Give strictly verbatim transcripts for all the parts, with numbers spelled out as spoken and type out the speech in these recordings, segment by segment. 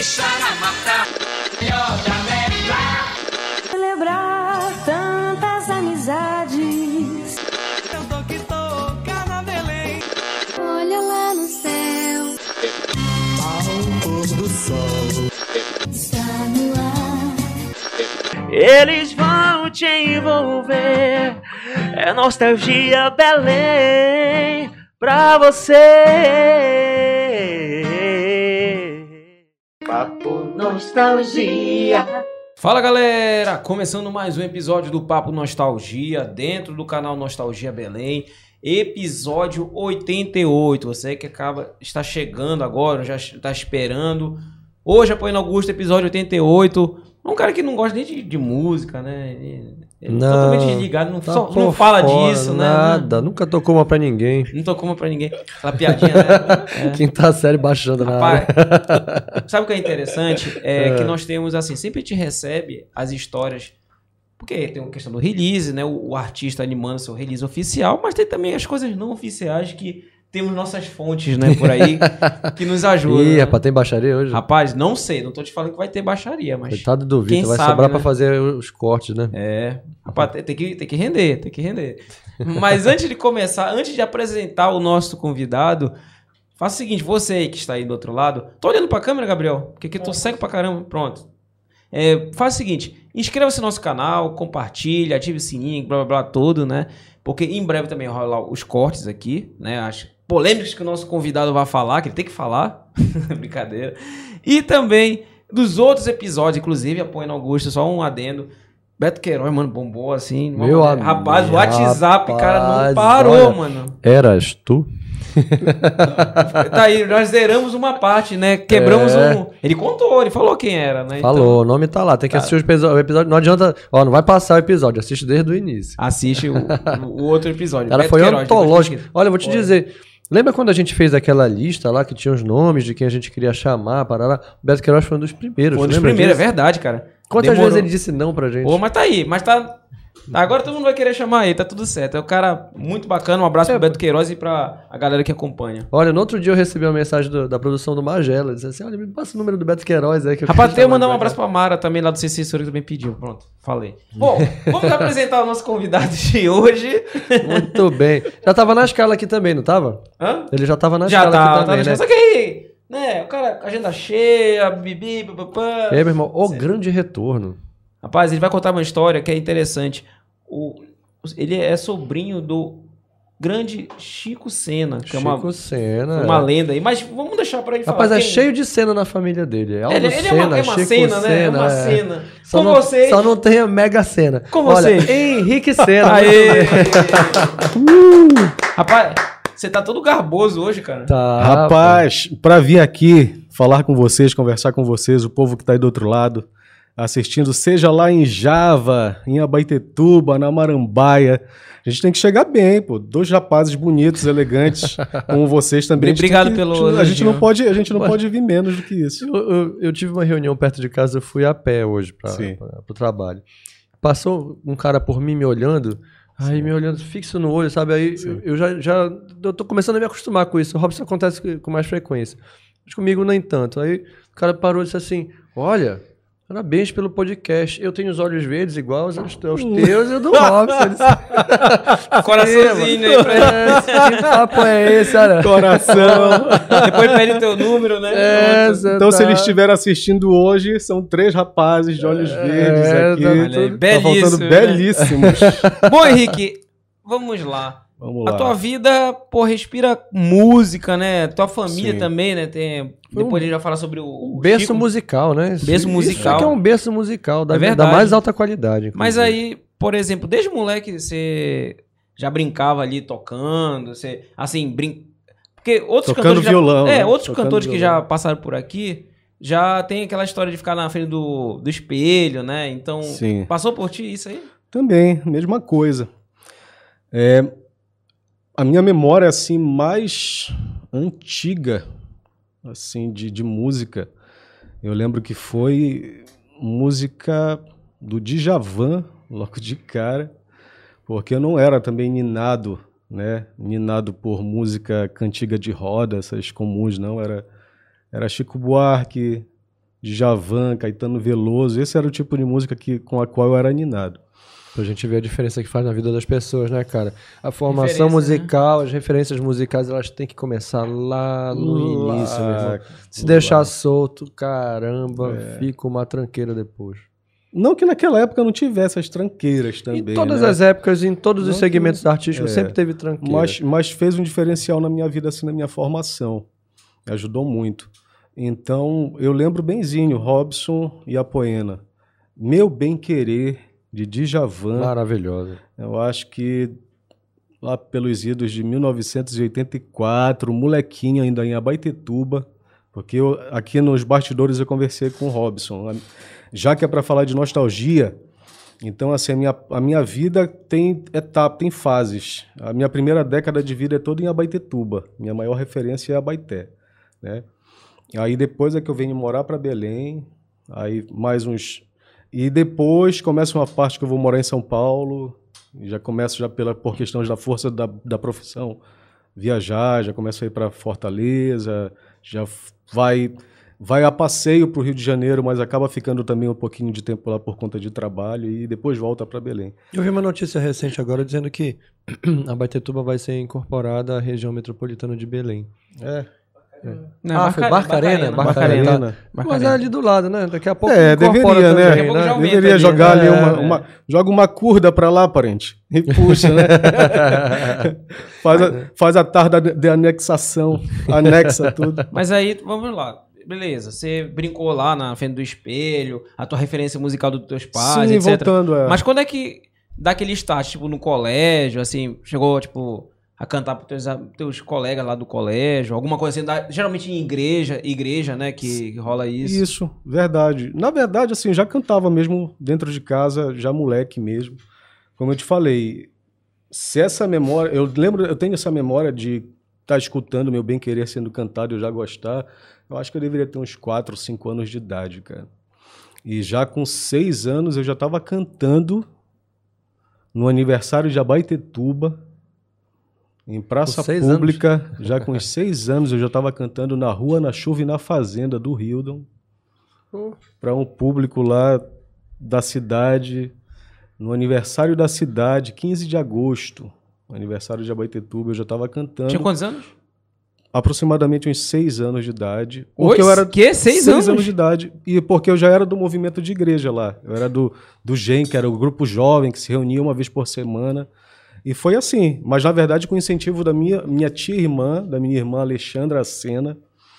Celebrar tantas amizades. Eu tô que toca na Belém. Olha lá no céu. Ao pôr do sol. Está no ar. Eles vão te envolver. É nostalgia Belém pra você. Papo Nostalgia. Fala galera, começando mais um episódio do Papo Nostalgia, dentro do canal Nostalgia Belém, episódio oitenta e oito, você que acaba, está chegando agora, já está esperando, hoje apoiando Augusto, episódio oitenta e oito, um cara que não gosta nem de, de música, né, ele, ele não, é totalmente desligado, não, tá só, não fala fora, disso, nada, né, nunca tocou uma pra ninguém. não tocou uma pra ninguém, aquela piadinha, né, é. Quinta série baixando na Rapaz, área. sabe o que é interessante? É, É. que nós temos, assim, sempre a gente recebe as histórias, porque tem uma questão do release, né? O, o artista animando seu release oficial, mas tem também as coisas não oficiais que temos nossas fontes, né, por aí, que nos ajudam. Ih, né? rapaz, tem baixaria hoje? Rapaz, não sei, não tô te falando que vai ter baixaria, mas... Coitado do quem Vitor, vai sabe, sobrar né? pra fazer os cortes, né? É, rapaz, tem, tem que, tem que render, tem que render. Mas antes de começar, antes de apresentar o nosso convidado, faça o seguinte, você aí que está aí do outro lado, tô olhando pra câmera, Gabriel, porque aqui eu tô cego pra caramba, pronto. É, faz o seguinte, inscreva-se no nosso canal, compartilhe, ative o sininho, blá blá blá, tudo, né? Porque em breve também vai rolar os cortes aqui, né? As polêmicas que o nosso convidado vai falar, que ele tem que falar, brincadeira. E também dos outros episódios, inclusive, apoiando Augusto, só um adendo. Beto Queiroz, mano, bombou assim. Meu maneira. amigo, Rapaz, o WhatsApp, cara, não rapaz, parou, olha, mano. Eras tu? Tá aí, nós zeramos uma parte, né? Quebramos É. um. Ele contou, ele falou quem era, né? Falou, o nome tá lá, tem que Tá. assistir o episódio, o episódio. Não adianta, ó, não vai passar o episódio, assiste desde o início. Assiste o, o outro episódio. Cara, Beto foi Queiroz, depois antológico. pesquisa. Olha, eu vou te Foi. dizer, lembra quando a gente fez aquela lista lá que tinha os nomes de quem a gente queria chamar, parará? O Beto Queiroz foi um dos primeiros. Foi um dos lembra primeiros, é disso? verdade, cara. Quantas Demorou. vezes ele disse não pra gente? Pô, mas tá aí, mas tá. Agora todo mundo vai querer chamar aí, tá tudo certo. É um cara muito bacana. Um abraço É, pro Beto Queiroz e pra a galera que acompanha. Olha, no outro dia eu recebi uma mensagem do- da produção do Magela, disse assim, olha, me passa o número do Beto Queiroz aí que eu Rapaz, quero até eu chamar mandar um ele abraço pra pra Mara também, lá do C C Censura, que também pediu. Pronto, falei. Bom, vamos apresentar o nosso convidado de hoje. cá. Muito bem. Já tava na escala aqui também, não tava? Hã? Ele já tava na Já escala tá, aqui tá também, na né? Só que aí, né, o cara, agenda cheia, bibi, papapá. E aí, meu irmão, o Certo. grande retorno. Rapaz, ele vai contar uma história que é interessante. O, ele é sobrinho do grande Chico Sena, que é uma, Chico Sena. uma é. lenda aí. Mas vamos deixar pra ele falar. Rapaz, é Quem- cheio de cena na família dele. É Aldo Ele, ele é Sena, uma, é uma Chico cena, né? É Sena, uma é. cena. Só Com não, vocês. Só não tem a mega cena. Com Olha, vocês. Henrique Sena. Aê! Rapaz, você tá todo garboso hoje, cara. Tá, Rapaz, para vir aqui falar com vocês, conversar com vocês, o povo que tá aí do outro lado, assistindo, seja lá em Java, em Abaetetuba, na Marambaia, a gente tem que chegar bem, pô. Dois rapazes bonitos, elegantes, como vocês também. A gente Obrigado tem que- pelo A gente elogio. não pode, a gente não pode vir menos do que isso. Eu, eu- eu tive uma reunião perto de casa, eu fui a pé hoje para Sim. o trabalho. Passou um cara por mim me olhando, aí me olhando fixo no olho, sabe? Aí eu, eu já, já eu tô começando a me acostumar com isso. O Robson acontece com- com mais frequência. Mas comigo nem tanto. Aí o cara parou e disse assim: olha, parabéns pelo podcast. Eu tenho os olhos verdes iguais aos, aos teus e o do Robson. Eu disse, Coraçãozinho aí pra ele. "É, que papo é esse, cara? Coração. Depois pede o teu número, né? É, Pronto. cê Então, tá- se eles estiverem assistindo hoje, são três rapazes de olhos verdes É, aqui. tá- Olha aí, Tá belíssimo, faltando né? belíssimos. Bom, Henrique, vamos lá. Vamos A lá. tua vida, pô, respira música, né? Tua família Sim. também, né? Tem... Foi um- Depois a gente vai falar sobre o, o Berço Chico. musical, né? Isso- Berço musical. Isso aqui é um berço musical da, É da verdade. mais alta qualidade. Mas inclusive. aí, por exemplo, desde moleque você já brincava ali tocando, você, assim, brin... Porque outros Tocando cantores... violão, Já... É, né? outros Tocando cantores que violão. já passaram por aqui, já tem aquela história de ficar na frente do, do espelho, né? Então, Sim. passou por ti isso aí? Também, mesma coisa. É, a minha memória assim mais antiga assim de, de música, eu lembro que foi música do Djavan, logo de cara, porque eu não era também ninado, né? Ninado por música cantiga de roda, essas comuns, não. Era, era Chico Buarque, Djavan, Caetano Veloso. Esse era o tipo de música que, com a qual eu era ninado. Pra gente ver a diferença que faz na vida das pessoas, né, cara? A formação Referência, musical, as referências musicais, elas têm que começar lá no Lá, início, meu irmão. Se lá. deixar solto, caramba, É. fica uma tranqueira depois. Não que naquela época não tivesse as tranqueiras também, Em todas né? as épocas, em todos os Não que- segmentos artísticos, é. sempre teve tranqueira. Mas, mas fez um diferencial na minha vida, assim, na minha formação. Ajudou muito. Então, eu lembro benzinho, Robson e a Poena. Meu Bem Querer, de Djavan. Maravilhosa. Eu acho que lá pelos idos de mil novecentos e oitenta e quatro, molequinho ainda em Abaetetuba, porque eu, aqui nos bastidores eu conversei com o Robson. Já que é para falar de nostalgia, então assim, a minha, a minha vida tem etapa, tem fases. A minha primeira década de vida é toda em Abaetetuba. Minha maior referência é Abaeté, né? Aí depois é que eu venho morar para Belém, aí mais uns... E depois começa uma parte que eu vou morar em São Paulo, e já começo já pela, por questões da força da, da profissão, viajar, já começo a ir para Fortaleza, já vai, vai a passeio para o Rio de Janeiro, mas acaba ficando também um pouquinho de tempo lá por conta de trabalho, e depois volta para Belém. Eu vi uma notícia recente agora dizendo que Abaetetuba vai ser incorporada à região metropolitana de Belém. É. Não, Ah, foi Barcarena? Barcarena. Barcarena. Mas é ali do lado, né? Daqui a pouco É, incorpora deveria, né? também, Daqui a pouco já aumenta Deveria ali, jogar né? ali uma, É. uma... Joga uma curda pra lá, parente. E puxa, né? faz, a, faz a tarde de anexação. Anexa tudo. Mas aí, vamos lá. Beleza, você brincou lá na frente do espelho, a tua referência musical dos teus pais, Sim, etcétera. voltando, é. Mas quando é que dá aquele start, tipo, no colégio, assim, chegou, tipo, a cantar pros teus, teus colegas lá do colégio, alguma coisa assim, da- geralmente em igreja, igreja, né, que, que rola isso. Isso, verdade. Na verdade, assim, já cantava mesmo dentro de casa, já moleque mesmo. Como eu te falei, se essa memória... Eu lembro, eu tenho essa memória de estar escutando Meu Bem Querer sendo cantado e eu já gostar. Eu acho que eu deveria ter uns quatro, cinco anos de idade, cara. E já com seis anos eu já estava cantando no aniversário de Abaetetuba, em praça Com seis pública. Já com uns seis anos eu já estava cantando na rua, na chuva e na fazenda do Hildon, para um público lá da cidade, no aniversário da cidade, quinze de agosto, aniversário de Abaetetuba, eu já estava cantando. Tinha quantos anos? Aproximadamente uns seis anos de idade. Oi? Porque eu era Que? Seis anos? de idade. E porque eu já era do movimento de igreja lá. Eu era do, do G E M, que era o grupo jovem que se reunia uma vez por semana. E foi assim. Mas, na verdade, com o incentivo da minha, minha tia-irmã, da minha irmã Alexandra Sena,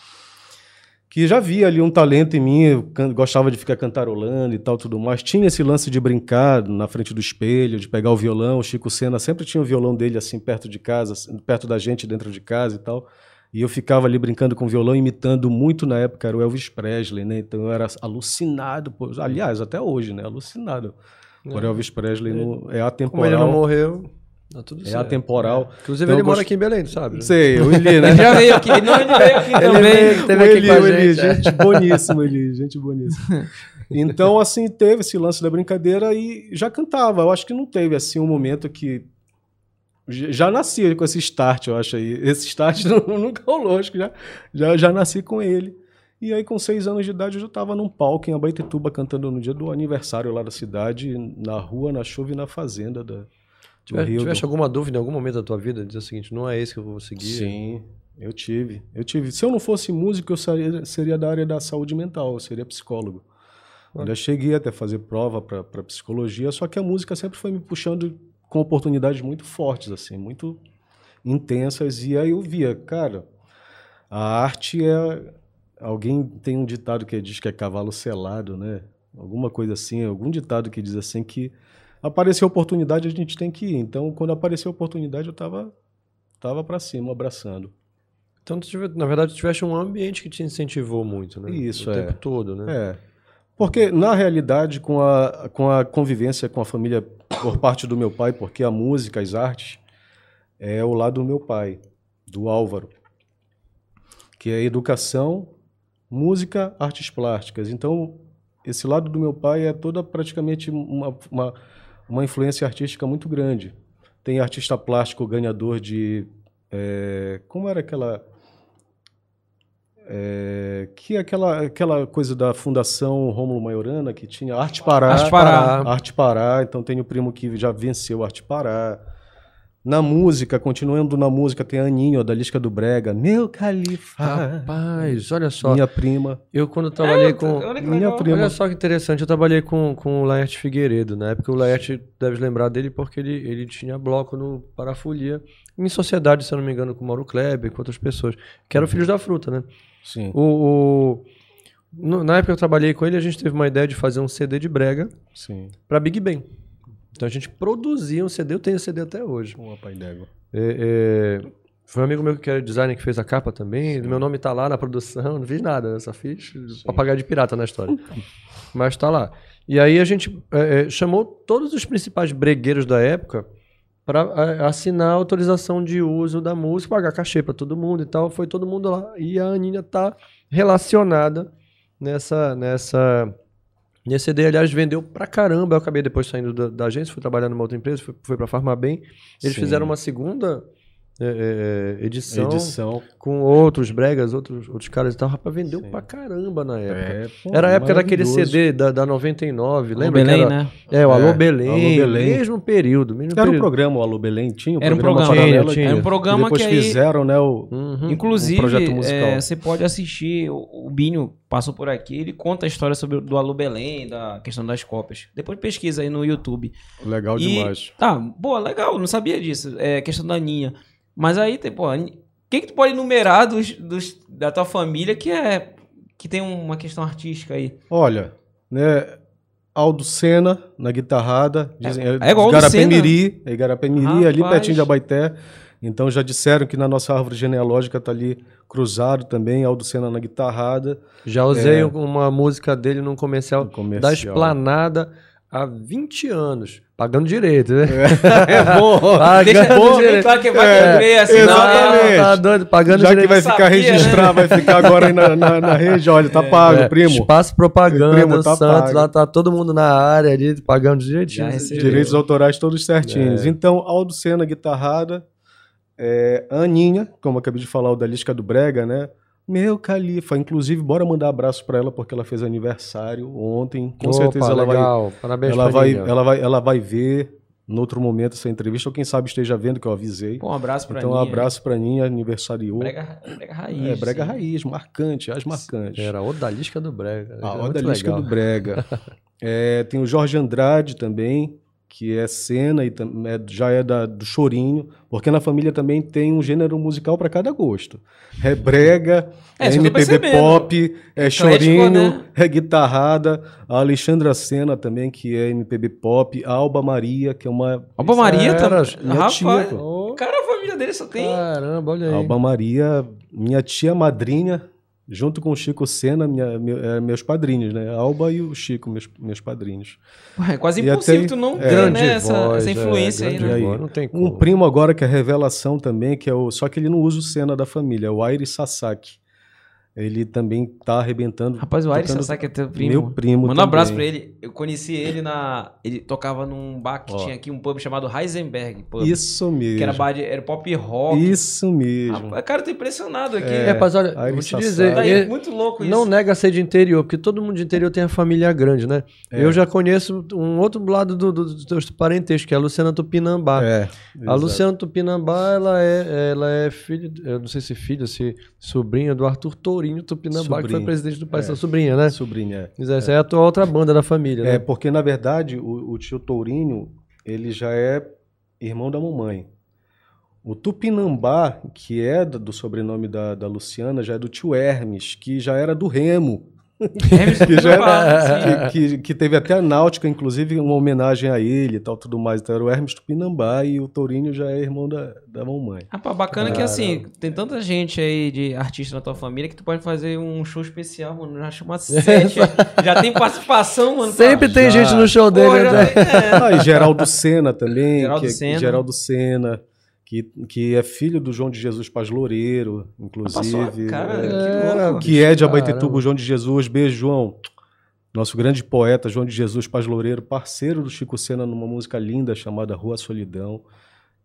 que já via ali um talento em mim, eu can- gostava de ficar cantarolando e tal, tudo mais. Tinha esse lance de brincar na frente do espelho, de pegar o violão. O Chico Sena sempre tinha o violão dele assim perto de casa, assim, perto da gente, dentro de casa e tal. E eu ficava ali brincando com o violão, imitando muito na época, era o Elvis Presley, né? Então eu era alucinado, por... aliás, até hoje, né? Alucinado por Elvis Presley. No... É Como ele não atemporal. morreu, tá tudo É certo. atemporal. Inclusive, Então ele eu mora gost- aqui em Belém, sabe? né? Sei, o Eli, né? Ele já veio aqui. Não, ele veio aqui Ele também. veio, teve O aqui Eli, com a o Eli, gente. é. gente boníssima, Eli, gente boníssima. Então, assim, teve esse lance da brincadeira e já cantava. Eu acho que não teve, assim, um momento que... j- Já nasci com esse start, eu acho aí. Esse start não- nunca rolou, acho que já, já, já nasci com ele. E aí, com seis anos de idade, eu já estava num palco em Abaetetuba, cantando no dia do aniversário lá da cidade, na rua, na chuva e na fazenda da, do Tive- Rio. Tiveste alguma dúvida em algum momento da tua vida? Dizer o seguinte, não é esse que eu vou seguir? Sim, eu tive. Eu tive. Se eu não fosse músico, eu seria, seria da área da saúde mental, eu seria psicólogo. Ainda cheguei até a fazer prova para psicologia, só que a música sempre foi me puxando com oportunidades muito fortes, assim, muito intensas. E aí eu via, cara, a arte é... Alguém tem um ditado que diz que é cavalo selado, né? Alguma coisa assim, algum ditado que diz assim que apareceu oportunidade, a gente tem que ir. Então, quando apareceu oportunidade, eu tava, tava para cima, abraçando. Então, tu tive- na verdade, tu tiveste um ambiente que te incentivou muito, né? Isso, o é. tempo todo, né? É. Porque, na realidade, com a, com a convivência com a família por parte do meu pai, porque a música, as artes, é o lado do meu pai, do Álvaro, que é educação, música, artes plásticas. Então, esse lado do meu pai é toda praticamente uma, uma, uma influência artística muito grande. Tem artista plástico ganhador de... é, como era aquela... é, que é aquela, aquela coisa da Fundação Rômulo Maiorana, que tinha Arte Pará. Arte Pará. Arte Pará, então tem o primo que já venceu Arte Pará. Na música, continuando na música, tem a Aninha, a da Lisca do Brega. Meu Califa. Rapaz, olha só. Minha prima. Eu quando trabalhei É, com... olha que Minha legal. prima. Olha só que interessante, eu trabalhei com, com o Laerte Figueiredo, na época o Laerte deve lembrar dele porque ele, ele tinha bloco no Parafolia, em sociedade, se eu não me engano, com o Mauro Kleber, com outras pessoas, que eram Filhos da Fruta, né? Sim. O, o- no- na época que eu trabalhei com ele, a gente teve uma ideia de fazer um C D de brega Sim. pra Big Ben. Então a gente produzia um C D, eu tenho C D até hoje. Pô, pai d'égua. É, é, foi um amigo meu que era designer que fez a capa também. Meu nome tá lá na produção, não fiz nada, né? Só fiz papagaio de pirata na história. Mas tá lá. E aí a gente é, é, chamou todos os principais bregueiros da época para assinar a autorização de uso da música, pagar cachê para todo mundo e tal. Foi todo mundo lá. E a Aninha tá relacionada nessa, nessa, nesse C D. Aliás, vendeu pra caramba. Eu acabei depois saindo da, da agência, fui trabalhar numa outra empresa, fui, fui pra Farmabem. Eles Sim. fizeram uma segunda é, é, edição, Edição. com outros bregas, outros, outros caras e tal. Rapaz, vendeu Sim. pra caramba na época. É, pô, Era a época daquele C maravilhoso. D da, da noventa e nove, Alô, lembra? que Belém, era- né? É, o Alô, É, Belém, Alô Belém. mesmo período. Mesmo Era um período. programa, o Alô Belém, tinha um Era um programa programa. paralelo, Tinha, Era um tinha. programa e depois que aí... fizeram, né, o, Uhum. Inclusive, um projeto musical. é, você pode assistir, o, o Binho passou por aqui, ele conta a história sobre o- do Alô Belém, da questão das cópias. Depois pesquisa aí no YouTube. Legal E- demais. Tá, boa, legal, não sabia disso, é questão da Aninha. Mas aí, tem, pô, Ani- quem que tu pode enumerar dos, dos- da tua família que é que tem uma questão artística aí? Olha, né, Aldo Senna na guitarrada, dizem, é igual Aldo Igarapé-Miri, é Igarapé-Miri, ali Rapaz. pertinho de Abaeté. Então já disseram que na nossa árvore genealógica tá ali cruzado também, Aldo Senna na guitarrada. Já usei É. uma música dele num comercial, No comercial. da Esplanada há vinte anos. Pagando direito, né? É bom. Pagando Deixa bem direito. claro que vai É, ver assim, exatamente. Não, tá doido, pagando Já que direito. vai ficar sabia, registrar, vai ficar agora aí na, na, na rede, olha, tá pago, É, primo. Espaço Propaganda, Primo, tá Santos, pago. lá tá todo mundo na área ali, pagando direitinho. Já esse recebi. direito. Direitos autorais todos certinhos. É. Então, Aldo Senna, guitarrada. É, Aninha, como eu acabei de falar, o da Lisca do Brega, né? Meu Califa. Inclusive, bora mandar abraço pra ela, porque ela fez aniversário ontem. Com Opa, certeza ela vai, legal. Parabéns ela, pra vai, Aninha. ela, vai, ela vai ver no outro momento essa entrevista, ou quem sabe esteja vendo, que eu avisei. Pô, um abraço pra Então, um Aninha. abraço pra Aninha, aniversariou. Brega, brega raiz. é, Brega sim. Raiz, marcante, as marcantes. Era Odalisca do Brega. A Era Oda muito Lisca legal. do Brega. É, tem o Jorge Andrade também, que é cena e tam- é- já é da- do chorinho, porque na família também tem um gênero musical para cada gosto. É brega, É, é, isso eu tô M P B percebendo. pop, é Eclético, chorinho, né? é guitarrada. A Alexandra Sena também, que é M P B pop. A Alba Maria, que é uma... Alba Maria Era, também. minha Rapaz, tia, pô. Ô, cara, a família dele só tem. caramba, olha aí. Alba Maria, minha tia madrinha, junto com o Chico Sena, minha, meu- é, meus padrinhos, né? A Alba e o Chico, meus, meus padrinhos. Pô, é quase E impossível até- tu não é. ter Grande né, essa, voz, essa influência é, aí, grande né? aí? voz, não tem Um como. primo agora que é revelação também, que é o. Só que ele não usa o Senna da família, é o Aire Sasaki. Ele também tá arrebentando. Rapaz, o Aires tocando- Sasaki é teu primo. Meu primo Manda um abraço pra também. ele. Eu conheci ele na... Ele tocava num bar que Ó. tinha aqui, um pub chamado Heisenberg Pub. Isso mesmo. Que era, bar de, era pop rock. Isso mesmo. Rapaz, cara, eu tô impressionado aqui. É, rapaz, olha, Aire vou te Sasaki. dizer, Tá ele- muito louco isso. não nega ser de interior, porque todo mundo de interior tem a família grande, né? É. Eu já conheço um outro lado do, do, dos teus parentescos, que é a Luciana Tupinambá. É. A exato. Luciana Tupinambá, ela é, ela é filha, eu não sei se filha, se sobrinha do Arthur Tourinho Tupinambá, que foi Sobrinho. presidente do País É. da sobrinha, né? Sobrinha. Mas essa é a tua outra banda da família, É, né? porque na verdade o, o tio Tourinho, ele já é irmão da mamãe. O Tupinambá, que é do, do sobrenome da, da Luciana, já é do tio Hermes, que já era do Remo. Hermes que, já Tupinambá, era, que, que, que teve até a Náutica, inclusive, uma homenagem a ele e tal, tudo mais. Então era o Hermes Tupinambá e o Tourinho já é irmão da, da mamãe. Rapaz, bacana que assim, tem tanta gente aí de artista na tua família que tu pode fazer um show especial, mano. Já chama sete. Já tem participação, mano. Sempre tem já. gente no show dele, Porra, já né? tem- é. Ah, e Geraldo Sena também, Geraldo que é, Sena. Geraldo Sena, que, que é filho do João de Jesus Paz Loureiro, inclusive. Passou, cara, é, que louco. que é de Caramba. Abaetetuba, o João de Jesus. Beijo, João. Nosso grande poeta, João de Jesus Paz Loureiro, parceiro do Chico Sena numa música linda chamada Rua Solidão.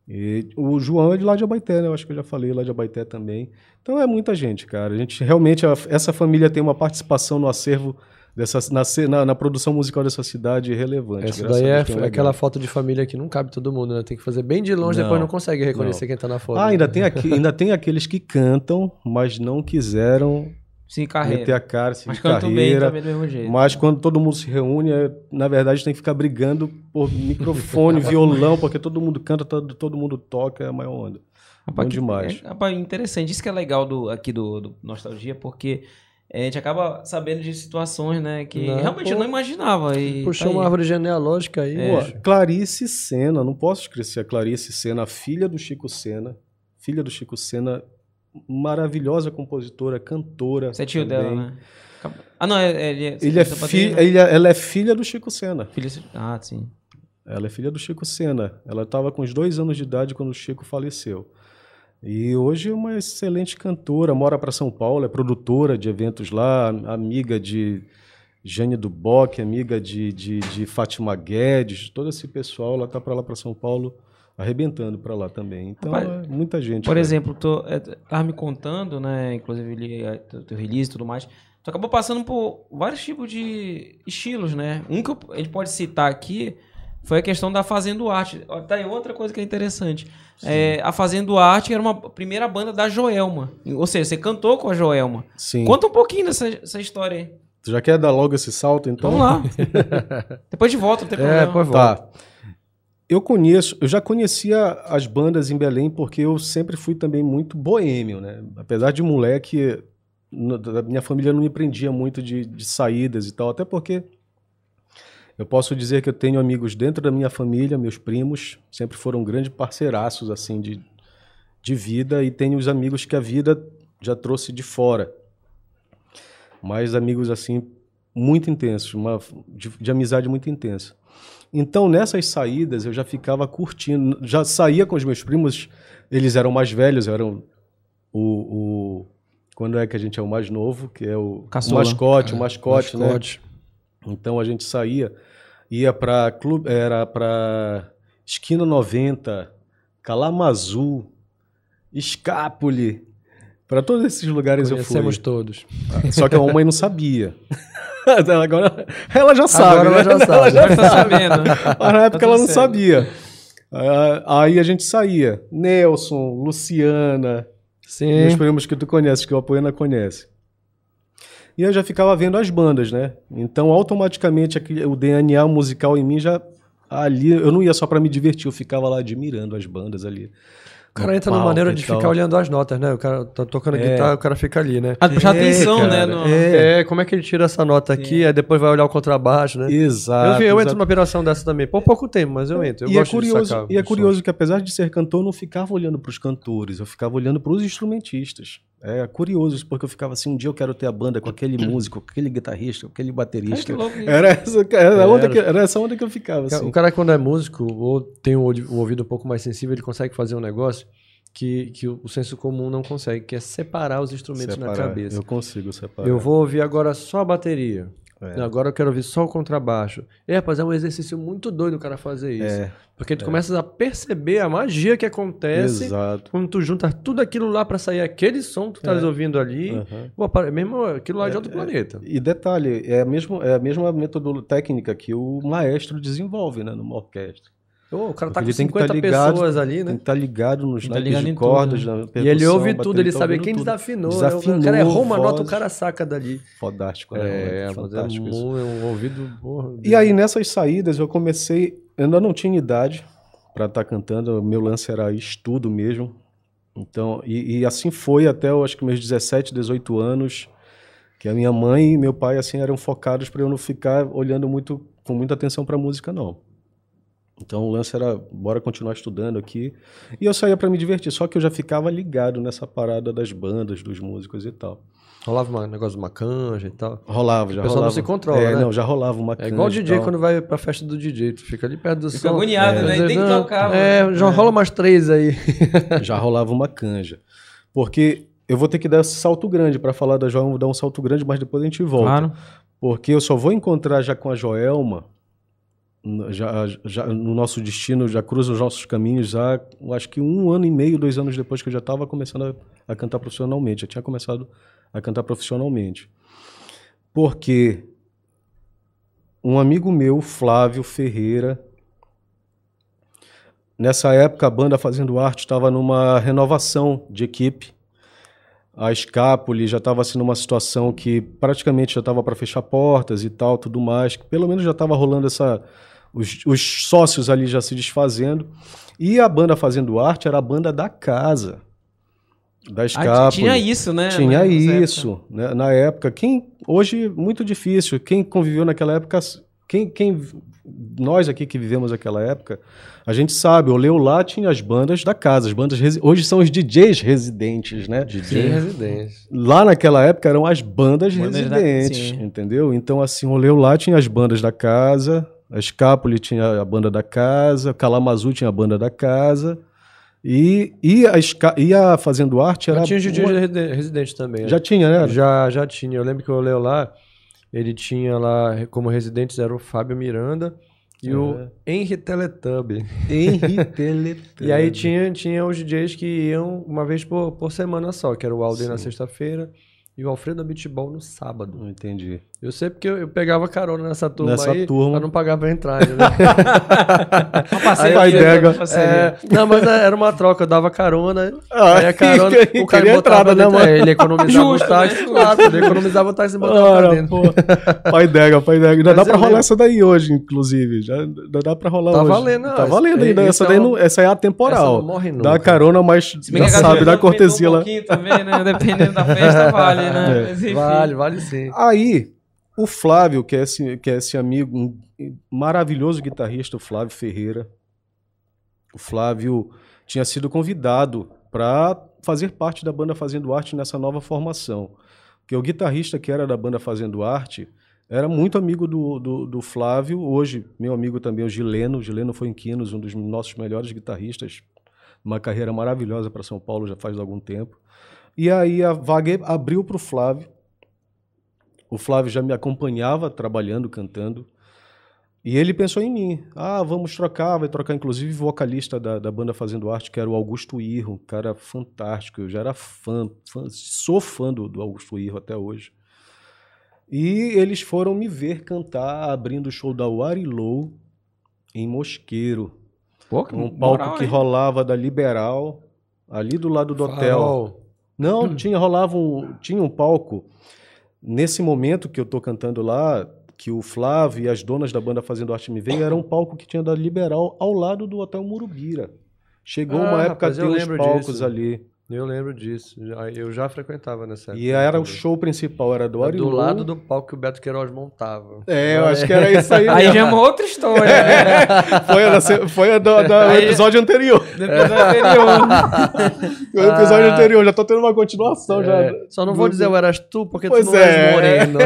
E o João é de lá de Abaeté, né? Eu acho que eu já falei lá de Abaeté também. Então é muita gente, cara. A gente realmente, a- essa família tem uma participação no acervo, dessa, na, ce- na, na produção musical dessa cidade relevante. Essa Graças daí a é Deus tem um aquela legado. foto de família que não cabe todo mundo, né? Tem que fazer bem de longe, Não, depois não consegue reconhecer não. quem tá na foto. Ah, ainda tem, aqui, ainda tem aqueles que cantam, mas não quiseram Sim, carreira. meter a cara, seguir Mas cantam bem carreira. também do mesmo jeito. Mas quando todo mundo se reúne, é, na verdade tem que ficar brigando por microfone, violão, porque todo mundo canta, todo, todo mundo toca, é a maior onda. Rapaz, Bom que- demais. é, rapaz, interessante. Isso que é legal do, aqui do, do Nostalgia, porque a gente acaba sabendo de situações, né, que Não, realmente pô. eu não imaginava. E Puxou tá uma aí. árvore genealógica aí. É. bicho. Pô, Clarice Senna, não posso esquecer a Clarice Senna, a filha do Chico Senna, filha do Chico Senna, maravilhosa compositora, cantora. Você é tio também. dela, né? Ah, não, é, é, ele é, Ele é você pode fi- ter- ele é- ela é filha do Chico Senna. filho- Ah, sim. Ela é filha do Chico Senna. Ela estava com uns dois anos de idade quando o Chico faleceu. E hoje é uma excelente cantora, mora para São Paulo, é produtora de eventos lá, amiga de Jane Duboc, amiga de, de, de Fátima Guedes, todo esse pessoal, ela tá para lá para São Paulo, arrebentando para lá também. Então, Rapaz, é muita gente. Por cara. exemplo, tu é, tava me contando, né, inclusive ele, é, teu teu release e tudo mais, tu acabou passando por vários tipos de estilos, né? Um que eu- a gente pode citar aqui foi a questão da Fazendo Arte. Ó, tá aí outra coisa que é interessante. É, a Fazendo Arte era uma primeira banda da Joelma. Ou seja, você cantou com a Joelma. Sim. Conta um pouquinho dessa, dessa história aí. Tu já quer dar logo esse salto, então? Vamos lá. Depois de volta, não tem É, problema. depois volta. Tá. Eu conheço, eu já conhecia as bandas em Belém porque eu sempre fui também muito boêmio, né? Apesar de moleque, no- da minha família não me prendia muito de, de saídas e tal, até porque eu posso dizer que eu tenho amigos dentro da minha família, meus primos sempre foram grandes parceiraços assim de, de vida, e tenho os amigos que a vida já trouxe de fora. Mas amigos assim muito intensos, uma de, de amizade muito intensa. Então, nessas saídas, eu já ficava curtindo. Já saía com os meus primos, eles eram mais velhos, eram o. o quando é que a gente é o mais novo? Que é o, o Caçula. mascote, o mascote, né? Mascote. Então a gente saía, ia para clube, era para Esquina noventa, Calamazu, Escápole, para todos esses lugares eu Conhecemos fui. todos. Só que a mamãe não sabia. Agora ela já sabe. Agora ela né? já sabe. Agora tá sabendo. Mas na época Tá ela tudo não certo. sabia. Ah, Aí a gente saía. Nelson, Luciana, Sim. meus primos que tu conheces, que o Apoiana conhece. E eu já ficava vendo as bandas, né? Então, automaticamente, aquele- o D N A musical em mim já... Ali, eu não ia só pra me divertir, eu ficava lá admirando as bandas ali. O cara entra numa maneira de ficar olhando as notas, né? O cara tá tocando É. guitarra, o cara fica ali, né? Ah, puxar É, atenção, cara, né? no- É, como é que ele tira essa nota aqui, aí depois vai olhar o contrabaixo, né? Exato. eu vi, eu entro exato. numa operação dessa também. Por pouco tempo, mas eu entro. Eu e é gosto de curioso, sacar e é os curioso que apesar de ser cantor, eu não ficava olhando para os cantores, eu ficava olhando para os instrumentistas. É curioso isso, porque eu ficava assim, um dia eu quero ter a banda com aquele músico, com aquele guitarrista, com aquele Ai, baterista. que louco isso. Era essa, era, a onda Era. que, era essa onda que eu ficava, sons. assim. O cara, quando é músico ou tem um ouvi- um ouvido um pouco mais sensível, ele consegue fazer um negócio que, que o o senso comum não consegue, que é separar os instrumentos na Separar. cabeça. Eu consigo separar. Eu vou ouvir agora só a bateria. É. Agora eu quero ouvir só o contrabaixo. É, rapaz, é um exercício muito doido o cara fazer isso. É, Porque tu começa a perceber a magia que acontece exato. quando tu junta tudo aquilo lá pra sair aquele som que tu estás ouvindo ali. Aham. Pô, pare- mesmo aquilo lá é de outro planeta. E detalhe, é a, mesma, é a mesma metodologia técnica que o maestro desenvolve, né, numa orquestra. Ô, o cara tá Porque com ele tem que tá cinquenta ligado, pessoas ali, Tem né? que estar ligado nos Tem que tá naipes ligado de em cordas, tudo, na E ele percussão, ouve bateria, tudo, ele tá sabe ouvindo quem tudo. desafinou. Desafinou o cara errou uma nota, o vozes. cara saca dali. Fodástico, né? É, mas é fantástico isso. mu- é um ouvido... Porra, E aí, nessas saídas, eu comecei. Eu ainda não tinha idade para estar cantando, o meu lance era estudo mesmo. Então, e, e assim foi até eu acho que meus dezessete, dezoito anos, que a minha mãe e meu pai assim eram focados para eu não ficar olhando muito com muita atenção para música, não. Então o lance era, bora continuar estudando aqui. E eu saía para me divertir, só que eu já ficava ligado nessa parada das bandas, dos músicos e tal. rolava um negócio de uma canja e tal. Rolava, já O pessoal rolava. não se controla, é, né? Não, já rolava uma É canja igual o e D J tal. quando vai pra festa do D J. Tu fica ali perto do Fica som. agoniado, né? Às vezes, Tem que não, tocar, É, mano. já É. rola umas três aí. Já rolava uma canja. Porque eu vou ter que dar esse salto grande para falar da Joelma, vou dar um salto grande, mas depois a gente volta. Claro. Porque eu só vou encontrar já com a Joelma já, já no nosso destino, já cruza os nossos caminhos, já, eu acho que um ano e meio, dois anos depois que eu já estava começando a, a cantar profissionalmente, já tinha começado a cantar profissionalmente. Porque um amigo meu, Flávio Ferreira, nessa época a banda Fazendo Arte estava numa renovação de equipe. A Scapoli já estava assim, numa situação que praticamente já estava para fechar portas e tal, tudo mais. Que pelo menos já estava rolando essa... Os, os sócios ali já se desfazendo. E a banda Fazendo Arte era a banda da casa. Da Scapoli. Ah, tinha isso, né? Tinha Nessa isso. Né? Na época. Quem, hoje, muito difícil. Quem conviveu naquela época... Quem, quem, nós aqui que vivemos aquela época, a gente sabe, o Leolá tinha as bandas da casa, as bandas resi- hoje são os D Js residentes, né? D J residente. Lá naquela época eram as bandas, Bandas residentes, da- sim. entendeu? Então assim, o Leolá tinha as bandas da casa, a Scapoli tinha a banda da casa, Kalamazoo tinha a banda da casa, e, e, a, Ska- e a Fazendo Arte era... Já tinha os D Js uma- residen- residentes também. né? Já tinha, né? Já, já tinha. Eu lembro que o Leo lá, ele tinha lá como residentes era o Fábio Miranda e o Henry Teletubby. Henry Teletubby. E aí tinha, tinha os D Js que iam uma vez por, por semana só, que era o Alden na Sim. sexta-feira e o Alfredo Beatball no sábado. Não entendi. Eu sei porque eu, eu pegava carona nessa turma Nessa aí turma. pra não pagar pra entrar, né? Uma parceria, Pai d'égua. uma parceria. É, não, mas era uma troca, eu dava carona, Ah, aí a carona, queria o cara entrada, botava né, dentro, mano? é, ele economizava Justo, o táxi, né? claro, ele economizava o táxi e botava pra Ora, dentro. pô. Pai d'égua, pai d'égua. Ainda Mas dá eu pra rolar lembro. essa daí hoje, inclusive. Já ainda dá pra rolar Tá hoje. valendo, Tá ó. valendo ainda. Esse Essa, é daí um- não, essa aí é Essa atemporal. não morre Dá nunca. carona, mas Se bem já que a sabe, gasolina dá cortesia aumentou um lá. pouquinho também, né? Dependendo da festa, vale, né? É. Mas, enfim. Vale, vale sim. Aí, o Flávio, que é esse, que é esse amigo, um maravilhoso guitarrista, o Flávio Ferreira. O Flávio tinha sido convidado para fazer parte da banda Fazendo Arte nessa nova formação. Porque o guitarrista que era da banda Fazendo Arte era muito amigo do, do, do Flávio, hoje meu amigo também, o Gileno. O Gileno foi em Quinos, um dos nossos melhores guitarristas, uma carreira maravilhosa para São Paulo já faz algum tempo. E aí a vaga abriu para o Flávio. O Flávio já me acompanhava trabalhando, cantando. E ele pensou em mim. Ah, vamos trocar, vai trocar inclusive o vocalista da, da banda Fazendo Arte, que era o Augusto Irro, um cara fantástico. Eu já era fã, fã sou fã do, do Augusto Irro até hoje. E eles foram me ver cantar abrindo o show da Warilou em Mosqueiro. Pô, que Um palco moral, que hein? rolava da Liberal, ali do lado do hotel. Farol. Não, tinha, rolava um, tinha um palco. Nesse momento que eu tô cantando lá, que o Flávio e as donas da banda Fazendo Arte me veio, era um palco que tinha da Liberal ao lado do Hotel Murubira. Chegou Ah, uma época rapaz, a ter eu uns lembro palcos disso. ali. Eu lembro disso. Já- Eu já frequentava nessa época. E era o também. show principal, era do Do Arilô. lado do palco que o Beto Queiroz montava. É, eu acho que era isso aí. Aí mesmo. já é uma outra história, né? Foi, a da se- foi a do, da- do Aí- episódio anterior. Depois do anterior. Foi o episódio anterior, já tô tendo uma continuação já. É, só não vou dizer o Eras Tu, porque Pois tu não é. és moreno.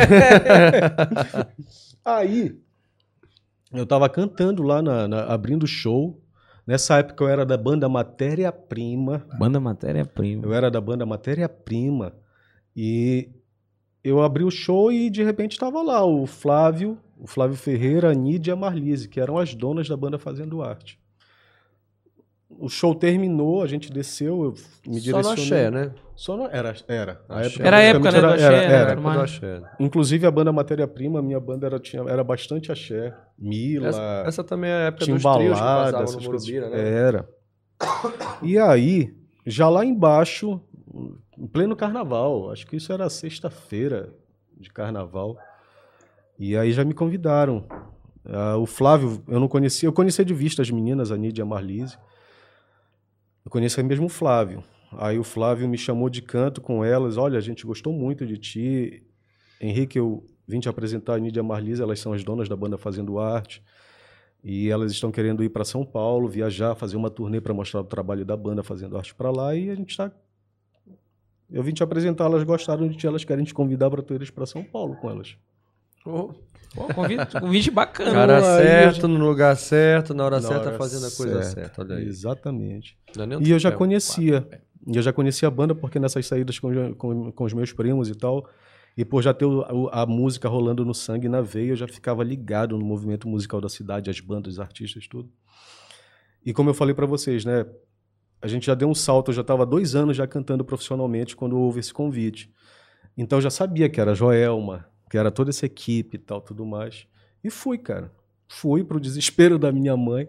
Aí, eu tava cantando lá, na, na- abrindo show. Nessa época eu era da banda Matéria Prima. Banda matéria-prima. Eu era da banda Matéria Prima. E eu abri o show e de repente estava lá o Flávio, o Flávio Ferreira, a Nídia e a Marlise, que eram as donas da banda Fazendo Arte. O show terminou, a gente desceu, eu me Só no direcionei. axé, né? Só no, era, era. A Axé. Era a época, né, do praticamente axé, era, né? era, Era uma- Do axé. Inclusive a banda Matéria Prima, a minha banda era, tinha, era bastante axé. Mila, Essa, essa também é a época dos trios que timbalada, passavam essas no coisas. Morubira, né? Era. E aí, já lá embaixo, em pleno carnaval, acho que isso era sexta-feira de carnaval, e aí já me convidaram. Ah, o Flávio, eu não conhecia, eu conhecia de vista as meninas, a Nídia e a Marlise. Eu conhecia mesmo o Flávio. Aí o Flávio me chamou de canto com elas. Olha, a gente gostou muito de ti. Henrique, eu vim te apresentar a Nídia e a Marlise, elas são as donas da banda Fazendo Arte. E elas estão querendo ir para São Paulo, viajar, fazer uma turnê para mostrar o trabalho da banda Fazendo Arte para lá. E a gente está... Eu vim te apresentar, elas gostaram de ti, elas querem te convidar para tu ires para São Paulo com elas. Oh, Pô, convite, convite bacana. cara aí, certo, no lugar certo, na hora Na certa, hora fazendo a coisa certa. certa. Olha aí. Exatamente. Não é nem um E eu já troféu. conhecia. E eu já conhecia a banda porque nessas saídas com, com, com os meus primos e tal, E por já ter o- o- a música rolando no sangue e na veia, eu já ficava ligado no movimento musical da cidade, as bandas, os artistas, tudo. E como eu falei para vocês, né? A gente já deu um salto, eu já estava dois anos já cantando profissionalmente quando houve esse convite. Então eu já sabia que era Joelma, que era toda essa equipe e tal, tudo mais. E fui, cara. Fui pro desespero da minha mãe.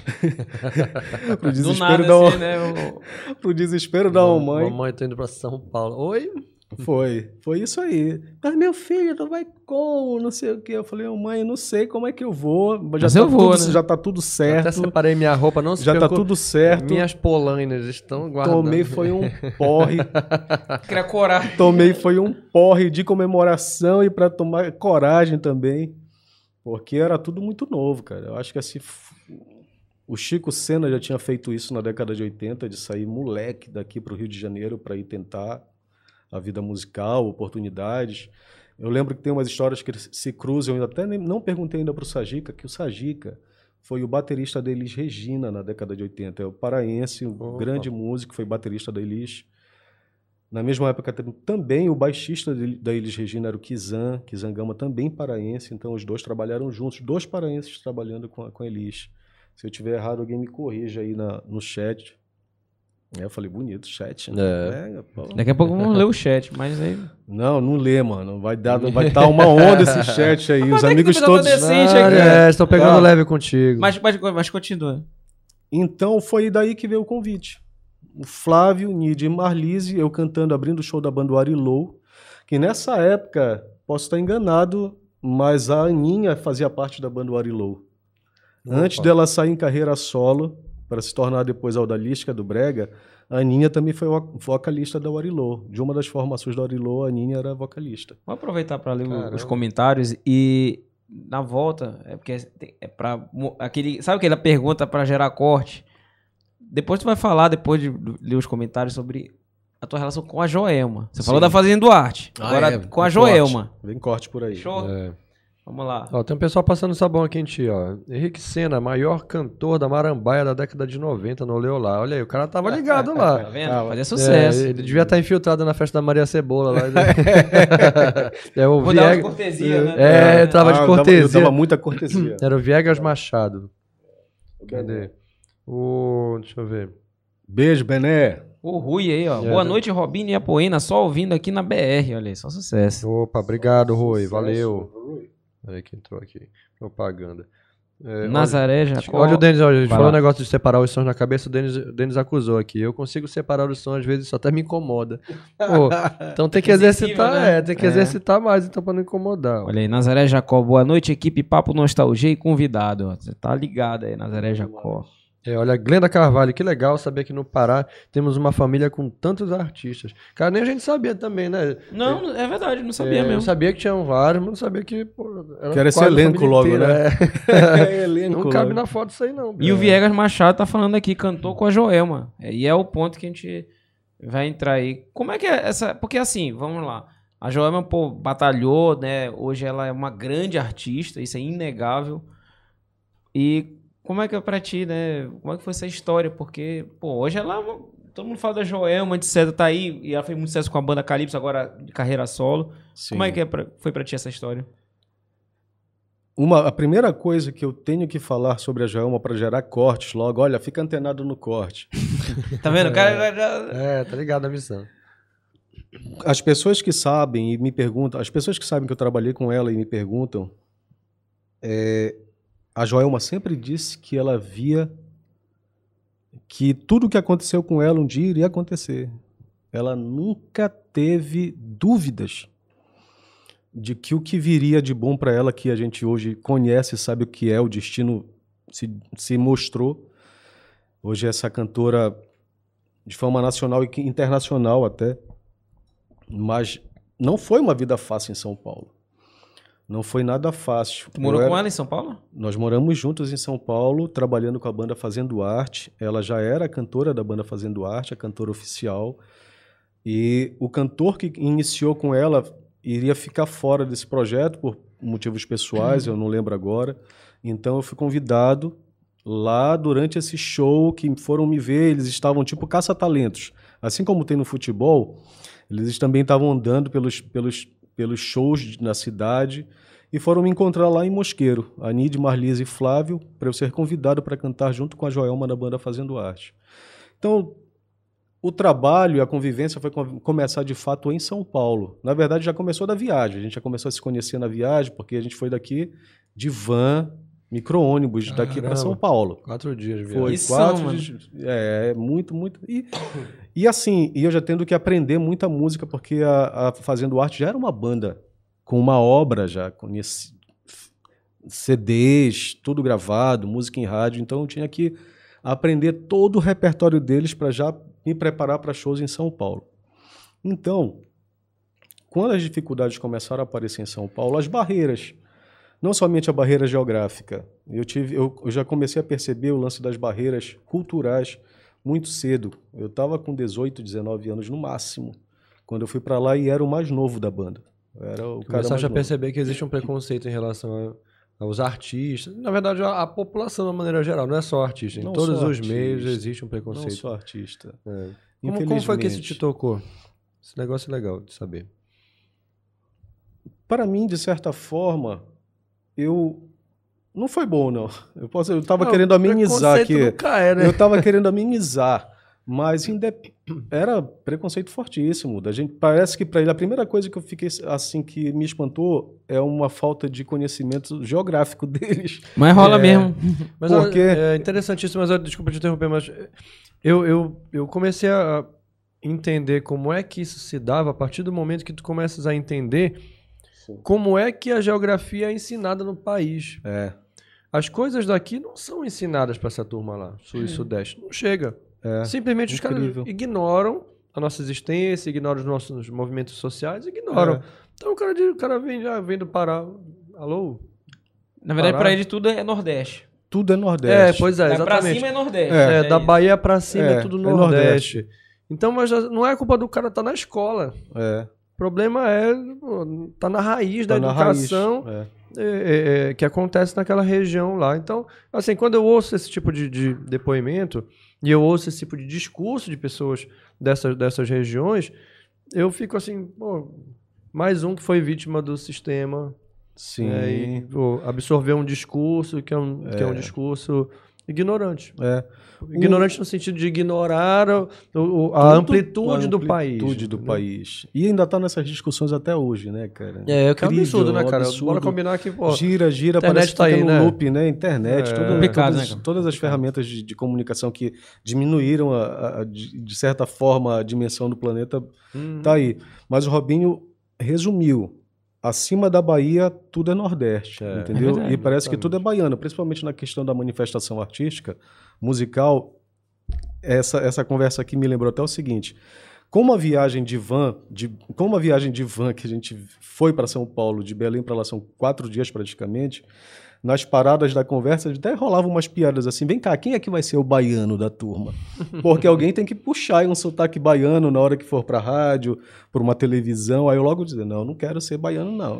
pro Do desespero nada, da assim, né? o- pro desespero da mamãe. Mamãe tá indo pra São Paulo. Oi? Foi, foi isso aí. Mas meu filho, tu vai como? Não sei o quê. Eu falei, mãe, eu não sei como é que eu vou. Já, Mas tá, eu vou, tudo, né? já tá tudo Eu certo. até separei minha roupa, não se Já tá preocupe. tudo certo. Minhas polainas estão guardadas. Tomei foi um porre. Queria corar. Tomei foi um porre de comemoração e para tomar coragem também. Porque era tudo muito novo, cara. Eu acho que assim, f- o Chico Sena já tinha feito isso na década de oitenta, de sair moleque daqui para o Rio de Janeiro para ir tentar a vida musical, oportunidades. Eu lembro que tem umas histórias que se cruzam, eu até nem, não perguntei ainda para o Sajica, que o Sajica foi o baterista da Elis Regina na década de oitenta. É o paraense, um Opa. grande músico, foi baterista da Elis. Na mesma época, tem também o baixista de- da Elis Regina era o Kizan, Kizan Gama, também paraense, então os dois trabalharam juntos, dois paraenses trabalhando com a, com a Elis. Se eu tiver errado, alguém me corrija aí na, no chat. É, eu falei, bonito, chat, né? É. É, pô. Daqui a pouco vamos ler o chat, mas aí. Não, não lê, mano. Vai dar, vai estar uma onda esse chat aí. Mas Os é que amigos tu todos. tava decente Ah, aqui. é, estou pegando Tá. leve contigo. Mas, mas, mas continua. Então foi daí que veio o convite. O Flávio, Nid e Marlise, eu cantando, abrindo o show da banda Arilou, que nessa época, posso estar enganado, mas a Aninha fazia parte da banda Arilou. Antes dela sair em carreira solo, para se tornar depois a odalisca do Brega, a Aninha também foi vo- vocalista da Arilou. De uma das formações da Arilou, a Aninha era vocalista. Vou aproveitar para ler o- Caramba. os comentários e na volta, é porque é- é para aquele, sabe aquela pergunta para gerar corte? Depois tu vai falar depois de ler os comentários sobre a tua relação com a Joelma. Você falou Sim. da Fazenda Duarte. Ah, Agora é, com a vem Joelma. corte. Vem corte por aí. Fechou? É. Vamos lá. Ó, tem um pessoal passando sabão aqui em ti, ó. Henrique Sena, maior cantor da Marambaia da década de noventa, no Leolá. Olha aí, o cara tava ligado Tá lá. vendo? Ah, Fazia É, sucesso. ele devia estar infiltrado na festa da Maria Cebola lá. é, o Vou dar uma Vieg... cortesia, né? É, trava de Ah, eu dava- cortesia. Eu dava muita cortesia. Era o Viegas Machado. Cadê? O... Deixa eu ver. Beijo, Bené. O Rui aí, ó. É, Boa né? noite, Robinho e Apoena, só ouvindo aqui na B R. Olha aí, só sucesso. Opa, obrigado, Rui. Valeu. Olha que entrou aqui. Propaganda. É, Nazaré, olha, Jacó. olha o Denis, olha, a gente Vai falou um lá. negócio de separar os sons na cabeça, o Denis, o Denis acusou aqui. Eu consigo separar os sons, às vezes isso até me incomoda. Pô, então tem que Sensível, exercitar, né? é, tem que É. exercitar mais, então, pra não incomodar. Olha aí, Nazaré Jacó. Boa noite, equipe Papo Nostalgia e convidado. ó. Você tá ligado aí, Nazaré Jacó. É, olha, Glenda Carvalho, que legal saber que no Pará temos uma família com tantos artistas. Cara, nem a gente sabia também, né? Não, é verdade, não sabia É, Eu mesmo. sabia que tinham vários, mas não sabia que. Pô, era Que era esse quase a elenco família logo, inteira, né? é. É, elenco Não cabe logo. na foto isso aí, não. E o Viegas Machado tá falando aqui, cantou com a Joelma. É, E é o ponto que a gente vai entrar aí. Como é que é essa... Porque assim, vamos lá. A Joelma, pô, batalhou, né? Hoje ela é uma grande artista, isso é inegável. E como é que é pra ti, né? Como é que foi essa história? Porque, pô, hoje ela... é uma- Todo mundo fala da Joelma, etcétera. Tá aí, e ela fez muito sucesso com a banda Calypso, agora de carreira solo. Sim. Como é que é pra- foi pra ti essa história? Uma, a primeira coisa que eu tenho que falar sobre a Joelma para gerar cortes logo, olha, fica antenado no corte. Tá vendo? O cara já- já... É, tá ligado a missão. As pessoas que sabem e me perguntam, as pessoas que sabem que eu trabalhei com ela e me perguntam, é, a Joelma sempre disse que ela via que tudo que aconteceu com ela um dia iria acontecer. Ela nunca teve dúvidas de que o que viria de bom para ela, que a gente hoje conhece, sabe o que é, o destino se, se mostrou. Hoje essa cantora de fama nacional e que- internacional até, mas não foi uma vida fácil em São Paulo. Não foi nada fácil. Tu morou Eu com era- ela em São Paulo? Nós moramos juntos em São Paulo, trabalhando com a banda Fazendo Arte. Ela já era a cantora da banda Fazendo Arte, a cantora oficial. E o cantor que iniciou com ela iria ficar fora desse projeto por motivos pessoais, eu não lembro agora. Então eu fui convidado lá durante esse show que foram me ver, eles estavam tipo caça-talentos. Assim como tem no futebol, eles também estavam andando pelos, pelos, pelos shows na cidade e foram me encontrar lá em Mosqueiro, Anide, Marlise e Flávio, para eu ser convidado para cantar junto com a Joelma na banda Fazendo Arte. Então, o trabalho e a convivência foi com- começar de fato em São Paulo. Na verdade, já começou da viagem. A gente já começou a se conhecer na viagem, porque a gente foi daqui de van, micro-ônibus, daqui para Caramba. São Paulo. Quatro dias de Foi viagem. Isso, quatro mano. dias. É, muito, muito. E, e assim, e eu já tendo que aprender muita música, porque a, a Fazendo Arte já era uma banda com uma obra já, com esse- C Ds, tudo gravado, música em rádio. Então eu tinha que aprender todo o repertório deles para já me preparar para shows em São Paulo. Então, quando as dificuldades começaram a aparecer em São Paulo, as barreiras, não somente a barreira geográfica, eu, tive, eu, eu já comecei a perceber o lance das barreiras culturais muito cedo. Eu estava com dezoito, dezenove anos no máximo, quando eu fui para lá e era o mais novo da banda. Eu era o cara Começaste mais a novo. perceber que existe um preconceito em relação a- aos artistas. Na verdade, a, a população, de uma maneira geral, não é só artista. Em Não todos só os meios artista, existe um Não preconceito. sou artista. É. Como, como foi que isso te Infelizmente. tocou? Esse negócio é legal de saber. Para mim, de certa forma, eu não foi bom, não. Eu posso, eu estava Não, querendo amenizar preconceito aqui. nunca é, né? Eu estava querendo amenizar, mas indep- era preconceito fortíssimo. Da gente parece que para ele a primeira coisa que eu fiquei assim que me espantou é uma falta de conhecimento geográfico deles. Mas rola É. mesmo. Mas Porque- é interessante isso, mas ó, desculpa te interromper, mas eu, eu, eu comecei a entender como é que isso se dava a partir do momento que tu começas a entender como é que a geografia é ensinada no país. É, As coisas daqui não são ensinadas para essa turma lá, sul e sudeste. Não chega. é. Simplesmente os caras incrível. ignoram a nossa existência, ignoram os nossos movimentos sociais, ignoram. É. Então o cara, diz- o cara vem, ah, vem do Pará. Alô? Na verdade, Pará. pra ele tudo é Nordeste. Tudo é É, Nordeste. pois é, Vai pra exatamente. cima é Nordeste. É, É, da isso. Bahia pra cima é, É, tudo é Nordeste. Nordeste. Então, mas já- não é culpa do cara estar na escola. É, O problema é pô, tá na raiz tá da na educação raiz. É. é, é, é, que acontece naquela região lá. Então, assim, quando eu ouço esse tipo de, de depoimento e eu ouço esse tipo de discurso de pessoas dessas, dessas regiões, eu fico assim, pô, mais um que foi vítima do sistema. Sim. Né, e, pô, absorveu um discurso que é um, que é um discurso ignorante. É. Ignorante no sentido de ignorar o- o- a Tudo- amplitude a do país. amplitude do né? país. E ainda tá nessas discussões até hoje, né, cara? É, que é um Incrível, absurdo, né, um cara? absurdo. Bora combinar que, pô, Gira, gira, internet parece que tá tá aí, tendo né? um loop, né? Internet, É. toda- Complicado, todas, né, cara? todas as ferramentas de, de comunicação que diminuíram, a, a- a- de, de certa forma, a dimensão do planeta, Hum. tá aí. Mas o Robinho resumiu. Acima da Bahia, tudo é Nordeste, É. entendeu? É verdade, e parece que tudo é baiano, principalmente na questão da manifestação artística, musical. Essa, essa conversa aqui me lembrou até o seguinte: como a viagem de van, de, como a viagem de van que a gente foi para São Paulo, de Belém para lá, são quatro dias praticamente, nas paradas da conversa até rolavam umas piadas assim: vem cá, quem é que vai ser o baiano da turma? Porque alguém tem que puxar um sotaque baiano na hora que for para rádio, por uma televisão. Aí eu logo dizia: não, não quero ser baiano, não.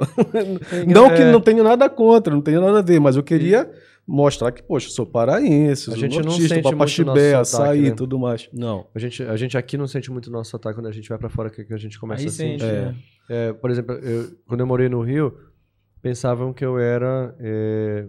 Não que não tenho nada contra, não tenho nada a ver, mas eu queria mostrar que, poxa, eu sou paraense, A sou gente não nortista, sente muito papaxibé, nosso sotaque, açaí e né? tudo mais. Não. A gente, a gente aqui não sente muito nosso sotaque quando a gente vai pra fora, que, que a gente começa Aí a sente, sentir. né? É, por exemplo, eu- quando eu morei no Rio, pensavam que eu era é,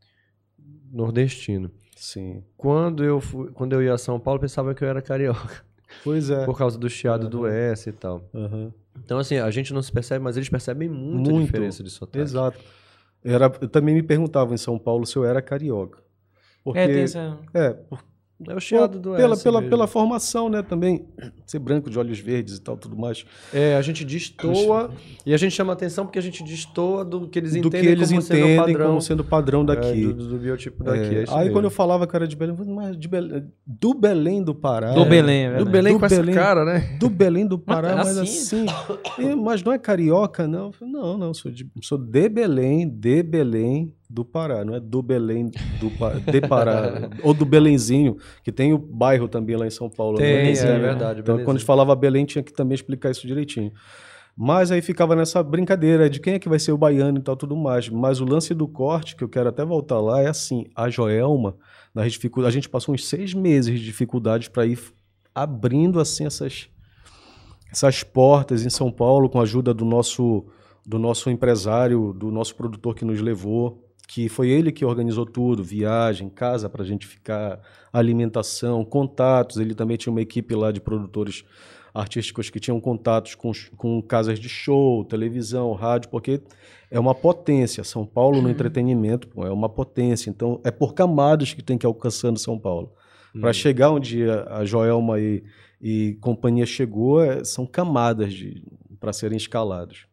nordestino. Sim. Quando eu, fui, quando eu ia a São Paulo, pensavam que eu era carioca, Pois é. por causa do chiado do Uhum. S e tal. Aham. Então, assim, a gente não se percebe, mas eles percebem muito, a Muito. diferença de sotaque. Exato. Era, eu também me perguntavam em São Paulo se eu era carioca. Porque, É, tem essa... é, por- É o chiado do pela, S pela, mesmo. pela formação, né, também. Ser branco, de olhos verdes e tal, tudo mais. É, a gente destoa, e a gente chama atenção porque a gente destoa do que eles do entendem que eles como sendo o entendem padrão, como sendo padrão daqui. é, do, do biotipo daqui. É, é isso aí mesmo. quando eu falava que era de Belém, eu falei, mas de Belém, do Belém do Pará. Do Belém, é Do verdade. Belém Do com Belém. essa cara, né? Do Belém do Mas Pará, mas assim? assim. "É, mas não é carioca, não? Eu falei, não, não, sou de, sou de Belém, de Belém do Pará, não é do Belém do Pa- de Pará. Ou do Belenzinho, que tem o bairro também lá em São Paulo. né? Tem, Belenzinho. é verdade. Então, Belenzinho. quando a gente falava Belém, tinha que também explicar isso direitinho. Mas aí ficava nessa brincadeira de quem é que vai ser o baiano e tal, tudo mais. Mas o lance do corte, que eu quero até voltar lá, é assim, a Joelma, nas dificuldades, a gente passou uns seis meses de dificuldades para ir abrindo assim essas, essas portas em São Paulo, com a ajuda do nosso do nosso empresário, do nosso produtor que nos levou, que foi ele que organizou tudo, viagem, casa para a gente ficar, alimentação, contatos. Ele também tinha uma equipe lá de produtores artísticos que tinham contatos com, com casas de show, televisão, rádio, porque é uma potência. São Paulo no entretenimento pô, é uma potência. Então, é por camadas que tem que ir alcançando São Paulo. Hum. Para chegar onde a, a Joelma e, e companhia chegou, é, são camadas para serem escaladas.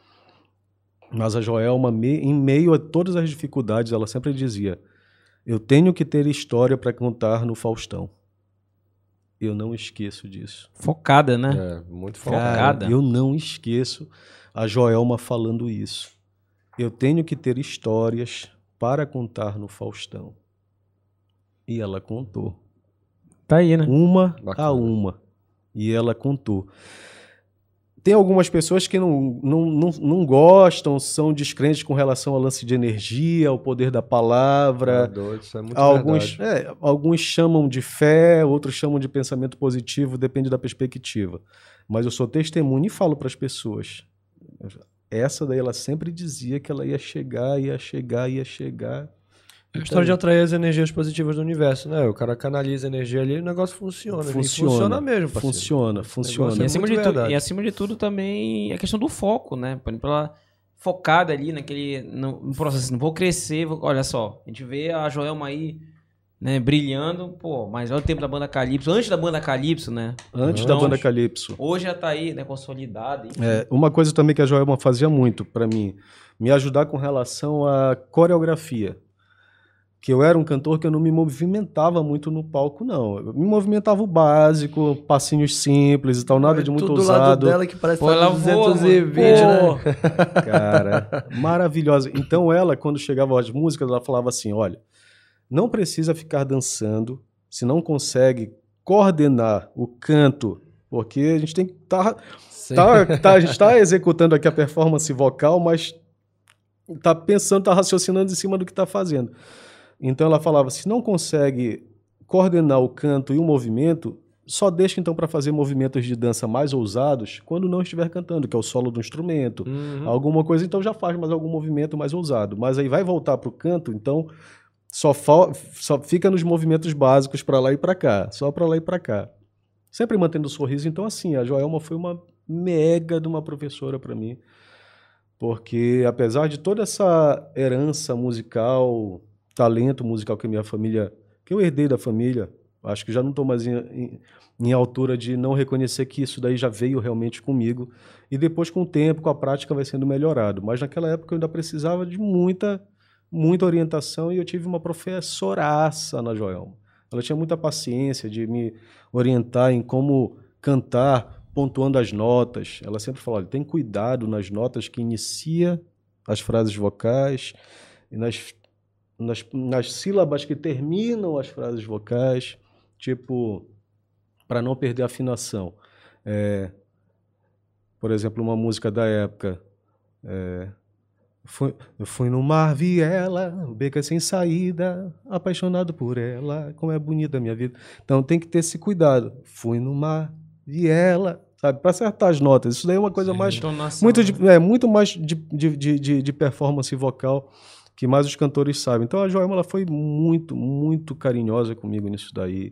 Mas a Joelma, me, em meio a todas as dificuldades, ela sempre dizia: eu tenho que ter história para contar no Faustão. Eu não esqueço disso. Focada, né? É, muito focada. Focada. Eu não esqueço a Joelma falando isso. Eu tenho que ter histórias para contar no Faustão. E ela contou. Tá aí, né? Uma Bacana. a uma. E ela contou. Tem algumas pessoas que não, não, não, não gostam, são descrentes com relação ao lance de energia, ao poder da palavra. É doido, isso é muito Alguns, verdade. é, alguns chamam de fé, outros chamam de pensamento positivo, depende da perspectiva. Mas eu sou testemunho e falo para as pessoas. Essa daí ela sempre dizia que ela ia chegar, ia chegar, ia chegar. É a história de atrair as energias positivas do universo, né? O cara canaliza a energia ali e o negócio funciona. Funciona, E funciona mesmo, parceiro. Funciona, funciona. E acima, de muito tu, verdade. e acima de tudo também a questão do foco, né? Por exemplo, ela focada ali naquele no, no processo, não vou crescer, vou, olha só, a gente vê a Joelma aí, né, brilhando, pô, mas olha o tempo da banda Calypso, antes da banda Calypso, né? Antes Então, da banda Calypso. Hoje já tá aí, né, consolidada. enfim. É, uma coisa também que a Joelma fazia muito para mim, me ajudar com relação à coreografia. Que eu era um cantor que eu não me movimentava muito no palco, não. Eu me movimentava o básico, passinhos simples e tal, nada de muito Tudo do ousado. lado dela que parece Pô, ela que voa, duzentos e vinte, mano. né? Pô. Cara, maravilhosa. Então ela, quando chegava às músicas, ela falava assim, olha, não precisa ficar dançando se não consegue coordenar o canto, porque a gente tem que estar... Tá, tá, a gente está executando aqui a performance vocal, mas está pensando, está raciocinando em cima do que está fazendo. Então ela falava, se não consegue coordenar o canto e o movimento, só deixa então para fazer movimentos de dança mais ousados quando não estiver cantando, que é o solo do instrumento, Uhum. alguma coisa, então já faz mais algum movimento mais ousado. Mas aí vai voltar para o canto, então só, fa- só fica nos movimentos básicos para lá e para cá, só para lá e para cá. Sempre mantendo o sorriso. Então assim, a Joelma foi uma mega de uma professora para mim, porque apesar de toda essa herança musical, talento musical que a minha família, que eu herdei da família, acho que já não estou mais em, em, em altura de não reconhecer que isso daí já veio realmente comigo, e depois com o tempo, com a prática vai sendo melhorado, mas naquela época eu ainda precisava de muita, muita orientação e eu tive uma professoraça na Joelma. Ela tinha muita paciência de me orientar em como cantar, pontuando as notas. Ela sempre falou, olha, tem cuidado nas notas que inicia as frases vocais e nas Nas, nas sílabas que terminam as frases vocais, tipo, para não perder a afinação. É, por exemplo, uma música da época, é, fui, eu fui no mar, vi ela, beca sem saída, apaixonado por ela, como é bonita a minha vida. Então tem que ter esse cuidado. Fui no mar, vi ela, sabe, para acertar as notas. Isso daí é uma coisa mais, Entonação, muito, né? de, é, muito mais de, de, de, de, de performance vocal que mais os cantores sabem. Então a Joelma ela foi muito, muito carinhosa comigo nisso daí.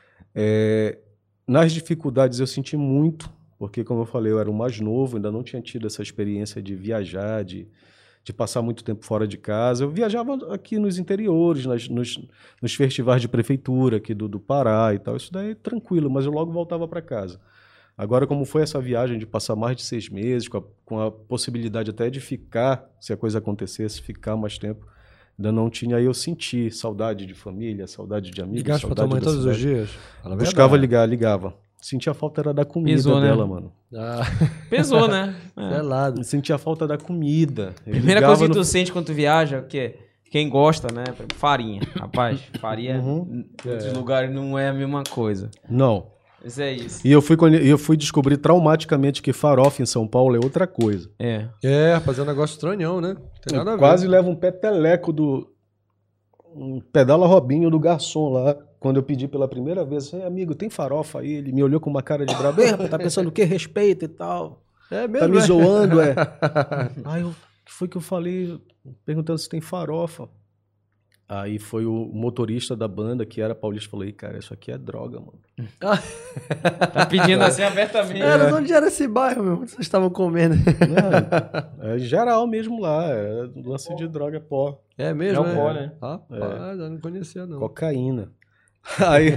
É, nas dificuldades eu senti muito, porque como eu falei, eu era o mais novo, ainda não tinha tido essa experiência de viajar, de, de passar muito tempo fora de casa. Eu viajava aqui nos interiores, nas, nos, nos festivais de prefeitura aqui do, do Pará e tal, isso daí é tranquilo, mas eu logo voltava para casa. Agora, como foi essa viagem de passar mais de seis meses, com a, com a possibilidade até de ficar, se a coisa acontecesse, ficar mais tempo, ainda não tinha, aí eu senti saudade de família, saudade de amigos, Ligaste pra saudade tua mãe da todos os cidade. dias? Fala a Buscava verdade. ligar, ligava. Sentia a falta era da comida Pesou, né? dela, mano. Ah, Pesou, né? É. selado. Sentia a falta da comida. Eu Primeira ligava coisa que tu no- sente quando tu viaja, o quê? Quem gosta, né? Farinha. Rapaz, farinha Uhum. em outros lugares não é a mesma coisa. Não. Mas é isso. E eu fui, conhe- eu fui descobrir traumaticamente que farofa em São Paulo é outra coisa. É. É, rapaz, é um negócio estranhão, né? Tem nada a Eu ver. quase levo um peteleco do... Um pedala Robinho do garçom lá. Quando eu pedi pela primeira vez, assim, amigo, tem farofa aí? Ele me olhou com uma cara de brabo. "Ei, rapaz, tá pensando o quê? Respeita e tal. É Tá mesmo, me é? zoando, é? Aí eu, o que foi que eu falei? Perguntando se tem farofa. Aí foi o motorista da banda, que era paulista, falou: "Ih, cara, isso aqui é droga, mano." Tá pedindo assim abertamente. Era, de onde era esse bairro, meu? Vocês estavam comendo. É, é geral mesmo lá, é lance de droga, pó, É mesmo, É o né? pó, né? Rapaz, eu não conhecia, não. cocaína. Aí,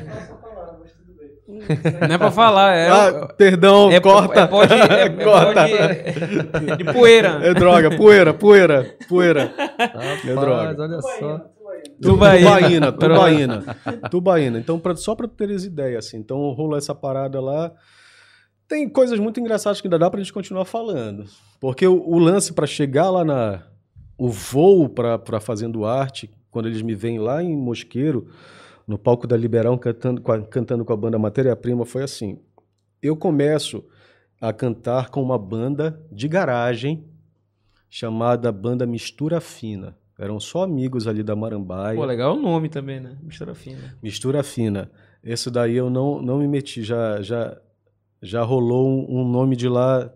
Não é pra falar, é. ah, perdão, é, corta. É pó de, é, é pó Corta. de, de poeira. É droga, poeira, poeira, poeira. Rapaz, É droga. olha só. Tubaína, tubaína, tubaína. Então, pra, só para teres ideia, assim, então rolou essa parada lá. Tem coisas muito engraçadas que ainda dá pra gente continuar falando. Porque o, o lance para chegar lá na... O voo pra, pra Fazendo Arte, quando eles me veem lá em Mosqueiro, no palco da Liberão, cantando com a, cantando com a banda Matéria Prima, foi assim. Eu começo a cantar com uma banda de garagem chamada Banda Mistura Fina. Eram só amigos ali da Marambaia. Pô, legal o nome também, né? Mistura fina. Mistura Fina. Esse daí eu não, não me meti, já, já, já rolou um, um nome de lá.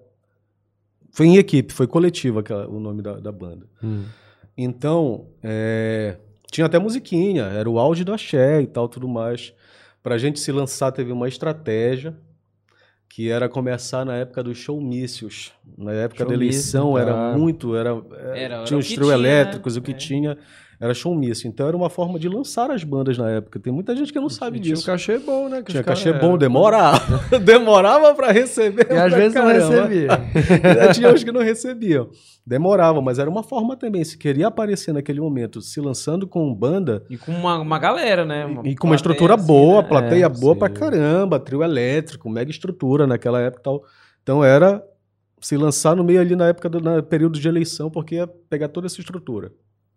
Foi em equipe, foi coletiva aquela, o nome da, da banda. Hum. Então, é, tinha até musiquinha, era o auge do axé e tal, tudo mais. Pra gente se lançar, teve uma estratégia, que era começar na época dos showmícios. Na época da eleição Showmício, era tá. muito, era, Era, era tinha o os que trio tinha, elétricos, né? o que É. tinha era showmício. Então era uma forma de lançar as bandas na época. Tem muita gente que não sabe E tinha um disso. cachê bom, né? que Tinha os caras- cachê bom, é. demorava. Demorava pra receber. E às pra vezes não caramba. recebia. Tinha uns que não recebiam. Demorava, mas era uma forma também. Se queria aparecer naquele momento, se lançando com banda, E com uma, uma galera, né? e com uma plateia estrutura assim, boa, né? plateia É. boa sim. pra caramba, trio elétrico, mega estrutura naquela época e tal. Então era se lançar no meio ali na época do na período de eleição, porque ia pegar toda essa estrutura.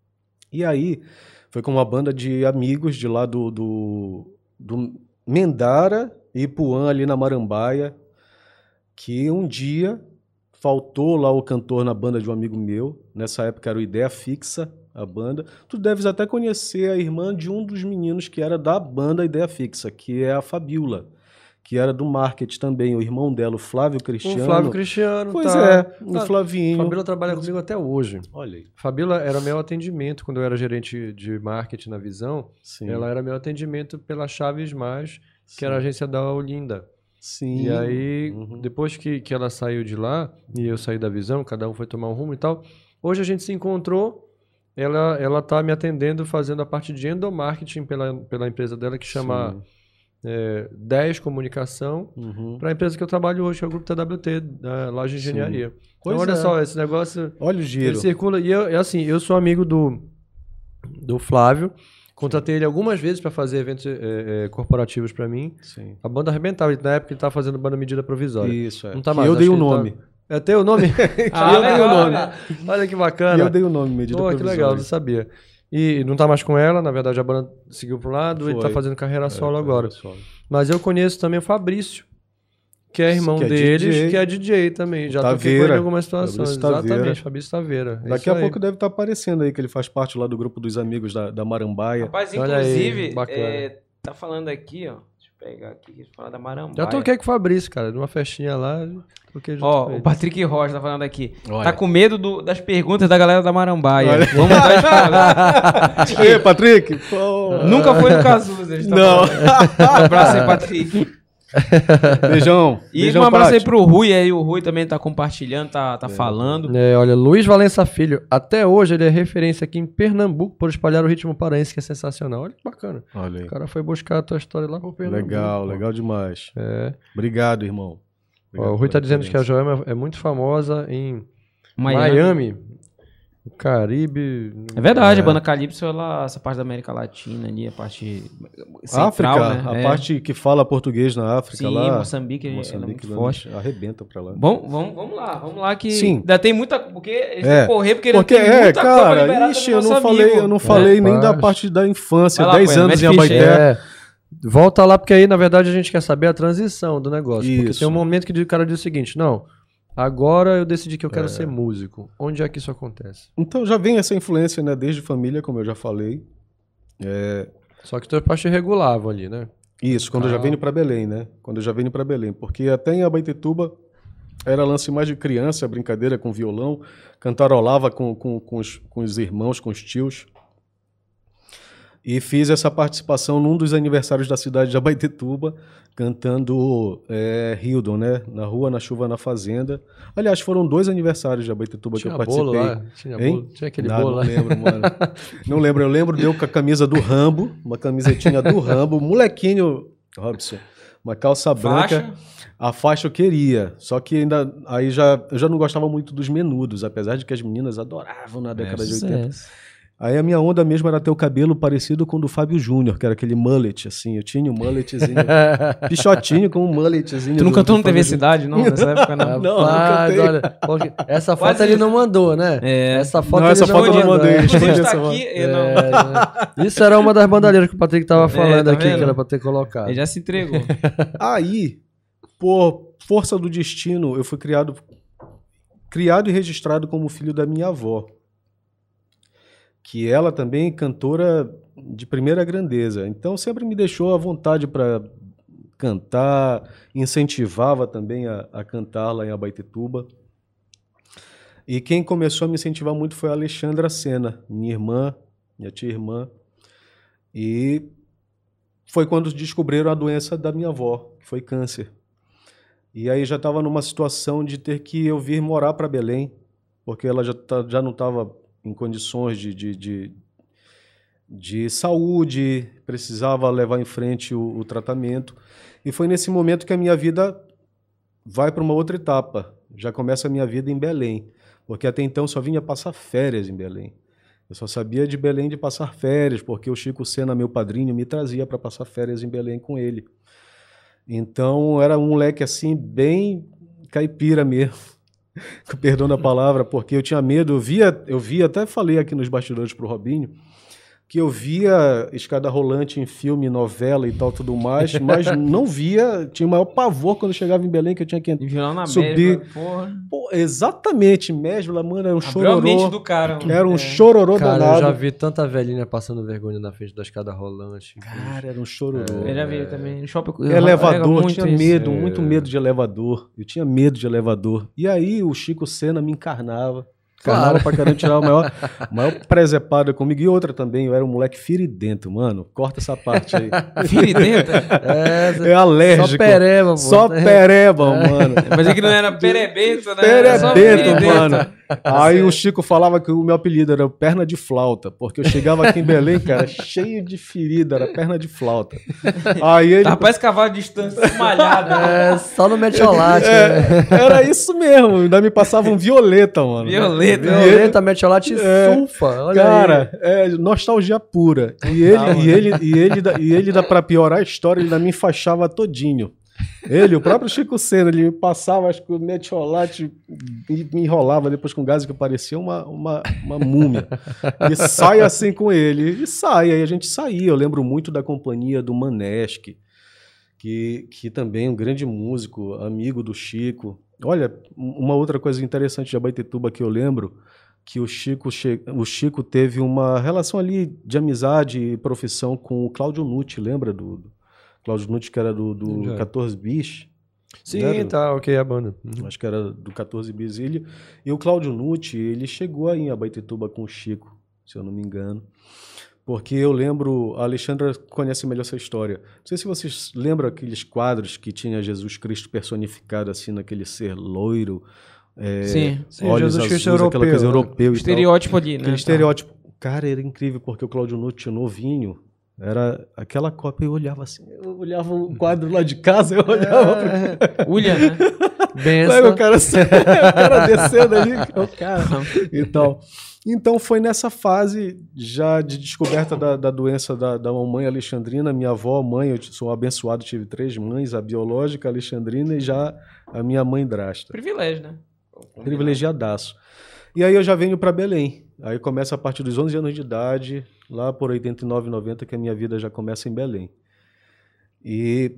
E aí foi com uma banda de amigos de lá do, do, do Mendara e Ipuã ali na Marambaia, que um dia faltou lá o cantor na banda de um amigo meu. Nessa época era o Ideia Fixa, a banda. Tu deves até conhecer a irmã de um dos meninos que era da banda Ideia Fixa, que é a Fabiola, que era do marketing também, o irmão dela, o Flávio Cristiano. O Flávio Cristiano. Pois tá. é, o Ah, Flavinho. Fabiola trabalha comigo até hoje. Olha aí. Fabiola era meu atendimento quando eu era gerente de marketing na Visão. Sim. Ela era meu atendimento pela Chaves Mais, que Sim. era a agência da Olinda. Sim. E aí, Uhum. depois que, que ela saiu de lá e eu saí da Visão, cada um foi tomar um rumo e tal. Hoje a gente se encontrou. Ela ela tá me atendendo fazendo a parte de endomarketing pela, pela empresa dela que chama Sim. é, dez Comunicação. Uhum. Para a empresa que eu trabalho hoje, que é o Grupo T W T, da Laje Engenharia. Pois Então, olha é. só, esse negócio Olha o ele giro. circula. E eu, é assim, eu sou amigo do, do Flávio. Contratei ele algumas vezes para fazer eventos é, é, corporativos para mim. Sim. A banda arrebentava. Na época ele estava fazendo banda medida provisória. Isso, é. Não tá Que mais, eu acho dei o que ele tá- nome. É teu o nome? Ah, eu dei o legal, nome. né? Olha que E bacana. eu dei o nome, medida Pô, que provisória. legal, não sabia. E não tá mais com ela, na verdade a banda seguiu pro lado, ele Foi. tá fazendo carreira É, solo tá, agora. solo. Mas eu conheço também o Fabrício, que é irmão Que é deles, D J. que é D J também. Já toquei com Taveira. ele em algumas situações. Fabrício Taveira. Exatamente, Fabrício Taveira. É Daqui isso a aí. pouco deve estar aparecendo aí, que ele faz parte lá do grupo dos amigos da, da Marambaia. Rapaz, Olha aí, inclusive, bacana. é, tá falando aqui, ó. Deixa eu pegar aqui, falar da Marambaia. Já toquei com o Fabrício, cara, numa festinha lá. Toquei junto Ó, com o ele. Patrick Rocha tá falando aqui. Olha. Tá com medo do- das perguntas da galera da Marambaia. Olha. Vamos dar spoiler. Ei, Patrick! Pô. Nunca foi no Cazuza. eles tão Não. falando. Um abraço aí, Patrick. Beijão. E Beijão, um abraço aí Paty. pro Rui aí. O Rui também tá compartilhando, tá, tá falando. É, olha, Luiz Valença Filho, até hoje ele é referência aqui em Pernambuco por espalhar o ritmo paraense, que é sensacional. Olha que bacana. Olha aí. O cara foi buscar a tua história lá pro Pernambuco. Legal, pô. legal demais. É. Obrigado, irmão. Ó, Obrigado o Rui tá pela dizendo que a referência. Joelma é muito famosa em Miami. Miami, o Caribe. É verdade, É. a banda Calypso, ela, essa parte da América Latina ali, a parte central, África, né? a É. parte que fala português na África Sim, lá. Moçambique, ela é muito lá, forte. Arrebenta pra lá. Bom, vamos, vamos lá, vamos lá que Sim. ainda tem muita... Porque eles É, têm que correr, porque, Porque ainda tem é, muita coisa cara, liberada ixi, do eu nosso não falei, amigo. eu não falei nem da Rapaz. parte da infância, Vai lá, dez Cunha, anos em mete ficha aí. Abaeté. É, volta lá, porque aí, na verdade, a gente quer saber a transição do negócio. Porque Isso. tem um momento que o cara diz o seguinte, não, agora eu decidi que eu É. quero ser músico. Onde é que isso acontece? Então já vem essa influência, né, desde família, como eu já falei. É, Só que teus pais te regulavam ali, né? isso, quando eu já Ah. venho para Belém, né? Quando eu já venho para Belém, porque até em Abaetetuba Era lance mais de criança, brincadeira com violão, cantarolava com, com, com, os, com os irmãos, com os tios. E fiz essa participação num dos aniversários da cidade de Abaetetuba, cantando é, Hildon, né? Na rua, na chuva, na fazenda. Aliás, foram dois aniversários de Abaetetuba que eu participei. Bolo lá. Tinha, bolo, tinha aquele Não, bolo não lá. lembro, mano. Não lembro. Eu lembro de eu com a camisa do Rambo, uma camisetinha do Rambo, molequinho, Robson, uma calça branca. Faixa. A faixa eu queria, só que ainda aí já eu já não gostava muito dos menudos, apesar de que as meninas adoravam na década de oitenta. Aí a minha onda mesmo era ter o cabelo parecido com o do Fábio Júnior, que era aquele mullet, assim. Eu tinha um mulletzinho, pichotinho com um mulletzinho. Tu não do- cantou do no T V Fábio Cidade, não? Nessa época, não. Não, Rapaz, não cantei. olha, porque essa foto Quase ele isso. não mandou, né? É. Essa foto Não, ele essa não foto eu não mandou. mandei. É, Inclusive, Esconde tá essa aqui. foto. eu não- Isso era uma das bandalheiras que o Patrick tava falando tá aqui, vendo? que era pra ter colocado. Ele já se entregou. Aí, por força do destino, eu fui criado, criado e registrado como filho da minha avó, que ela também é cantora de primeira grandeza. Então sempre me deixou à vontade para cantar, incentivava também a, a cantar lá em Abaetetuba. E quem começou a me incentivar muito foi a Alexandra Sena, minha irmã, minha tia-irmã. E foi quando descobriram a doença da minha avó, que foi câncer. E aí já estava numa situação de ter que eu vir morar para Belém, porque ela já, tá, já não estava em condições de, de, de, de saúde, precisava levar em frente o, o tratamento. E foi nesse momento que a minha vida vai para uma outra etapa. Já começa a minha vida em Belém, porque até então eu só vinha passar férias em Belém. Eu só sabia de Belém de passar férias, porque o Chico Sena, meu padrinho, me trazia para passar férias em Belém com ele. Então era um moleque assim, bem caipira mesmo. Com perdão da palavra, porque eu tinha medo, eu via, eu via, até falei aqui nos bastidores pro Robinho, que eu via escada rolante em filme, novela e tal, tudo mais, mas não via, tinha o maior pavor quando eu chegava em Belém, que eu tinha que E violão na subir. Mesbla, porra. Pô, exatamente, Mesbla, mano, era um Abriu a mente chororô, do cara. mano. era um É. chororô Cara, eu danado. já vi tanta velhinha passando vergonha na frente da escada rolante. Cara, era um chororô. Eu já vi também. No shopping. eu- Elevador, eu muito tinha isso. medo, muito medo de elevador. Eu tinha medo de elevador. E aí o Chico Sena me encarnava. Encarnava Claro. pra caramba, tirava a maior, maior presepada comigo. E outra também, eu era um moleque firidento, mano. Corta essa parte aí. Firidenta. É, É alérgico. só pereba, pô. Só pereba, mano. Mas é que não era perebento, né? Era só Perebento, firidenta. mano. Aí o Chico falava que o meu apelido era perna de flauta, porque eu chegava aqui em Belém, cara, cheio de ferida, era perna de flauta. Aí ele... Rapaz, cavalo de distância malhado. É, só no metiolate. né? É, era isso mesmo, ainda me passava um violeta, mano. Violeta. Violeta, metiolate É, sulfa. Olha Cara, é nostalgia pura. E ele, e ele, e ele, da- e ele dá pra piorar a história, ele ainda me enfaixava todinho. Ele, o próprio Chico Sena, ele me passava, acho que o metiolate e me enrolava depois com gás que parecia uma, uma, uma múmia. E sai assim com ele. E sai, aí a gente saía. Eu lembro muito da companhia do Manesque, que, que também é um grande músico, amigo do Chico. Olha, uma outra coisa interessante de Abaetetuba que eu lembro, que o Chico, che... o Chico teve uma relação ali de amizade e profissão com o Cláudio Nucci, lembra do, do Cláudio Nucci, que era do, do Já. quatorze bis? Sim, Né? tá, ok, a banda. Acho que era do quatorze bis. E, ele... e o Cláudio Nucci, ele chegou aí em Abaetetuba com o Chico, se eu não me engano. Porque eu lembro, a Alexandra conhece melhor essa história. Não sei se vocês lembram aqueles quadros que tinha Jesus Cristo personificado assim naquele ser loiro, é, Sim, sim, olhos Jesus Cristo azuis, aquela europeu, coisa né? europeu e tal. Estereótipo ali, né? Aquele estereótipo. Cara, era incrível, porque o Cláudio Nucci, novinho, era aquela cópia, eu olhava assim, eu olhava o quadro lá de casa, eu olhava pro Ulha, né? Benção. Sabe, o cara, o cara descendo ali, o cara e tal. Então foi nessa fase já de descoberta da, da doença da, da mamãe Alexandrina, minha avó, mãe, eu sou abençoado, tive três mães, a biológica, a Alexandrina, e já a minha mãe Drasta. Privilégio, né? Privilegiadaço. E aí eu já venho para Belém. Aí começa a partir dos onze anos de idade, lá por oitenta e nove, noventa, que a minha vida já começa em Belém. E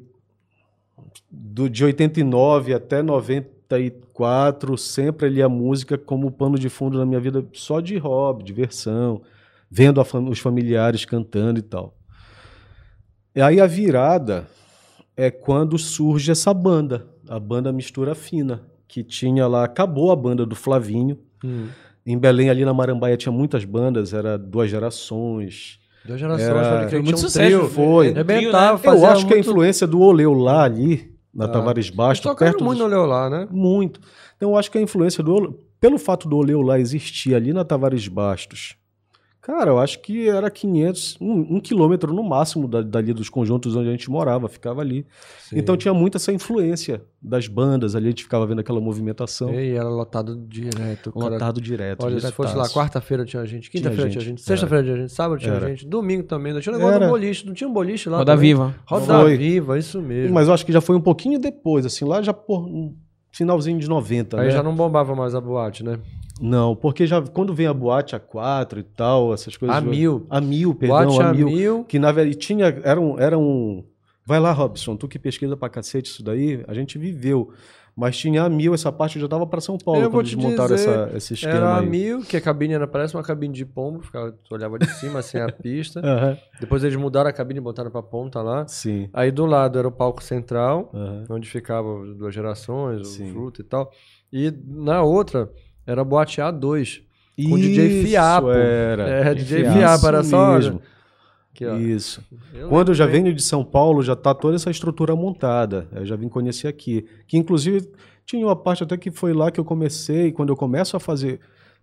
do, de oitenta e nove até noventa e quatro, sempre ali a música como pano de fundo na minha vida, só de hobby, diversão, vendo a fam- os familiares cantando e tal. E aí a virada é quando surge essa banda, a banda Mistura Fina, que tinha lá, acabou a banda do Flavinho. Hum. Em Belém, ali na Marambaia, tinha muitas bandas, era Duas Gerações. Duas gerações, Era- pode crer, Foi tinha muito um sucesso. trio. Foi. Arrebentava, né? fazia Eu acho que a muito- influência do Oleu lá ali, na Ah. Tavares Eles Bastos, tocaram perto muito dos- no Oleu lá, né? Muito. Então eu acho que a influência do Oleu, pelo fato do Oleu lá existir ali na Tavares Bastos, cara, eu acho que era quinhentos, um, um quilômetro no máximo da- dali dos conjuntos onde a gente morava, ficava ali. Sim. Então tinha muito essa influência das bandas ali, a gente ficava vendo aquela movimentação. E era lotado direto. cara. Lotado direto. Olha, se fosse lá, diretaço. quarta-feira tinha gente, quinta-feira tinha gente, gente, sexta-feira tinha gente, sábado tinha Era. gente, domingo também. Não tinha um negócio Era. do boliche, não tinha um boliche lá. Roda também? Viva. Roda Foi. Viva, isso mesmo. Mas eu acho que já foi um pouquinho depois, assim, lá já por um finalzinho de noventa, Aí né? já não bombava mais a boate, né? Não, porque já quando vem a boate a quatro e tal, essas coisas. A mil. A mil, perdão, Boate a a mil. mil. Que na verdade tinha. Era um, era um. Vai lá, Robson, tu que pesquisa pra cacete isso daí, a gente viveu. Mas tinha a mil, essa parte já tava pra São Paulo, Eu vou quando te eles montaram dizer, essa, esse esquema Era a aí. mil, que a cabine era, parece uma cabine de pombo, ficava, tu olhava de cima, assim, a pista. Aham, Depois eles mudaram a cabine e botaram pra ponta lá. sim. Aí do lado era o palco central, Aham. onde ficavam as duas gerações, o Sim. Fruta e tal. E na outra era a boate A dois, com o D J Isso Fiapo. Era. É, D J Isso Fiapo, era só... mesmo. Aqui, ó. Isso. Eu Quando eu já lembro bem. venho de São Paulo, já tá toda essa estrutura montada. Eu já vim conhecer aqui. Que inclusive tinha uma parte até que foi lá que eu comecei, quando eu começo a fazer,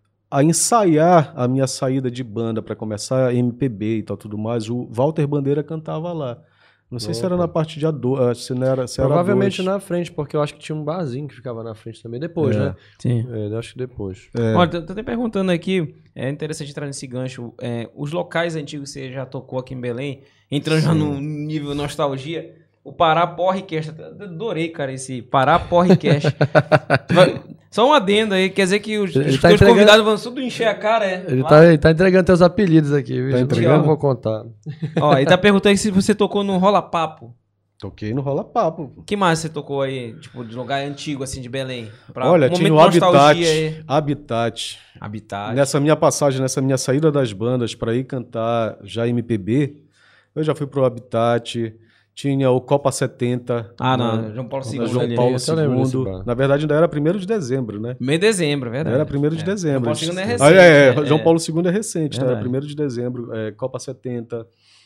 a ensaiar a minha saída de banda para começar M P B e tal tudo mais, o Walter Bandeira cantava lá. Não sei se era Opa. na parte de A dois, se não era, se era Provavelmente A dois. na frente, porque eu acho que tinha um barzinho que ficava na frente também. Depois, É. né? Sim. É, eu acho que depois. É. Olha, tô, tô até perguntando aqui, é interessante entrar nesse gancho. é, os locais antigos que você já tocou aqui em Belém, entrando já no nível nostalgia, o Pará Porrecast, eu adorei, cara, esse Pará Porrecast. Vai- Só um adendo aí, quer dizer que os, Ele os tá teus entregando- convidados vão tudo encher a cara, é? Ele Lá. tá, ele tá entregando teus apelidos aqui, viu? Tá Eu entregando? não vou contar. Ó, ele tá perguntando se você tocou no Rola Papo. Toquei no Rola Papo. O que mais você tocou aí, tipo, de lugar antigo, assim, de Belém? Pra Olha, um tinha momento o de Habitat. nostalgia aí. Habitat. Habitat. Nessa minha passagem, nessa minha saída das bandas para ir cantar já M P B, eu já fui pro Habitat, tinha o Copa setenta. Ah, na- não, João Paulo na segundo João ali. Paulo Esse eu lembro desse segundo. bar. Na verdade, ainda era primeiro de dezembro, né? Meio de dezembro, é verdade. Era primeiro de É. dezembro. João Paulo segundo é Ah, recente. é, é, né? João É. Paulo segundo é recente, tá? Era Verdade. primeiro de dezembro, é, Copa setenta.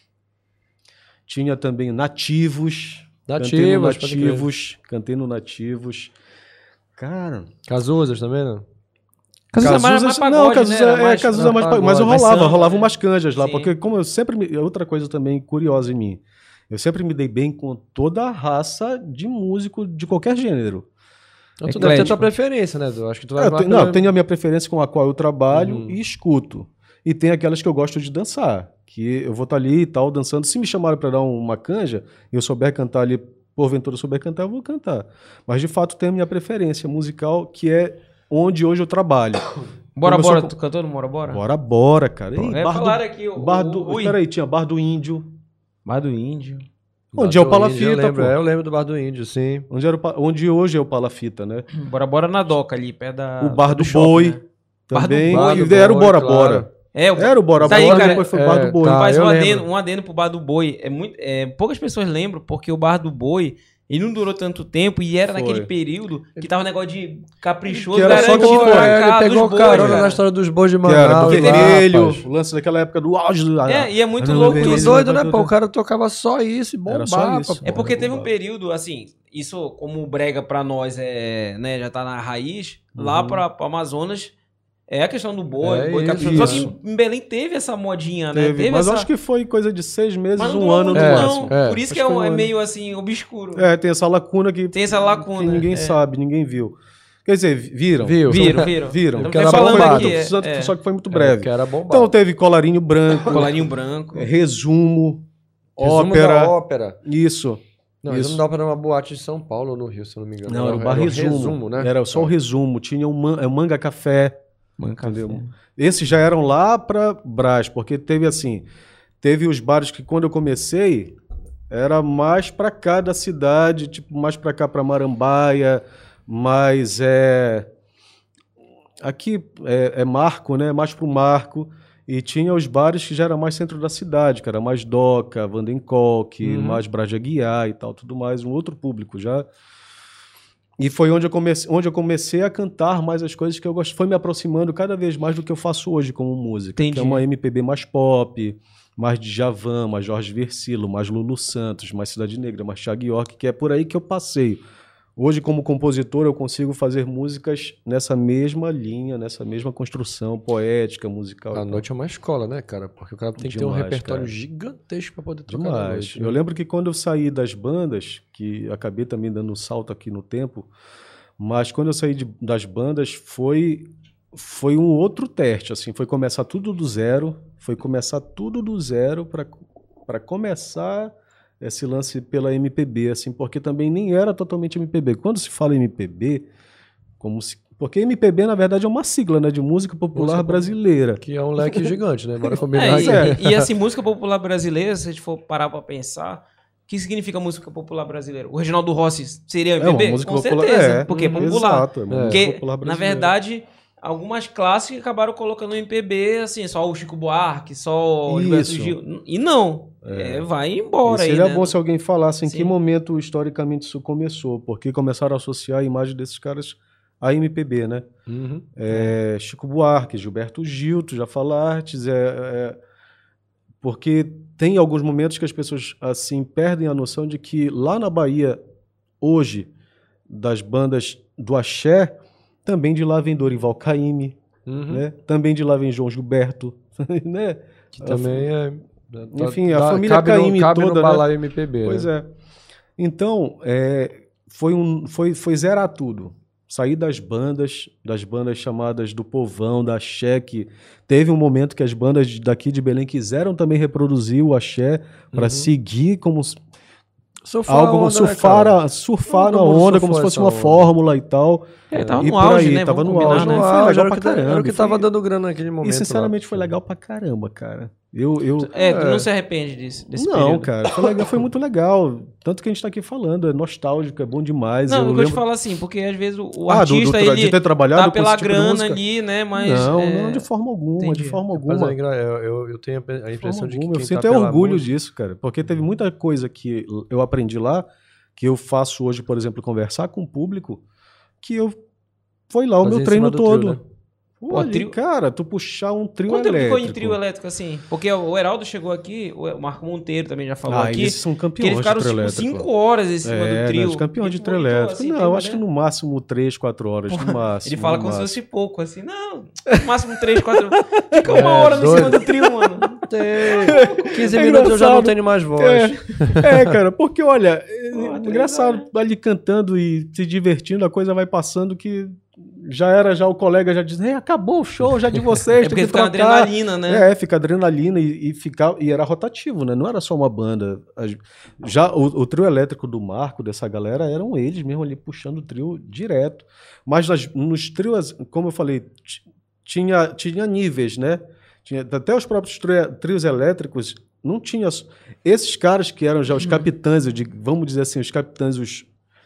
Tinha também Nativos. Cantei no Nativos, pode crer. Nativos. Cantei no Nativos. Cara... Casuzas também, não? Cazuza é mais, mais pagode, não, Cazuza né? Era é, mais- Cazuza é mais pagode, pagode, mas eu mais rolava, samba, rolava né? umas canjas lá, Sim. porque como eu sempre me, outra coisa também curiosa em mim, eu sempre me dei bem com toda a raça de músico de qualquer gênero. Então, tu Eclético. deve ter tua preferência, né, Edu? Acho que tu vai É, eu mais te- pela- não, eu tenho a minha preferência com a qual eu trabalho Uhum. e escuto. E tem aquelas que eu gosto de dançar, que eu vou estar ali e tal, dançando. Se me chamarem para dar uma canja e eu souber cantar ali, porventura eu souber cantar, eu vou cantar. Mas de fato tem a minha preferência musical, que é onde hoje eu trabalho. Bora, Como eu bora, sou- tu cantou no Bora, Bora? Bora, bora, cara. Ei, É, bar do- falaram aqui o... bar o- do- Ui. Peraí, tinha Bar do Índio. Bar do Índio. Onde é o Bar do Palafita, Índio, eu lembro, pô. é, eu lembro do Bar do Índio, sim. Onde, era o, pa- onde hoje é o Palafita, né? Bora, Bora na Doca ali, perto da... o Bar do, shopping, Boi né? Bar do também. Boi. E era o Bora Claro. Bora. É, o... Era o Bora Tá aí, Bora, cara, depois foi o é, Bar do Boi. tá. Mas eu um lembro. adendo, um adendo pro Bar do Boi. É muito, é, poucas pessoas lembram, porque o Bar do Boi, ele não durou tanto tempo e era Foi. naquele período que tava um negócio de caprichoso, Que era só garantido que- pra é, cá, ele pegou dos bois, carona cara. na história dos bois de Que era do Manaus. lá, vermelho, rapaz. o lance daquela época do auge do... É, e é muito Ah, não, louco vermelho. Muito isso. doido, né, pô? O cara tocava só isso e bombava. Era só isso. pô. É porque Porra, teve um bombava. período, assim, isso como o brega pra nós é, né, já tá na raiz, lá Uhum. pra, pra Amazonas é a questão do boi, É boi isso. caprichoso. Só Isso. que em Belém teve essa modinha, né? Teve, mas essa... acho que foi coisa de seis meses, Mas não um durou ano no muito, É, máximo. não. é. Por isso que Acho é, que um- foi é um ano. meio assim, obscuro. É, tem essa lacuna que, Tem essa lacuna. que ninguém é. sabe, ninguém viu. Quer dizer, viram? Viu? Viram, viram. Viram. Estamos Que até era falando bombado. aqui. é, Só, é. só que foi muito É, breve. que era bombado. Então teve colarinho branco, Colarinho branco. é, resumo, Resumo ópera, da ópera. isso. Não, Isso. resumo da ópera era uma boate em São Paulo ou no Rio, se eu não me engano. Não, era o bar resumo, né? Era só o resumo. Tinha o man- é, o manga café. Manca Entendeu? Esses já eram lá para Brás, porque teve assim, teve os bares que quando eu comecei era mais para cá da cidade, tipo mais para cá para Marambaia, mas é aqui é, é Marco, né? Mais pro Marco. E tinha os bares que já era mais centro da cidade, que era mais Doca, Vandencock, Uhum. mais Brás de Aguiar e tal, tudo mais, um outro público já. E foi onde eu, comecei, onde eu comecei a cantar mais as coisas que eu gosto. Foi me aproximando cada vez mais do que eu faço hoje como música. Entendi. Que é uma M P B mais pop, mais Djavan, mais Jorge Versilo, mais Lulu Santos, mais Cidade Negra, mais Thiago York, que é por aí que eu passei. Hoje, como compositor, eu consigo fazer músicas nessa mesma linha, nessa mesma construção poética, musical. A noite é uma escola, né, cara? Porque o cara tem que ter um Demais, repertório cara. gigantesco pra poder tocar na Demais. noite. né? Eu lembro que quando eu saí das bandas, que acabei também dando um salto aqui no tempo, mas quando eu saí de- das bandas foi foi um outro teste, assim, foi começar tudo do zero, foi começar tudo do zero para para começar esse lance pela M P B, assim, porque também nem era totalmente M P B. Quando se fala M P B, como se porque M P B na verdade é uma sigla, né, de música popular Música brasileira. Que é um leque gigante, né? Bora É, combinar e, aqui. e, e assim, música popular brasileira, se a gente for parar pra pensar, o que significa música popular brasileira? O Reginaldo Rossi seria M P B? É uma música Com popular, certeza, é, porque é uhum, popular. exato, é uma música Porque, popular na brasileira. verdade, algumas classes acabaram colocando M P B, assim, só o Chico Buarque, só o Isso. Gilberto Gil. E não, é, vai embora E aí, seria né? bom se alguém falasse em Sim. que momento historicamente isso começou, porque começaram a associar a imagem desses caras a M P B, né? Uhum. É, Chico Buarque, Gilberto Gil, tu já falaste, é, é, porque tem alguns momentos que as pessoas assim perdem a noção de que lá na Bahia, hoje, das bandas do axé, também de lá vem Dorival Caymmi, Uhum. né? Também de lá vem João Gilberto, né? Que também é... Enfim, a dá- família cabe no- Caymmi cabe toda, no né? balaio M P B, Pois né? é. Então, é, foi, um, foi, foi zerar tudo. Sair das bandas, das bandas chamadas do povão, da axé, que teve um momento que as bandas de- daqui de Belém quiseram também reproduzir o axé para Uhum. seguir como s- Surfar algo, a onda, né, surfar, cara? a, surfar Todo na mundo onda, como se surfou fosse essa uma onda. fórmula e tal. É, tava E no por auge, aí, né? tava Vamos no combinar, auge, né? né? No Foi auge, legal era o pra que, tá- era o caramba, que foi- tava dando grana naquele momento. E sinceramente lá. foi legal pra caramba, cara. Eu, eu, É, tu não se arrepende desse, desse não, período? cara, foi, legal, foi muito legal. Tanto que a gente tá aqui falando, é nostálgico, é bom demais. Não, eu, eu vou te lembro... falar assim, porque às vezes o, o Ah, do- do artista, tra- ele de ter trabalhado tá com pela esse tipo de grana música? ali, né, mas... não, é, não, de forma alguma, entendi. de forma Rapaz, alguma. é engra- eu, eu, eu tenho a De impressão forma de que alguma. quem Eu sinto tá até pela orgulho música- disso, cara, porque teve muita coisa que eu aprendi lá, que eu faço hoje, por exemplo, conversar com o público, que eu foi lá o Fazer meu em treino cima do todo. trio, né? Pô, Pô, ali, trio- cara, tu puxar um trio Quanto tempo elétrico. ficou em trio elétrico assim? Porque o Heraldo chegou aqui, o Marco Monteiro também já falou Ah, aqui, eles são que campeões eles ficaram de trio tipo elétrico. cinco horas em cima É, do trio. né, os campeões de Ele trio monitor, elétrico. assim, não, tem eu uma acho que ideia? no máximo três, quatro horas, no máximo. Ele fala no como se máximo. fosse pouco, assim. Não, no máximo três, quatro... Fica uma É, hora em cima doido. do trio, mano. Tem quinze É minutos eu já não engraçado. tenho mais voz. É, é, cara, porque olha, é Pô, três engraçado, horas. ali cantando e se divertindo, a coisa vai passando que já era, já o colega já diz, "Ei, acabou o show já de vocês, É tem porque que fica uma trocar." adrenalina, né? É, fica adrenalina e, e, fica, e era rotativo, né? Não era só uma banda. As- Já o, o trio elétrico do Marco, dessa galera, eram eles mesmo ali puxando o trio direto. Mas nas- nos trios, como eu falei, ti- tinha, tinha níveis, né? Tinha, até os próprios tri- trios elétricos não tinha. s- Esses caras que eram já os capitães, eu digo- vamos dizer assim, os capitães, os.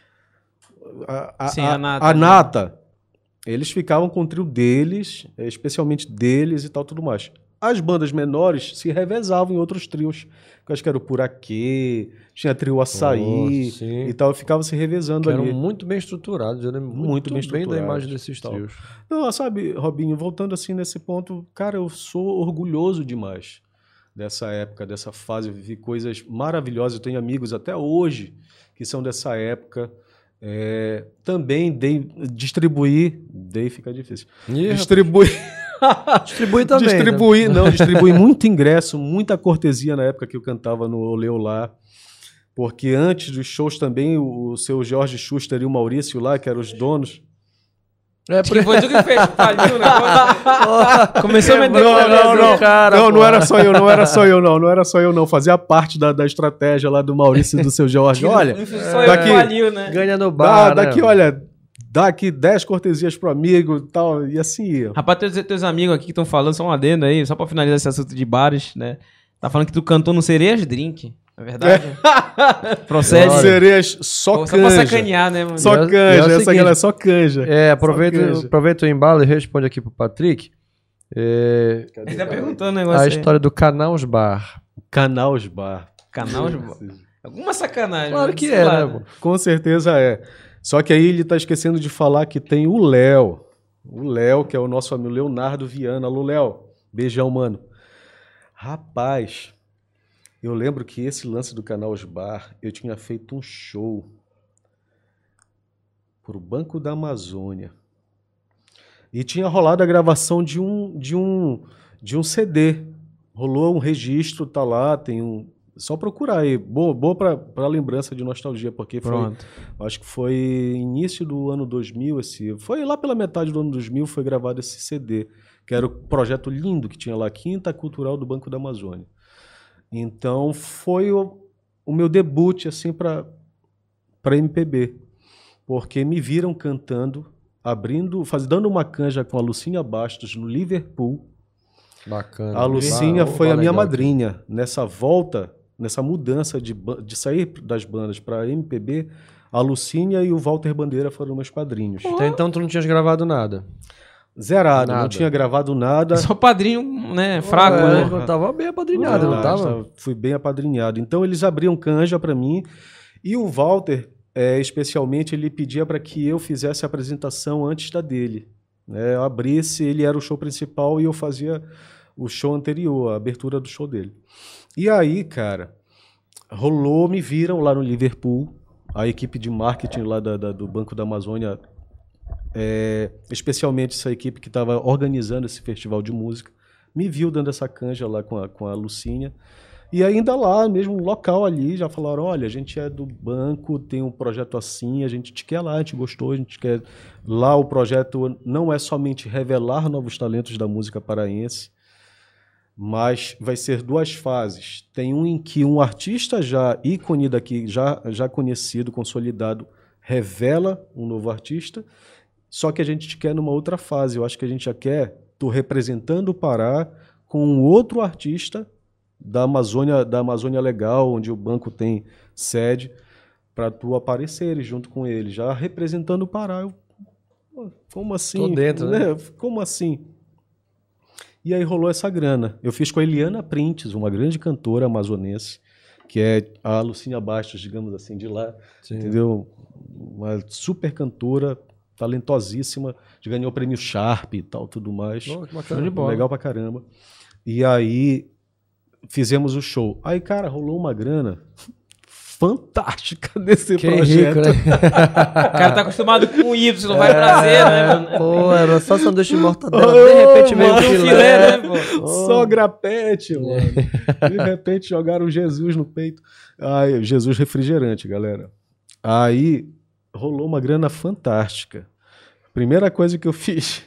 A, a, Sim, a- a nata, a né? nata. Eles ficavam com o trio deles, eh, especialmente deles e tal, tudo mais. As bandas menores se revezavam em outros trios. Que eu acho que era o Puraquê, tinha trio Açaí Oh, sim. e tal, ficava se revezando Que eram ali. muito bem estruturados. Eu lembro muito, Muito bem bem, da estruturados, imagem desses tal. trios. Não, sabe, Robinho, voltando assim nesse ponto, cara, eu sou orgulhoso demais dessa época, dessa fase. Eu vivi coisas maravilhosas. Eu tenho amigos até hoje que são dessa época. É, também dei, distribuir, dei fica difícil. Ih, Distribuir. distribui também. Distribuí, né? não, distribuí muito ingresso, muita cortesia na época que eu cantava no Oleu lá. Porque antes dos shows também, o, o seu Jorge Schuster e o Maurício lá, que eram os donos. É, Acho que foi tu que fez, faliu o negócio. Começou a meter Não, o não, não, cara, não, pô. não era só eu, não era só eu, não, não era só eu, não. Fazia parte da, da estratégia lá do Maurício e do seu Jorge. Olha, Só eu daqui- que faliu, né? Ganha no dá, bar, né? daqui, olha, dá aqui dez cortesias pro amigo e tal, e assim ia. Rapaz, teus, teus amigos aqui que estão falando, só um adendo aí, só pra finalizar esse assunto de bares, né? Tá falando que tu cantou no Cerejas Drink, é verdade? Procede? Sereias só Pô, só pra canja. sacanear, né, mano? Só E é- e é canja, o essa seguinte, galera é só canja. É, aproveita, Só canja. aproveita o embalo e responde aqui pro Patrick. É, Ele tá perguntando um negócio a aí. história do Canals Bar. Canaus Bar. Canal de... Alguma sacanagem. Claro mano, que sei é, lá, né, pô? Com certeza é. Só que aí ele tá esquecendo de falar que tem o Léo. O Léo, que é o nosso amigo Leonardo Viana. Alô, Léo. Beijão, mano. Rapaz, eu lembro que esse lance do Canal Osbar, eu tinha feito um show pro Banco da Amazônia. E tinha rolado a gravação de um, de um, de um C D. Rolou um registro, tá lá, tem um... Só procurar aí. Boa, boa pra, pra lembrança de nostalgia, porque foi... Pronto. Acho que foi início do ano dois mil, esse, foi lá pela metade do ano dois mil, foi gravado esse C D, que era o projeto lindo que tinha lá, Quinta Cultural do Banco da Amazônia. Então foi o, o meu debut assim para para M P B, porque me viram cantando, abrindo, faz, dando uma canja com a Lucinha Bastos no Liverpool. Bacana. A Lucinha Ah, foi oh, a minha legal, madrinha nessa volta, nessa mudança de, ba- de sair das bandas para M P B. A Lucinha e o Walter Bandeira foram meus padrinhos. Até então tu não tinhas gravado nada. Zerado, não Nada. tinha gravado nada. Só padrinho, né? Fraco, é, né? Eu tava bem apadrinhado, não Verdade, tava? tava- Fui bem apadrinhado. Então eles abriam canja para mim e o Walter, é, especialmente, ele pedia para que eu fizesse a apresentação antes da dele. Né? Eu abrisse, ele era o show principal e eu fazia o show anterior, a abertura do show dele. E aí, cara, rolou, me viram lá no Liverpool, a equipe de marketing lá da- da- do Banco da Amazônia, é, especialmente essa equipe que estava organizando esse festival de música, me viu dando essa canja lá com a, com a Lucinha. E ainda lá, mesmo no local ali, já falaram, olha, a gente é do banco, tem um projeto assim, a gente te quer lá, a gente gostou, a gente quer... Lá o projeto não é somente revelar novos talentos da música paraense, mas vai ser duas fases. Tem um em que um artista já ícone daqui, já, já conhecido, consolidado, revela um novo artista, só que a gente te quer numa outra fase. Eu acho que a gente já quer tu representando o Pará com um outro artista da Amazônia, da Amazônia Legal, onde o banco tem sede, para tu aparecer junto com ele, já representando o Pará. Eu, "Pô, como assim? Tô dentro, né? Como assim? E aí rolou essa grana. Eu fiz com a Eliana Printes, uma grande cantora amazonense, que é a Lucinha Bastos, digamos assim, de lá, Sim. entendeu? Uma super cantora, talentosíssima, ganhou o prêmio Sharp e tal, tudo mais. Oh, que bacana. Show de bola. Legal pra caramba. E aí fizemos o show. Aí, cara, rolou uma grana fantástica desse Que projeto. rico, né? O cara tá acostumado com Y, não vai prazer, né, mano? Pô, era só sanduíche de mortadela. Ô, De repente veio o mano, filé. filé, né, pô? Só grapete, mano. De repente jogaram Jesus no peito. Ai, Jesus refrigerante, galera. Aí rolou uma grana fantástica. Primeira coisa que eu fiz.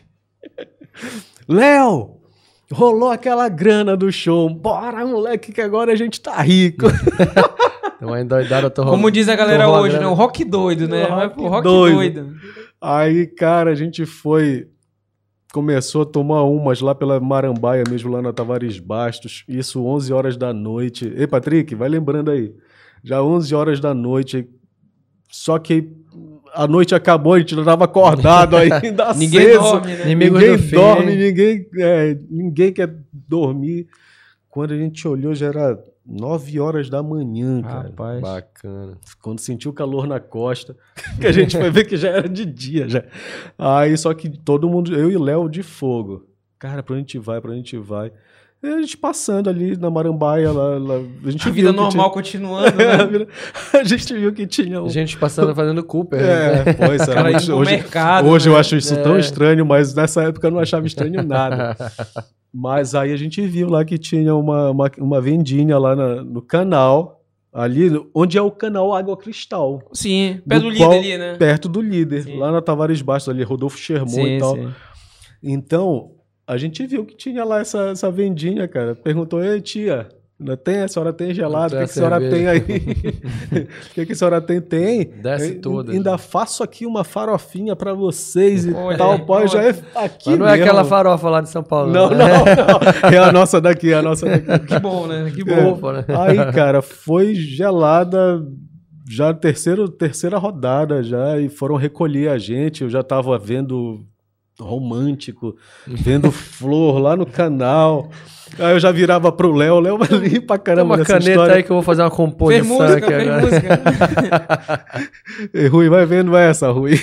Léo! Rolou aquela grana do show. Bora, moleque, que agora a gente tá rico. Então, uma endoidada, tô Como diz a galera torrou a hoje, né? grana. O rock doido, né? O Vai rock pro rock doido. doido. Aí, cara, a gente foi. Começou a tomar umas lá pela Marambaia, mesmo lá na Tavares Bastos. Isso onze horas da noite. Ei, Patrick, vai lembrando aí. Já onze horas da noite. Só que a noite acabou, a gente não tava acordado ainda. Ninguém aceso. dorme, né? Inimigos Ninguém do fim. dorme, ninguém, é, ninguém quer dormir. Quando a gente olhou, já era nove horas da manhã, cara. Rapaz. Bacana. Quando sentiu o calor na costa, que a gente foi ver que já era de dia já. Aí só que todo mundo, eu e Léo de fogo. Cara, pra onde a gente vai, pra onde a gente vai? E a gente passando ali na Marambaia, lá, lá, a gente A viu vida que normal continuando, tinha... né? a gente viu que tinha um... Gente passando fazendo Cooper. É, né? pois, era Cara, muito... indo no hoje, mercado, hoje né? eu acho isso tão É. estranho, mas nessa época eu não achava estranho nada. Mas aí a gente viu lá que tinha uma, uma, uma vendinha lá na- no canal, ali onde é o canal Água Cristal. Sim, pé do, do líder qual- ali, né? Perto do líder, Sim. lá na Tavares Bastos, ali, Rodolfo Sherman Sim, e tal. sim. Então, a gente viu que tinha lá essa, essa vendinha, cara. Perguntou, ei, tia, ainda tem? A senhora tem gelado? O Não que, tem que a senhora tem cerveja. aí? O que, que a senhora tem? Tem. Desce Eu todas. Ainda faço aqui uma farofinha pra vocês e Olha tal. aí, Pode, já é aqui Mas não é mesmo. aquela farofa lá de São Paulo. Não, não, né? não. É a nossa daqui, é a nossa daqui. Que bom, né? Que bom. É. Ufa, né? Aí, cara, foi gelada já terceiro, terceira rodada já e foram recolher a gente. Eu já tava vendo romântico, vendo flor lá no canal. Aí eu já virava pro Léo, Léo vai ali pra Tem caramba uma nessa caneta história. aí que eu vou fazer uma Fez composição música, aqui fez agora. música. E Rui, vai vendo, vai essa, Rui.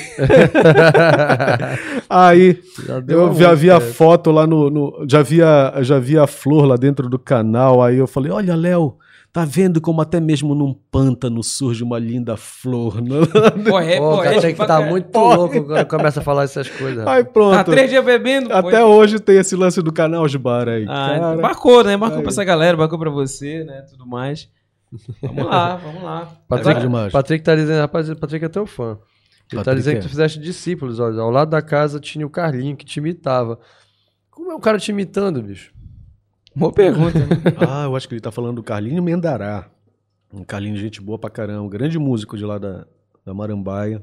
Aí Já deu eu uma já vi a música. foto lá no, no- já via já vi a flor lá dentro do canal. Aí eu falei, olha, Léo, tá vendo como até mesmo num pântano surge uma linda flor, né? Porra, é, Pô, o porra, cara é tem que pra estar caralho. muito louco quando começa a falar essas coisas. Aí Tá pronto. três dias bebendo, Até pô. hoje tem esse lance do canal de bar aí. Ah, cara. marcou, né? Marcou Aí. pra essa galera, marcou pra você, né? Tudo mais. Vamos lá, vamos lá. Patrick, Agora- demais. Patrick tá dizendo, rapaz, o Patrick é teu fã. Ele tá Patrick dizendo é. que tu fizeste discípulos, olha. Ao lado da casa tinha o Carlinho que te imitava. Como é o cara te imitando, bicho? Boa pergunta. Né? Ah, eu acho que ele tá falando do Carlinho Mendará. Um Carlinho, gente boa pra caramba. Um grande músico de lá da, da Marambaia.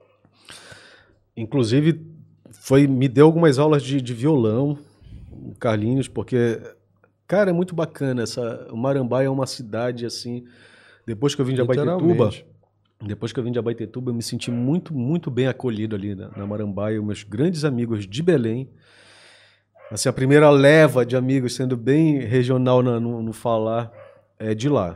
Inclusive, foi, me deu algumas aulas de, de violão, o Carlinhos, porque, cara, é muito bacana. Essa, o Marambaia é uma cidade, assim... Depois que eu vim de Abaetetuba, Literalmente. depois que eu vim de Abaetetuba, eu me senti muito, muito bem acolhido ali na, na Marambaia. Os meus grandes amigos de Belém. Assim, a primeira leva de amigos, sendo bem regional na- no, no falar, é de lá.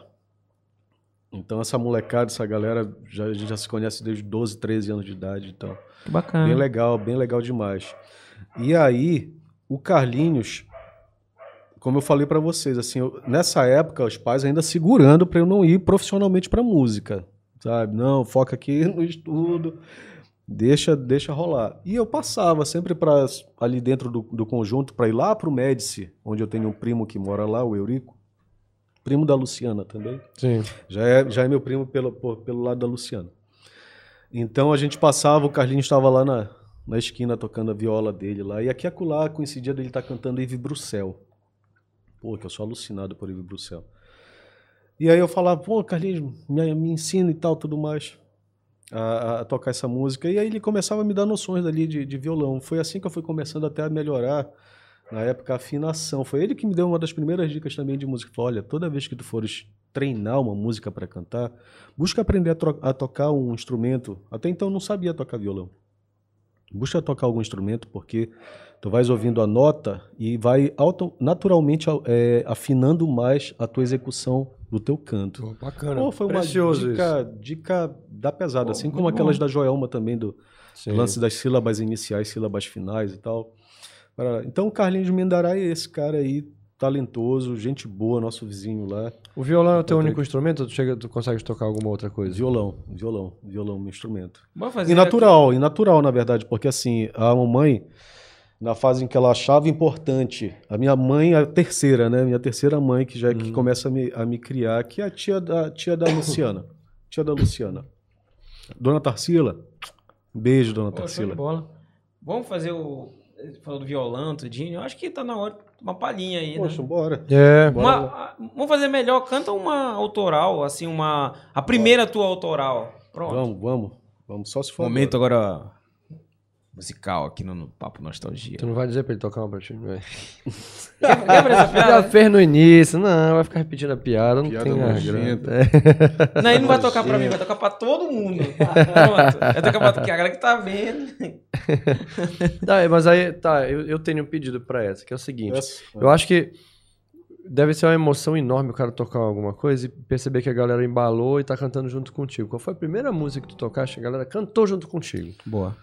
Então, essa molecada, essa galera, já, a gente já se conhece desde doze, treze anos de idade e tal. Que bacana. Bem legal, bem legal demais. E aí, o Carlinhos, como eu falei pra vocês, assim, eu- nessa época, os pais ainda segurando pra eu não ir profissionalmente pra música, sabe? Não, foca aqui no estudo, deixa, deixa rolar. E eu passava sempre para ali dentro do, do conjunto pra ir lá pro Médici, onde eu tenho um primo que mora lá, o Eurico, primo da Luciana também. Sim. Já é, já é meu primo pelo, por- pelo lado da Luciana. Então a gente passava, o Carlinhos estava lá na, na esquina tocando a viola dele lá. E aqui e acolá coincidia dele estar cantando Yves Bruxelles. Pô, que eu sou alucinado por Yves Bruxelles. E aí eu falava, pô, Carlinhos, me, me ensina e tal, tudo mais, a, a- a tocar essa música. E aí ele começava a me dar noções dali de, de violão. Foi assim que eu fui começando até a melhorar, na época, a afinação. Foi ele que me deu uma das primeiras dicas também de música. Falou, olha, toda vez que tu fores treinar uma música para cantar, busca aprender a, tro- a tocar um instrumento. Até então eu não sabia tocar violão. Busca tocar algum instrumento, porque tu vais ouvindo a nota e vai auto- naturalmente é, afinando mais a tua execução do teu canto. Pô, bacana. Pô, foi uma Precioso dica, dica da pesada, Pô, assim muito como aquelas bom. da Joelma também, do Sim. lance das sílabas iniciais, sílabas finais e tal. Para- Então o Carlinhos Mendará é esse cara aí, talentoso, gente boa, nosso vizinho lá. O violão é o teu Patrick. único instrumento ou tu, chega, tu consegue tocar alguma outra coisa? Violão, violão, violão, meu instrumento. Vamos fazer E natural, e natural, na verdade, porque assim, a mamãe, na fase em que ela achava importante, a minha mãe, a terceira, né? Minha terceira mãe, que já é que começa a me, a me criar, que é a tia da, tia da Luciana. Tia da Luciana. Dona Tarsila. Beijo, Dona Pô, show de Tarsila. bola. Vamos fazer o... Falou do violão, tudinho. Eu acho que tá na hora. Uma palhinha aí, Poxa, né? bora. É. Uma, a- vamos fazer melhor. Canta uma autoral, assim, uma... A primeira tua autoral. Pronto. Vamos, vamos. Vamos só se for. Momento agora musical aqui no, no Papo Nostalgia. Tu não vai dizer pra ele tocar uma pra ti? Não é? Quebra, quebra essa Já piada? fez no início. Não, vai ficar repetindo a piada. Não Piada tem a nojenta. graça. É. Não, ele não vai tocar pra mim, vai tocar pra todo mundo. Pronto. Vai tocar pra que a galera que tá vendo. Tá, mas aí, tá, eu, eu tenho um pedido pra essa, que é o seguinte. Essa- Eu acho que deve ser uma emoção enorme o cara tocar alguma coisa e perceber que a galera embalou e tá cantando junto contigo. Qual foi a primeira música que tu tocaste? A galera cantou junto contigo. Boa.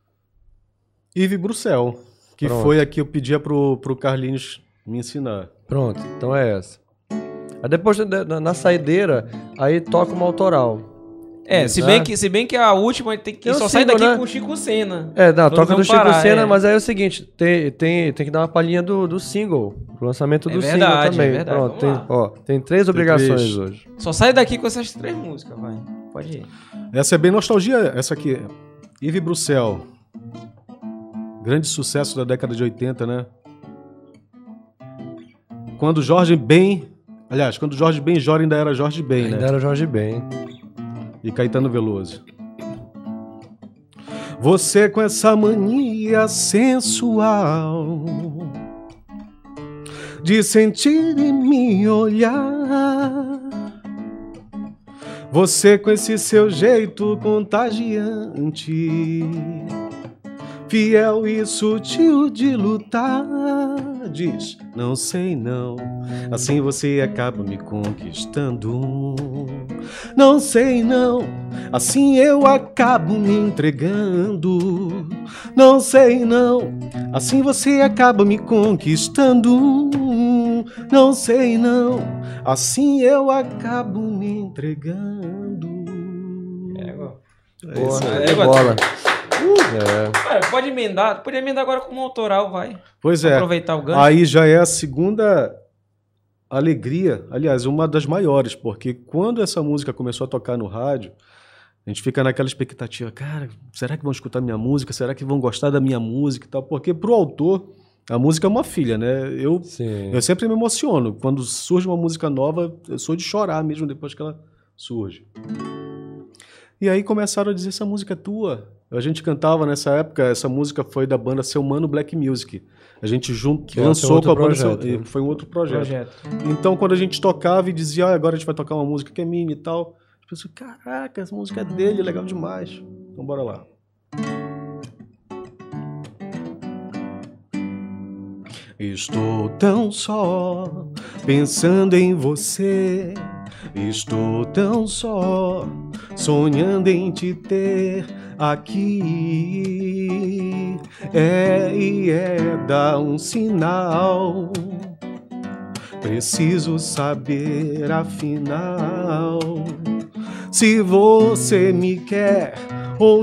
Yves Bruxelles, que Pronto. foi a que eu pedia pro, pro Carlinhos me ensinar. Pronto, então é essa. Aí depois, na, na saideira, aí toca uma autoral. É, se Né? bem, que, se bem que a última tem que Eu só sigo, sai daqui né? com o Chico Senna. É, não, Todos toca vão do Chico parar, Senna, é. mas aí é o seguinte, tem, tem, tem que dar uma palhinha do, do single, do lançamento É do verdade, single também. é verdade, Pronto, vamos tem, lá. ó, tem três obrigações três. hoje. Só sai daqui com essas três músicas, vai. Pode ir. Essa é bem nostalgia, essa aqui. Yves Bruxelles. Grande sucesso da década de oitenta, né? Quando Jorge Ben... Aliás, quando Jorge Benjor ainda era Jorge Ben, Ainda né? era Jorge Ben. E Caetano Veloso. Você com essa mania sensual de sentir e me olhar. Você com esse seu jeito contagiante fiel e sutil de lutar. Diz, não sei não, assim você acaba me conquistando. Não sei não, assim eu acabo me entregando. Não sei não, assim você acaba me conquistando. Não sei não, assim eu acabo me entregando. É, Porra, é, é bola. É. Cara, pode emendar, pode emendar agora como autoral, vai. Pois é, Aproveitar o gancho. aí já é a segunda alegria, aliás, uma das maiores, porque quando essa música começou a tocar no rádio, a gente fica naquela expectativa, cara, será que vão escutar minha música? Será que vão gostar da minha música e tal? Porque pro autor, a música é uma filha, né? Eu, Sim. eu sempre me emociono. Quando surge uma música nova, eu sou de chorar mesmo depois que ela surge. E aí começaram a dizer, essa música é tua. A gente cantava nessa época, essa música foi da banda Seu Mano Black Music. A gente junto, Que é lançou outro com a banda projeto, Seu, né? foi um outro projeto. Projeto. Então quando a gente tocava e dizia, ah, agora a gente vai tocar uma música que é minha e tal, as pessoas, caraca, essa música é dele, legal demais. Então bora lá. Estou tão só, pensando em você. Estou tão só, sonhando em te ter aqui. É e é, dá um sinal. Preciso saber afinal se você me quer ou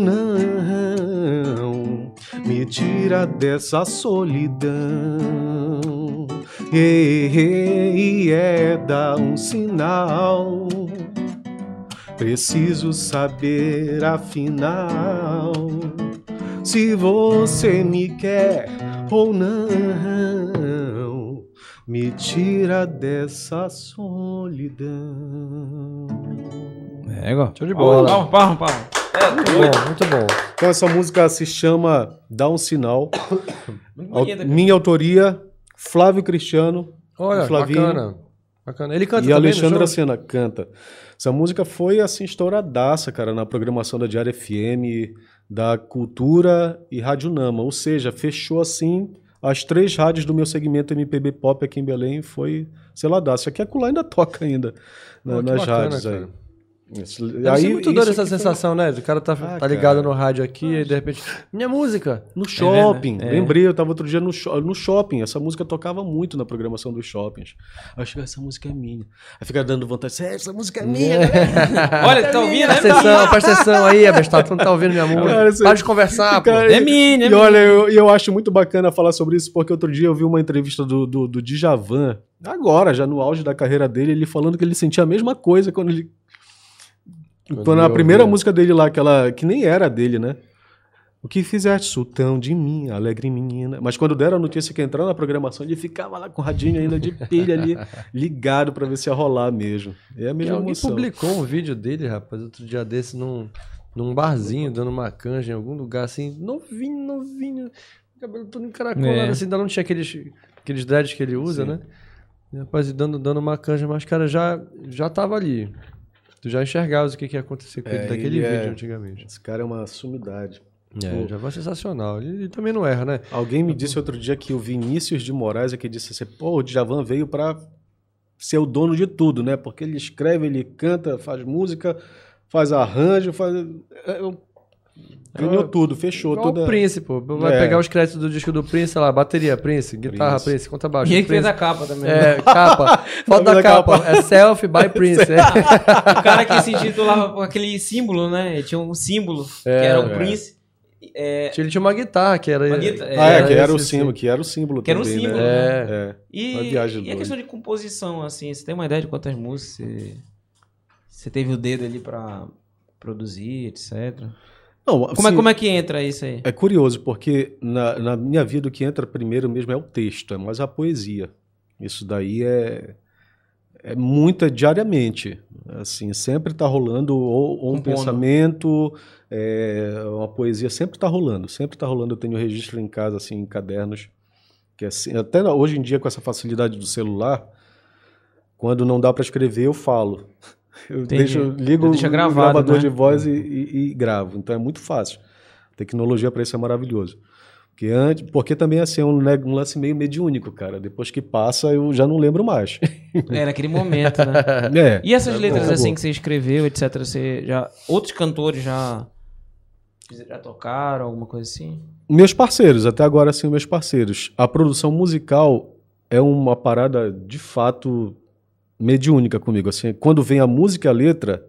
não. Me tira dessa solidão. E, e, e é, dá um sinal. Preciso saber afinal se você me quer ou não. Me tira dessa solidão. É, igual. Show de bola. Palma, palma, palma. É, Muito bom, muito bom. Então essa música se chama Dá um Sinal. muito Au- bonita. minha autoria, Flávio Cristiano. Olha, Flavinho. bacana. Bacana. Ele canta E também Alexandra no show? Sena canta. Essa música foi assim estouradaça, cara, na programação da Diário F M, da Cultura e Rádio Nama. Ou seja, fechou assim as três rádios do meu segmento M P B Pop aqui em Belém. Foi seladaço. Aqui a Acolá ainda toca ainda na- Pô, que nas bacana, rádios cara. aí. Isso- Deve aí, ser muito isso doido essa aqui foi sensação, né? O cara tá, Ah, tá ligado cara. no rádio aqui e de repente. Minha música! No shopping, É. lembrei, eu tava outro dia no, sho- no shopping, essa música tocava muito na programação dos shoppings. Aí eu chego, essa música é minha. Aí fica dando vontade, "É, essa música é minha, né?" Olha, tá ouvindo, né? Presta atenção, presta atenção aí, abestado, tu não tá ouvindo minha música. Cara, você- Para de conversar, pô. Cara, É minha, é E minha. olha, eu, eu acho muito bacana falar sobre isso, porque outro dia eu vi uma entrevista do, do, do Djavan, agora, já no auge da carreira dele, ele falando que ele sentia a mesma coisa quando ele... Quando Quando ele a primeira ouvia. música dele lá, aquela que nem era dele, né? O que fizeste, sultão de mim, alegre menina. Mas quando deram a notícia que entrou na programação, ele ficava lá com o radinho ainda de pilha ali, ligado pra ver se ia rolar mesmo. É a E mesma alguém emoção. publicou um vídeo dele, rapaz, outro dia desse, num, num barzinho, dando uma canja em algum lugar, assim, novinho, novinho, cabelo todo encaracolado, É. assim, ainda não tinha aqueles, aqueles dreads que ele usa, Sim. né? E, rapaz, e dando, dando uma canja, mas, cara, já, já tava ali. Tu já enxergavas o que, que ia acontecer com É, ele daquele ele é- vídeo antigamente. Esse cara é uma sumidade. É, já foi sensacional. Ele, ele também não erra, né? Alguém me disse outro dia que o Vinícius de Moraes é que disse assim, pô, o Djavan veio pra ser o dono de tudo, né? Porque ele escreve, ele canta, faz música, faz arranjo, faz... é, eu- Ganhou É, tudo, fechou Igual toda... o Prince, pô. Vai É. pegar os créditos do disco do Prince, sei lá, bateria, Prince, guitarra, Prince. Prince, conta baixo. E ele que fez Prince. a capa também. né? É, capa. Foto Nome da da capa. capa. É selfie by Prince. É. O cara que se intitulava com aquele símbolo, né? Ele tinha um símbolo, que era o é. Prince. É, Ele tinha uma guitarra que era. Uma guitarra, Ah, é, É, que era o esse, símbolo, que era o símbolo Que era o também, símbolo, né? né? É. e, Uma viagem e a doida. questão de composição, assim, você tem uma ideia de quantas músicas você, você teve o dedo ali pra produzir, etcétera? Não, Como, é, assim, como é que entra isso aí? É curioso, porque na, na minha vida o que entra primeiro mesmo é o texto, é mais a poesia. Isso daí é, é muita diariamente. Assim, sempre está rolando ou, ou um Compondo. pensamento, é, uma poesia sempre está rolando, sempre está rolando. Eu tenho registro em casa, assim, em cadernos. Que assim, até na- hoje em dia, com essa facilidade do celular, quando não dá para escrever, eu falo. Eu Entendi. deixo, ligo Deixa o gravado, gravador né? de voz e, e- e gravo. Então é muito fácil. A tecnologia para isso é maravilhoso. Porque, antes, porque também assim, é um, né, um lance meio mediúnico, cara. Depois que passa, eu já não lembro mais. É, naquele momento, né? É. E essas É, letras acabou. assim que você escreveu, etcétera, você já... Outros cantores já... Já tocaram, alguma coisa assim? Meus parceiros, até agora sim, meus parceiros. A produção musical é uma parada, de fato, mediúnica comigo. Assim, quando vem a música e a letra,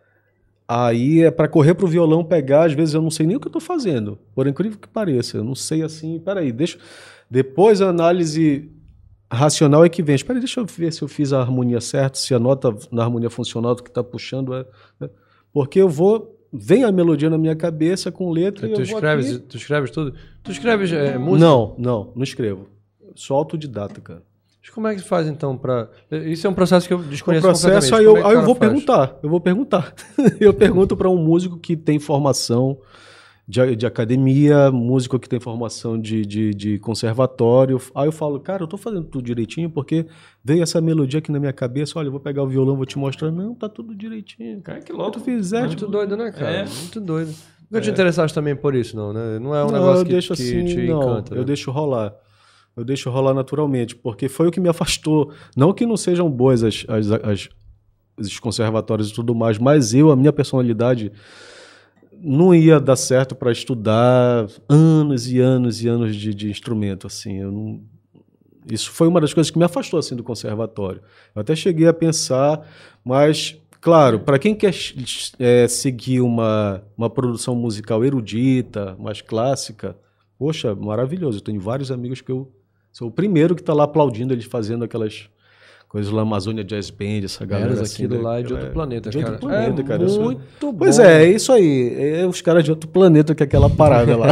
aí é pra correr pro violão pegar, às vezes eu não sei nem o que eu tô fazendo. Por incrível que pareça, eu não sei assim, peraí, deixa... Depois a análise racional é que vem. Espera aí, deixa eu ver se eu fiz a harmonia certa, se a nota na harmonia funcional do que tá puxando é... é- Porque eu vou... Vem a melodia na minha cabeça com letra e Tu eu vou escreves, aqui... tu escreves tudo? Tu escreves é, música? Não, não, não escrevo. Sou autodidata, cara. Mas como é que faz então pra... Isso é um processo que eu O desconheço processo, completamente. aí Como eu, é que o aí eu cara vou faz? perguntar, eu vou perguntar. Eu pergunto para um músico que tem formação de, de academia, músico que tem formação de, de, de conservatório. Aí eu falo, cara, eu tô fazendo tudo direitinho porque veio essa melodia aqui na minha cabeça, olha, eu vou pegar o violão, vou te mostrar. Não, tá tudo direitinho. Cara, que O que louco. tu fizer, Muito tipo, doido, né, cara? É. Muito doido. Nunca te interessaste também por isso, não, né? Não é um não, negócio eu que, deixo que assim, te não, encanta, eu né? deixo rolar. Eu deixo rolar naturalmente, porque foi o que me afastou. Não que não sejam boas as, as, as, os conservatórios e tudo mais, mas eu, a minha personalidade, não ia dar certo para estudar anos e anos e anos de, de instrumento, assim. Eu não... Isso foi uma das coisas que me afastou assim do conservatório. Eu até cheguei a pensar, mas claro, para quem quer é, seguir uma, uma produção musical erudita, mais clássica, poxa, maravilhoso. Eu tenho vários amigos que eu sou o primeiro que está lá aplaudindo eles fazendo aquelas coisas lá, Amazônia Jazz Band, essa galera Eras, assim. aquilo né? lá é de outro planeta, de cara. outro planeta, é cara. Eu sou- muito bom. Pois é, é isso aí. É os caras de outro planeta que é aquela parada lá.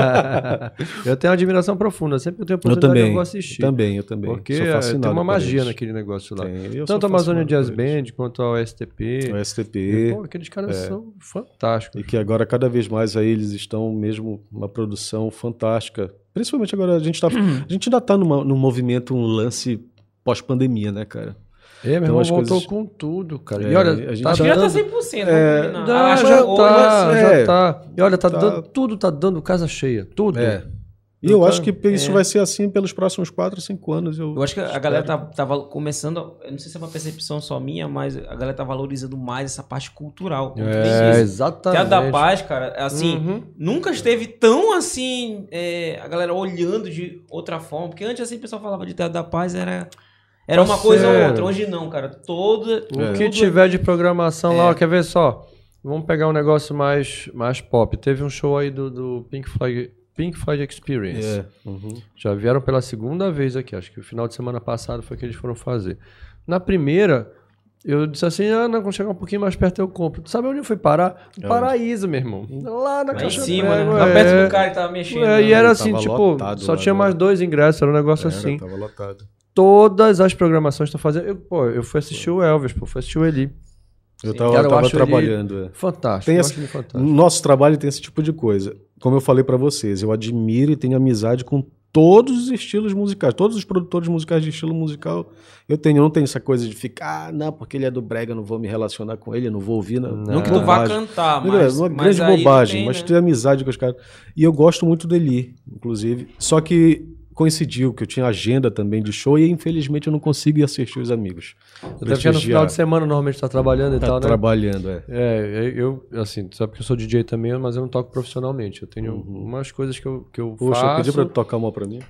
Eu tenho uma admiração profunda. Sempre que eu tenho Eu oportunidade eu, também. vou Eu assistir. também, eu também. Porque Sou é, fascinado tem uma por magia eles. naquele negócio lá. Tem, eu Tanto sou a Amazônia fascinado Jazz por eles. Band quanto ao S T P. O S T P. Pô, aqueles caras são fantásticos. E que agora, cada vez mais, aí eles estão mesmo uma produção fantástica. Principalmente agora, a gente, tá, a gente ainda está num movimento, um lance pós-pandemia, né, cara? É, meu Então, irmão as voltou coisas- com tudo, cara. É, e olha, a gente tá Acho que já tá dando... cem por cento. É, vamos combinar. Dá, Acho já que tá, hoje- já é. tá. E olha, tá, Tá. Dando, tudo tá dando casa cheia. Tudo. É. E eu acho que isso vai ser assim pelos próximos quatro, cinco anos. Eu, Eu acho que a espero. galera tá, tá val- começando, eu não sei se é uma percepção só minha, mas a galera tá valorizando mais essa parte cultural. como tu bem É, disse. exatamente. Teatro da Paz, cara, assim, Uhum. nunca esteve tão assim, é, a galera olhando de outra forma, porque antes assim o pessoal falava de Teatro da Paz, era, era uma coisa ou Parceiro. outra, hoje não, cara, toda... O É. que tiver de programação lá, ó, quer ver só? Vamos pegar um negócio mais, mais pop. Teve um show aí do, do Pink Floyd, Pink Floyd Experience. É. Uhum. Já vieram pela segunda vez aqui. Acho que o final de semana passado foi que eles foram fazer. Na primeira, eu disse assim, ah, não, quando chegar um pouquinho mais perto eu compro. Tu sabe onde eu fui parar? No Paraíso, meu irmão. Lá na Lá em Caixa cima, né? Prego, Lá é. perto do cara que tava mexendo. É, e né? era Tava assim, tipo, lotado só lá, tinha né? mais dois ingressos, era um negócio Era, assim. tava lotado. Todas as programações estão fazendo. Eu, pô, eu fui assistir o Elvis, pô, fui assistir o Eli. Eu tava, Cara, eu tava acho ele trabalhando. é. Fantástico. Tem eu esse- acho ele fantástico. Nosso trabalho tem esse tipo de coisa. Como eu falei pra vocês, eu admiro e tenho amizade com todos os estilos musicais, todos os produtores musicais de estilo musical. Eu tenho, eu não tenho essa coisa de ficar, ah, não, porque ele é do brega, eu não vou me relacionar com ele, eu não vou ouvir. Não, Não que tu vá bobagem. cantar, Não, mas... é uma mas grande aí tu bobagem, tem, mas né? tenho amizade com os caras. E eu gosto muito do Eli, inclusive. Só que coincidiu que eu tinha agenda também de show e infelizmente eu não consigo ir assistir os amigos. Até porque no final Prestigiar. de semana normalmente tá trabalhando e Tá tal, né? trabalhando, é. É, eu, assim, tu sabe que eu sou D J também, mas eu não toco profissionalmente. Eu tenho umas coisas que eu, que eu Poxa, eu faço. pedi pra tu tocar uma pra mim.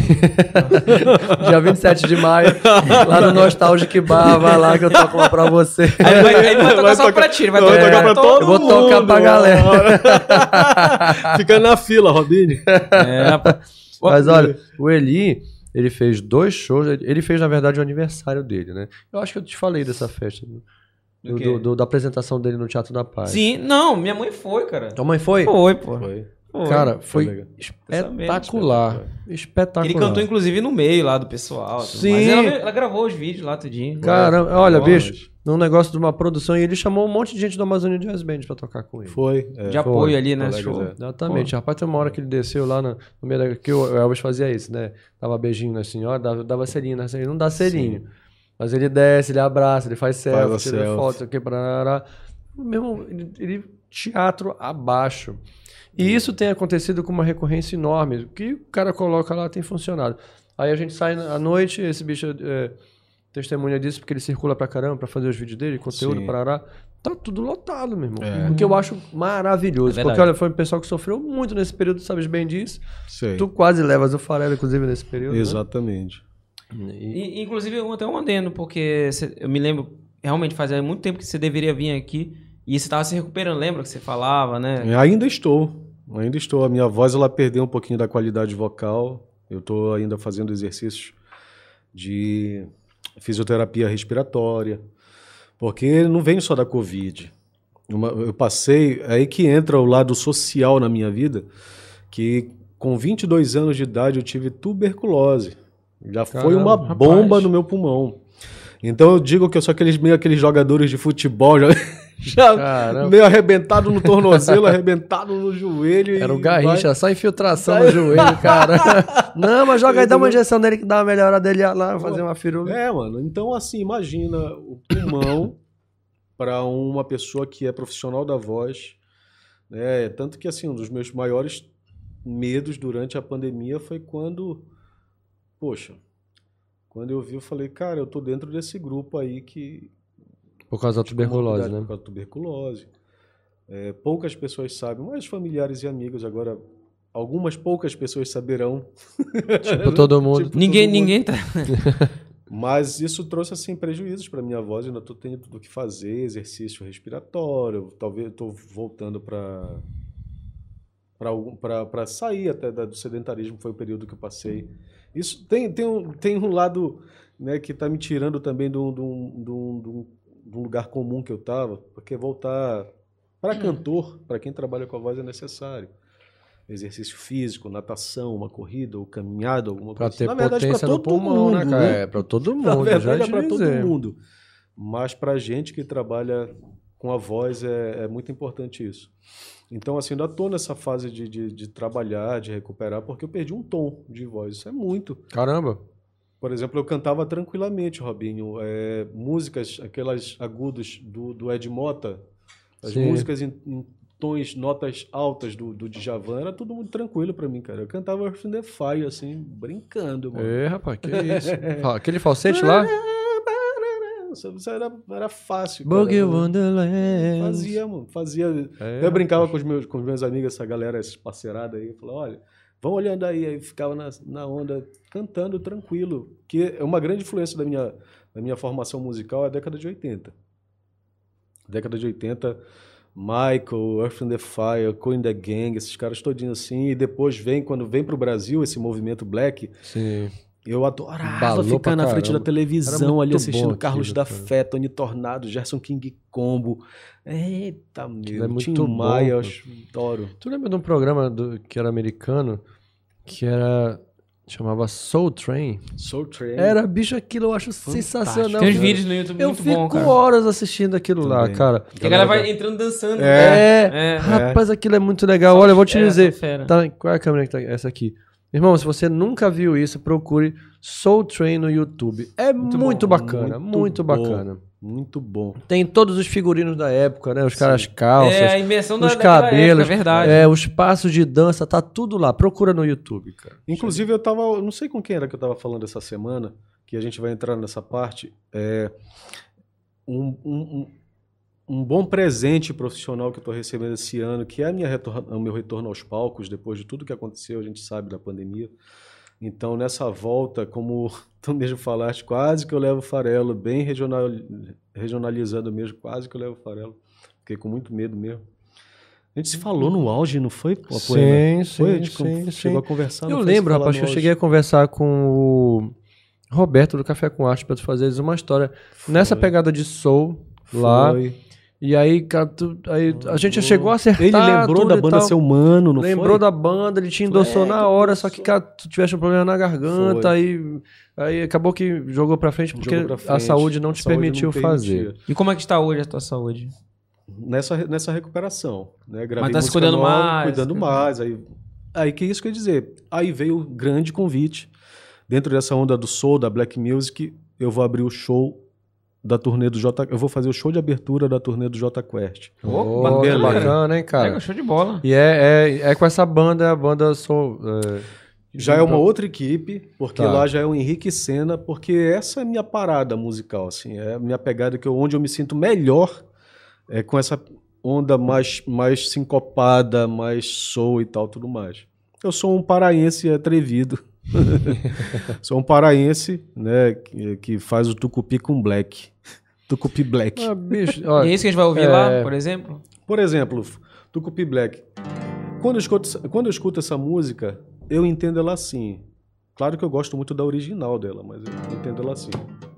Dia vinte e sete de maio, lá no Nostalgic Bar, vai lá que eu toco uma pra você. Aí vai, aí vai tocar Vai só tocar- pra ti, ele vai vai tocar, tocar pra todo Eu vou tocar mundo, pra galera. Fica na fila, Robini. É, pô. Mas olha, o Eli, ele fez dois shows. ele- Ele fez, na verdade, o aniversário dele, né? Eu acho que eu te falei dessa festa. Do, Do quê? do- do- da apresentação dele no Teatro da Paz. Sim, não, minha mãe foi, cara. Tua mãe foi? Foi, pô. Foi. Foi. Cara, Foi foi legal. espetacular. Espetacular. Ele cantou, inclusive, no meio lá do pessoal. tudo Sim. mais. Ela, ela gravou os vídeos lá, tudinho. Caramba, olha, Porra, bicho, num negócio de uma produção, e ele chamou um monte de gente do Amazônia Jazz Band pra tocar com ele. Foi. é. De apoio ali, né? colegas, Show. é. Exatamente. Rapaz, tem uma hora que ele desceu lá no, no meio da... Que o Elvis fazia isso, né? Dava beijinho na senhora, dava, dava selinho na senhora. Ele não dá selinho. Mas ele desce, ele abraça, ele faz selfie, a tira selfie. foto, sei o que, parará. Meu irmão, ele, ele teatro abaixo. E isso tem acontecido com uma recorrência enorme. O que o cara coloca lá tem funcionado. Aí a gente sai à noite, esse bicho é, testemunha disso, porque ele circula pra caramba pra fazer os vídeos dele, conteúdo, Sim. parará. Tá tudo lotado, meu irmão. É. O que eu acho maravilhoso. É verdade. porque, olha, foi um pessoal que sofreu muito nesse período, sabes bem disso. Sei. Tu quase levas o farelo, inclusive, nesse período. Exatamente. Né? E- E, inclusive, eu até um adendo, porque cê- eu me lembro, realmente fazia muito tempo que você deveria vir aqui e você tava se recuperando, lembra que você falava, né? Ainda estou. Ainda estou. A minha voz ela perdeu um pouquinho da qualidade vocal. Eu estou ainda fazendo exercícios de fisioterapia respiratória. Porque não vem só da Covid. Uma- eu passei... É aí que entra o lado social na minha vida, que com vinte e dois anos de idade eu tive tuberculose. Já foi Caramba, uma rapaz. bomba no meu pulmão. Então eu digo que eu sou aqueles, meio aqueles jogadores de futebol, já, já Caramba. meio arrebentado no tornozelo, arrebentado no joelho. Era o e Garrincha, vai- só infiltração no joelho, cara. Não, mas joga aí, dá uma injeção nele que dá uma melhorada dele lá, fazer uma firula. É, mano. Então, assim, imagina o pulmão para uma pessoa que é profissional da voz. Né? Tanto que, assim, um dos meus maiores medos durante a pandemia foi quando, poxa, quando eu vi, eu falei, cara, eu tô dentro desse grupo aí que... Por causa da tuberculose, comorbidade né? Por causa da tuberculose. É, poucas pessoas sabem, mas familiares e amigos agora... Algumas poucas pessoas saberão. Tipo todo mundo. Tipo, Ninguém, todo mundo. ninguém tá. Mas isso trouxe assim prejuízos para minha voz. Eu ainda estou tendo do que fazer, exercício respiratório. Talvez estou voltando para para sair até da- do sedentarismo. Foi o período que eu passei. Isso tem, tem, um, tem um lado, né, que está me tirando também de um, de um- de um- de um- de um lugar comum que eu estava, porque voltar para cantor, para quem trabalha com a voz, é necessário. Exercício físico, natação, uma corrida ou caminhada, alguma Pra coisa. ter Na verdade, potência pra no todo pulmão, né, mundo, cara? né? É, pra todo Na mundo, verdade, já é te para todo dizer. mundo. Mas para gente que trabalha com a voz é, é muito importante isso. Então, assim, ainda estou nessa fase de, de, de trabalhar, de recuperar, porque eu perdi um tom de voz. Isso é muito. Caramba. Por exemplo, eu cantava tranquilamente, Robinho, é, músicas, aquelas agudos do, do Ed Mota, as Sim. músicas em, em tons, notas altas do, do Djavan, era tudo muito tranquilo pra mim, cara. Eu cantava Earth in the Fire, assim, brincando, mano. É, rapaz, que isso. Fala, aquele falsete lá? Isso era, era fácil, cara. Boogie Wonderland. Fazia, mano, fazia. É, eu brincava com os meus, com os meus amigos, essa galera, essas parceiradas aí, eu falava, olha, vão olhando aí, aí ficava na, na onda, cantando tranquilo, que é uma grande influência da minha, da minha formação musical é a década de oitenta. Década de oitenta, Michael, Earth in the Fire, Cool in the Gang, esses caras todinhos assim, e depois vem, quando vem pro Brasil, esse movimento black, Sim. eu adorava Balou ficar pra na frente caramba. da televisão Era muito ali assistindo bom Carlos aquilo, da cara. Fé, Tony Tornado, Gerson King Combo. Eita, meu, é muito Tim bom, Maia, eu cara. acho- adoro. Tu lembra de um programa do- que era americano, que era... chamava Soul Train? Soul Train. Era, bicho, aquilo eu acho sensacional. Tem uns cara. vídeos no YouTube Eu muito fico bom, cara. horas assistindo aquilo lá, Também. cara. Que a galera vai entrando dançando. É, É. rapaz, aquilo é muito legal. Olha, eu vou te É, dizer. só fera. Tá, qual é a câmera que tá? Essa aqui. Irmão, se você nunca viu isso, procure Soul Train no YouTube. É muito, bom, bacana, muito, muito bom. bacana. Muito bom. Tem todos os figurinos da época, né? Os caras calças, É, a imersão da os daquela cabelos, época, é verdade. é, os passos de dança, tá tudo lá. Procura no YouTube, cara. Inclusive, eu tava. eu Não sei com quem era que eu tava falando essa semana, que a gente vai entrar nessa parte. É, um, um, um, um bom presente profissional que eu tô recebendo esse ano, que é a minha retor- o meu retorno aos palcos, depois de tudo que aconteceu, a gente sabe da pandemia. Então, nessa volta, como tu mesmo falaste, quase que eu levo o farelo, bem regional, regionalizando mesmo, quase que eu levo o farelo. Fiquei com muito medo mesmo. A gente se falou no auge, não foi? Pô, Poema? Sim, Foi? A sim, gente sim, chegou sim. a conversar. Eu não foi? Se lembro, falar rapaz, no que eu auge. cheguei a conversar com o Roberto do Café com Arte pra tu fazer eles uma história nessa Foi. pegada de soul lá. Foi. E aí, cara, tu- aí a gente já chegou a acertar. Ele lembrou tudo da e banda tal. Ser Humano, não Lembrou foi? da banda, ele te endossou É, na que hora, só endossou. que, cara, tu tiveste um problema na garganta, Foi. aí, aí acabou que jogou pra frente porque Jogou pra a frente. saúde não A te saúde permitiu não fazer. permitia. E como é que está hoje a tua saúde? Nessa, nessa recuperação. Né? Gravei Mas tá se música cuidando nova, mais, Cuidando cuidando. mais. Aí, aí que isso quer dizer? Aí veio o grande convite. Dentro dessa onda do soul, da black music, eu vou abrir o show da turnê do J. Eu vou fazer o show de abertura da turnê do J Quest. Oh, bacana. bacana, hein, cara? Pega, show de bola. E é, é, é com essa banda, a banda sou. É... Já é uma outra equipe, porque Tá. lá já é o Henrique Sena, porque essa é a minha parada musical, assim, é a minha pegada que eu, onde eu me sinto melhor é com essa onda mais, mais sincopada, mais soul e tal, tudo mais. Eu sou um paraense atrevido. Sou um paraense, né, que, que faz o tucupi com black. Tucupi black. Ah, bicho, E olha, é isso que a gente vai ouvir é- lá, por exemplo? Por exemplo, tucupi black. Quando eu, escuto, quando eu escuto essa música, eu entendo ela assim. Claro que eu gosto muito da original dela, mas eu entendo ela assim.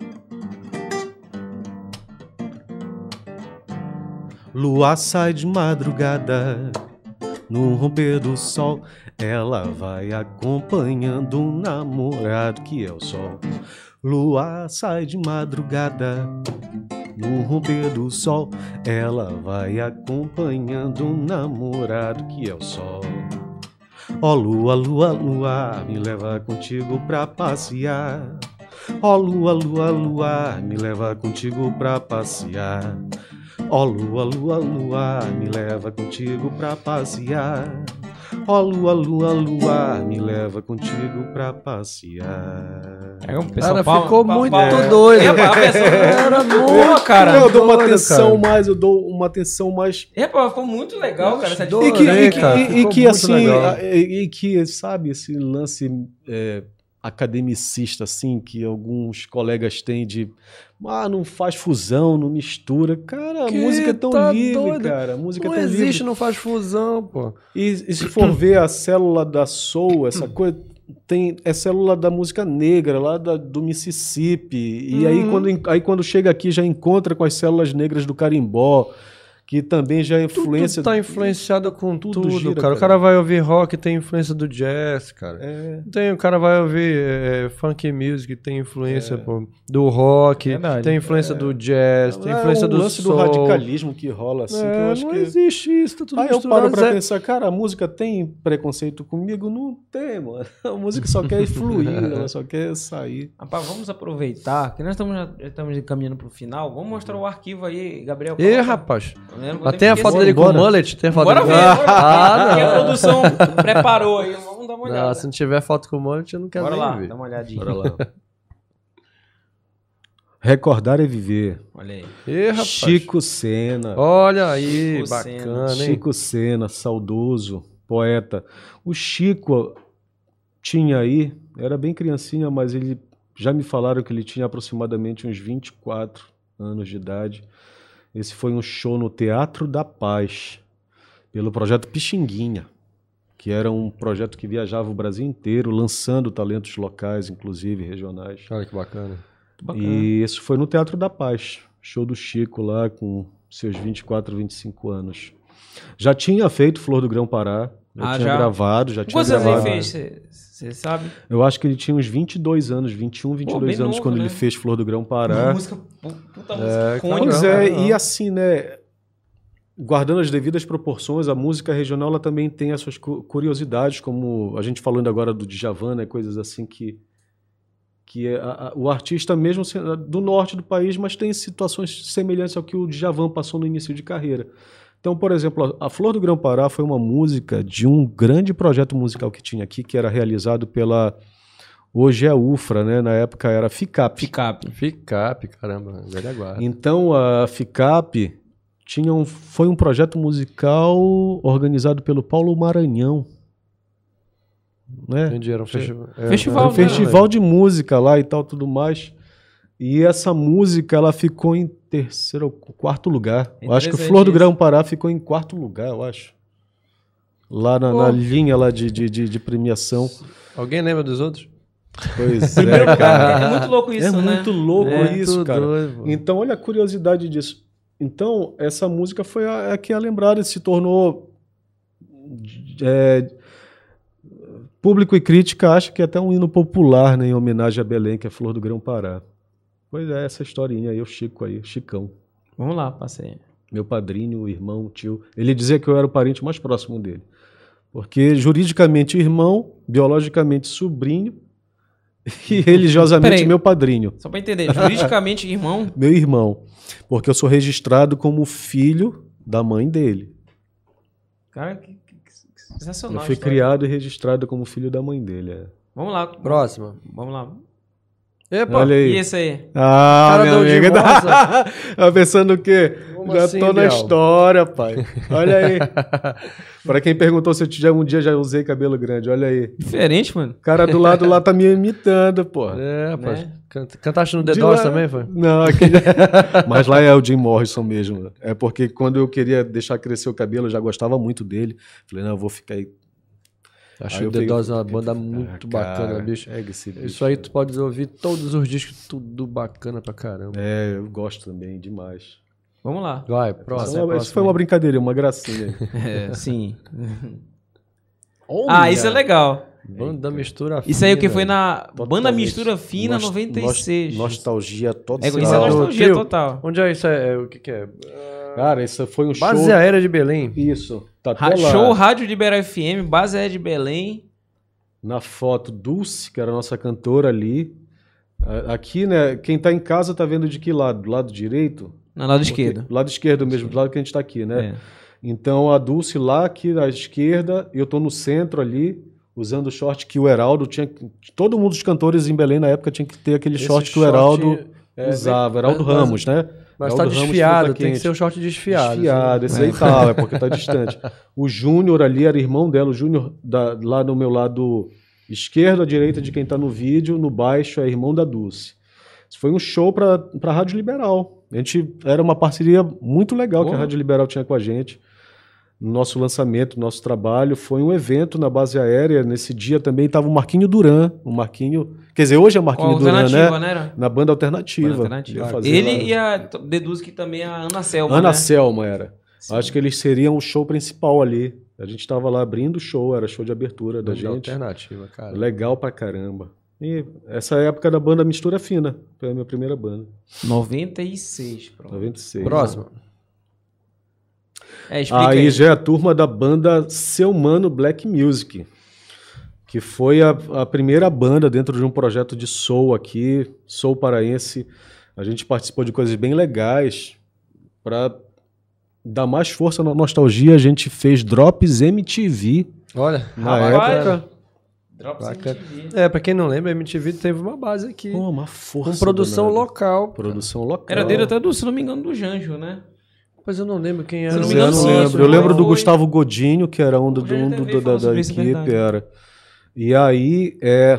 Lua sai de madrugada, no romper do sol, ela vai acompanhando um namorado que é o sol. Lua sai de madrugada, no romper do sol, ela vai acompanhando um namorado que é o sol. Ó lua, lua, lua, me leva contigo pra passear. Ó lua, lua, lua, me leva contigo pra passear. Ó lua, lua, lua, me leva contigo pra passear. Ó lua, lua, lua, me leva contigo pra passear. É, o pessoal Cara, palma- ficou pa- muito palma- doido. É, a pessoa- Era Boa, cara. eu dou uma doido, atenção cara. mais, eu dou uma atenção mais. É, pô, ficou muito legal, cara. Essa Adorei, E que, e que, cara, e- e ficou que, muito assim, legal. a- e, e que, sabe, esse lance é, academicista, assim, que alguns colegas têm de, ah, não faz fusão, não mistura. Cara, a Que música é tão tá livre, doido? cara. A música Não é tão existe, livre. não faz fusão, pô. E, e se for ver a célula da soul, essa coisa, tem, é célula da música negra, lá da- do Mississippi. E aí, Uhum. quando, aí, quando chega aqui, já encontra com as células negras do carimbó, que também já é influência. Tudo tá influenciado com tudo tudo, gira, cara. cara. O cara vai ouvir rock, tem influência do jazz, cara. É, Tem, o cara vai ouvir é, funk music, tem influência pô, do rock, Verdade. tem influência do jazz, tem é influência o do lance do soul. radicalismo que rola, assim, que eu É, acho não que. existe isso, tá tudo Aí eu misturado. paro pra Zé. pensar, cara, a música tem preconceito comigo? Não tem, mano. A música só quer fluir, ela só quer sair. Rapaz, vamos aproveitar que nós estamos, já estamos caminhando pro final. Vamos mostrar o arquivo aí, Gabriel. Ê, coloca. rapaz. Tá vendo? Vou Mas ter tem a que foto esquecer. dele com o Bora. mullet? Tem a foto Bora dele ver. com... bora ver. Ah, Que a não. produção preparou aí. Vamos dar uma olhada. Não, se não tiver foto com o mullet, eu não quero Bora nem lá, ver. dá uma olhadinha. Bora lá. Recordar é viver. Olha aí. Ê, rapaz. Chico Sena. Olha aí, Chico bacana, hein? Chico Sena, saudoso, poeta. O Chico tinha aí, era bem criancinha, mas ele já me falaram que ele tinha aproximadamente uns vinte e quatro anos de idade. Esse foi um show no Teatro da Paz, pelo projeto Pixinguinha, que era um projeto que viajava o Brasil inteiro, lançando talentos locais, inclusive regionais. Olha que bacana. Bacana. E esse foi no Teatro da Paz, show do Chico lá com seus vinte e quatro, vinte e cinco anos. Já tinha feito Flor do Grão-Pará, já Ah, tinha já? gravado, já tinha Quantos anos gravado. ele fez? Você sabe? Eu acho que ele tinha uns vinte e dois anos, vinte e um, vinte e dois bem anos novo, quando né? ele fez Flor do Uma Grão-Pará. música, pu- puta música icônica. Pois Caramba, é, caramba. e assim, né, guardando as devidas proporções, a música regional ela também tem as suas cu- curiosidades, como a gente falando agora do Djavan, né, coisas assim que que é a- a- o artista mesmo sendo do norte do país, mas tem situações semelhantes ao que o Djavan passou no início de carreira. Então, por exemplo, a a Flor do Grão-Pará foi uma música de um grande projeto musical que tinha aqui, que era realizado pela hoje é a UFRA, né, na época era FICAP. Ficap. Ficap, caramba, velha guarda. Então a FICAP tinha um, foi um projeto musical organizado pelo Paulo Maranhão. Né? Entendi, era um festival. é, Festival, Era um né? festival de música lá e tal, tudo mais. E essa música ela ficou em terceiro ou quarto lugar. Eu acho que o Interessante Flor do isso. Grão-Pará ficou em quarto lugar, eu acho. Lá na, na Pô. linha lá de, de, de, de premiação. Alguém lembra dos outros? Pois é, cara. É muito louco isso, É né? muito louco É, isso, tudo cara. doido, pô. Então, olha a curiosidade disso. Então, essa música foi a, a que é lembrada, se tornou. é, público e crítica acha que é até um hino popular, né, em homenagem a Belém, que é Flor do Grão-Pará. Pois é, essa historinha aí, o Chico aí, Chicão. Vamos lá, passei. Meu padrinho, irmão, tio. Ele dizia que eu era o parente mais próximo dele. Porque juridicamente irmão, biologicamente sobrinho e religiosamente Peraí. meu padrinho. Só pra entender, juridicamente, irmão. Meu irmão. Porque eu sou registrado como filho da mãe dele. Cara, que, que- que Eu sensacional. a fui história. criado e registrado como filho da mãe dele. É. Vamos lá. Próxima. Vamos lá. Epa, Olha aí. E esse aí? Ah, Cara meu do amigo. Dimorça. Tá pensando o quê? Como Já assim, tô na Bial? história, pai. Olha aí. Pra quem perguntou se eu já, um dia já usei cabelo grande, olha aí. Diferente, mano. O cara do lado lá tá me imitando, pô. É, rapaz. Né? Canta- Cantaste no The De Doors lá- também, foi? Não, aqui... mas lá é o Jim Morrison mesmo. É porque quando eu queria deixar crescer o cabelo, eu já gostava muito dele. Falei, não, eu vou ficar aí. Acho Aí que o eu The peguei- Doors é uma banda Ah, muito cara, bacana, bicho. pega esse bicho, Isso aí cara. tu pode ouvir todos os discos, tudo bacana pra caramba. É, eu gosto também, demais. Vamos lá. Vai, Isso próximo. é uma- isso foi uma brincadeira, uma gracinha. É, sim. Olha! Ah, isso é legal. Banda Mistura Fina. Isso aí o que foi na Banda Totalmente. Mistura Fina Nost- noventa e nost- seis. Nostalgia total. É, isso é Ah, nostalgia trio. total. Onde é isso? É, é, o que que é? Cara, isso foi um Base show. Aérea de Belém. Isso. Tá até Ra- lá. Show Rádio Liberal F M, Base é de Belém. Na foto, Dulce, que era a nossa cantora ali. A- Aqui, né? Quem tá em casa tá vendo de que lado? Do lado direito? Na lado Porque- esquerdo. Do lado esquerdo mesmo, do lado que a gente tá aqui, né? É. Então a Dulce lá aqui à esquerda, eu tô no centro ali, usando o short que o Heraldo tinha. Todo mundo dos cantores em Belém na época tinha que ter aquele Esse short que o short, Heraldo é, usava. Heraldo mas- Ramos, né? Mas Heraldo tá Ramos, desfiado, fruta tem que quente. ser um short desfiado. Desfiado, esse aí tá, é porque tá distante. O Júnior ali era irmão dela, o Júnior da- lá no meu lado esquerdo, à direita de quem tá no vídeo, no baixo é irmão da Dulce. Isso foi um show pra, pra Rádio Liberal. A gente, era uma parceria muito legal que a Porra. Rádio Liberal tinha com a gente. No nosso lançamento, nosso trabalho, foi um evento na base aérea. Nesse dia também estava o Marquinho Duran, o Marquinho, quer dizer, hoje é Marquinho Qual Duran, alternativa, né? né? Era? Na banda alternativa. Banda alternativa. Ele fazia Ele lá- e a. Deduzo que também a Ana Selma. Ana né? Selma era. Sim. Acho que eles seriam o show principal ali. A gente estava lá abrindo o show, era show de abertura da Da gente. alternativa, cara. Legal pra caramba. E essa época da banda Mistura Fina, foi a minha primeira banda, noventa e seis. Pronto. noventa e seis. Próximo. É, explica Aí aí. já é a turma da banda Seu Mano Black Music, que foi a, a primeira banda dentro de um projeto de soul aqui, soul paraense. A gente participou de coisas bem legais. Para dar mais força na nostalgia, a gente fez Drops M T V Olha, na Rapaz, época. Drops Bacana. M T V. é, pra quem não lembra, a M T V teve uma base aqui. Pô, uma força. com produção danada. local. Produção local. Era dele até do, se não me engano, do Janjo, né? Mas eu não lembro quem era. Se não Pois me é, engano, eu sim, não isso lembro. Eu lembro do foi- Gustavo Godinho, que era um, do, O Jair um T V do- da, falou da sobre isso, é equipe. verdade. Era. E aí, é,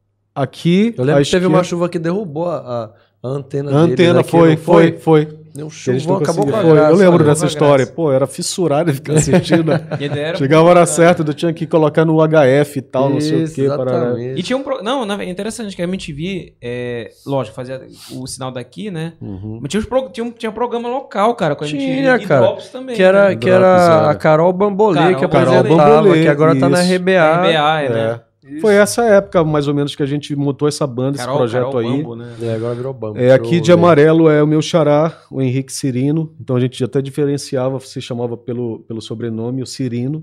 aqui. Eu lembro à que teve uma esquerda- chuva que derrubou a, a- a antena A dele. antena daqui, foi, não foi, foi. Deu um Que a gente chuvão, não acabou com conseguia- a foi. graça. Eu lembro acabou dessa com a história. graça. Pô, era fissurado ficar assistindo. E ele era Chegava a muito hora bacana. certa, eu tinha que colocar no H F e tal, não sei o Isso, quê. Parará. exatamente. E tinha um. Pro... Não, na- é interessante que a M T V, é... lógico, fazia o sinal daqui, né? Uhum. Mas tinha, os pro... tinha, um... tinha um programa local, cara, com a M T V. Tinha, e cara. Drops também. Que era, né? que era Drops, era. a Carol Bambolê Carol que Bambolê. apresentava, Bambolê, que agora tá na isso. R B A. R B A, É. né? Foi essa época, mais ou menos, que a gente montou essa banda, Carol, esse projeto Carol aí. Bambo, né? É, agora virou Bambo. É, aqui Virou- de amarelo é o meu xará, o Henrique Cirino. Então a gente até diferenciava, se chamava pelo, pelo sobrenome, o Cirino.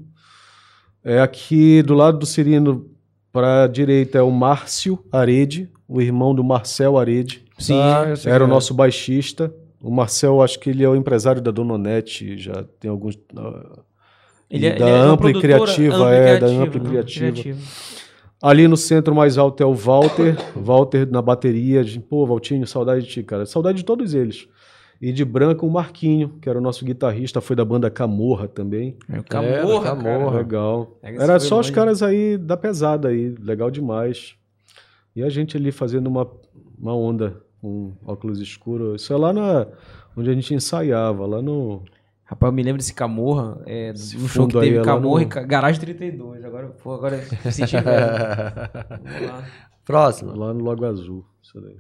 É, aqui do lado do Cirino, para a direita, é o Márcio Arede, o irmão do Marcel Arede. Sim. Ah, eu sei Era o quem é. nosso baixista. O Marcel, acho que ele é o empresário da Dona Onete, já tem alguns... ah, Ele, e é- da ele é uma Ampla e produtora Criativa, Ampla e é, da Criativa, Ampla e né? Criativa. Ali no centro mais alto é o Walter, Walter na bateria, de, pô, Valtinho, saudade de ti, cara. Saudade de todos eles. E de branco o Marquinho, que era o nosso guitarrista, foi da banda Camorra também. É, o Era, Camorra, Camorra. cara. Legal. Pega esse Era foi só os longe. caras aí da pesada aí, legal demais. E a gente ali fazendo uma, uma onda com óculos escuros. Isso é lá na, onde a gente ensaiava, lá no... Rapaz, eu me lembro desse Camorra, é, Esse no show que fundo aí teve é lá Camorra no- e Ca- Garagem trinta e dois. Agora, pô, agora eu me senti velho. Vamos lá. Próximo. Lá no Lago Azul, isso daí.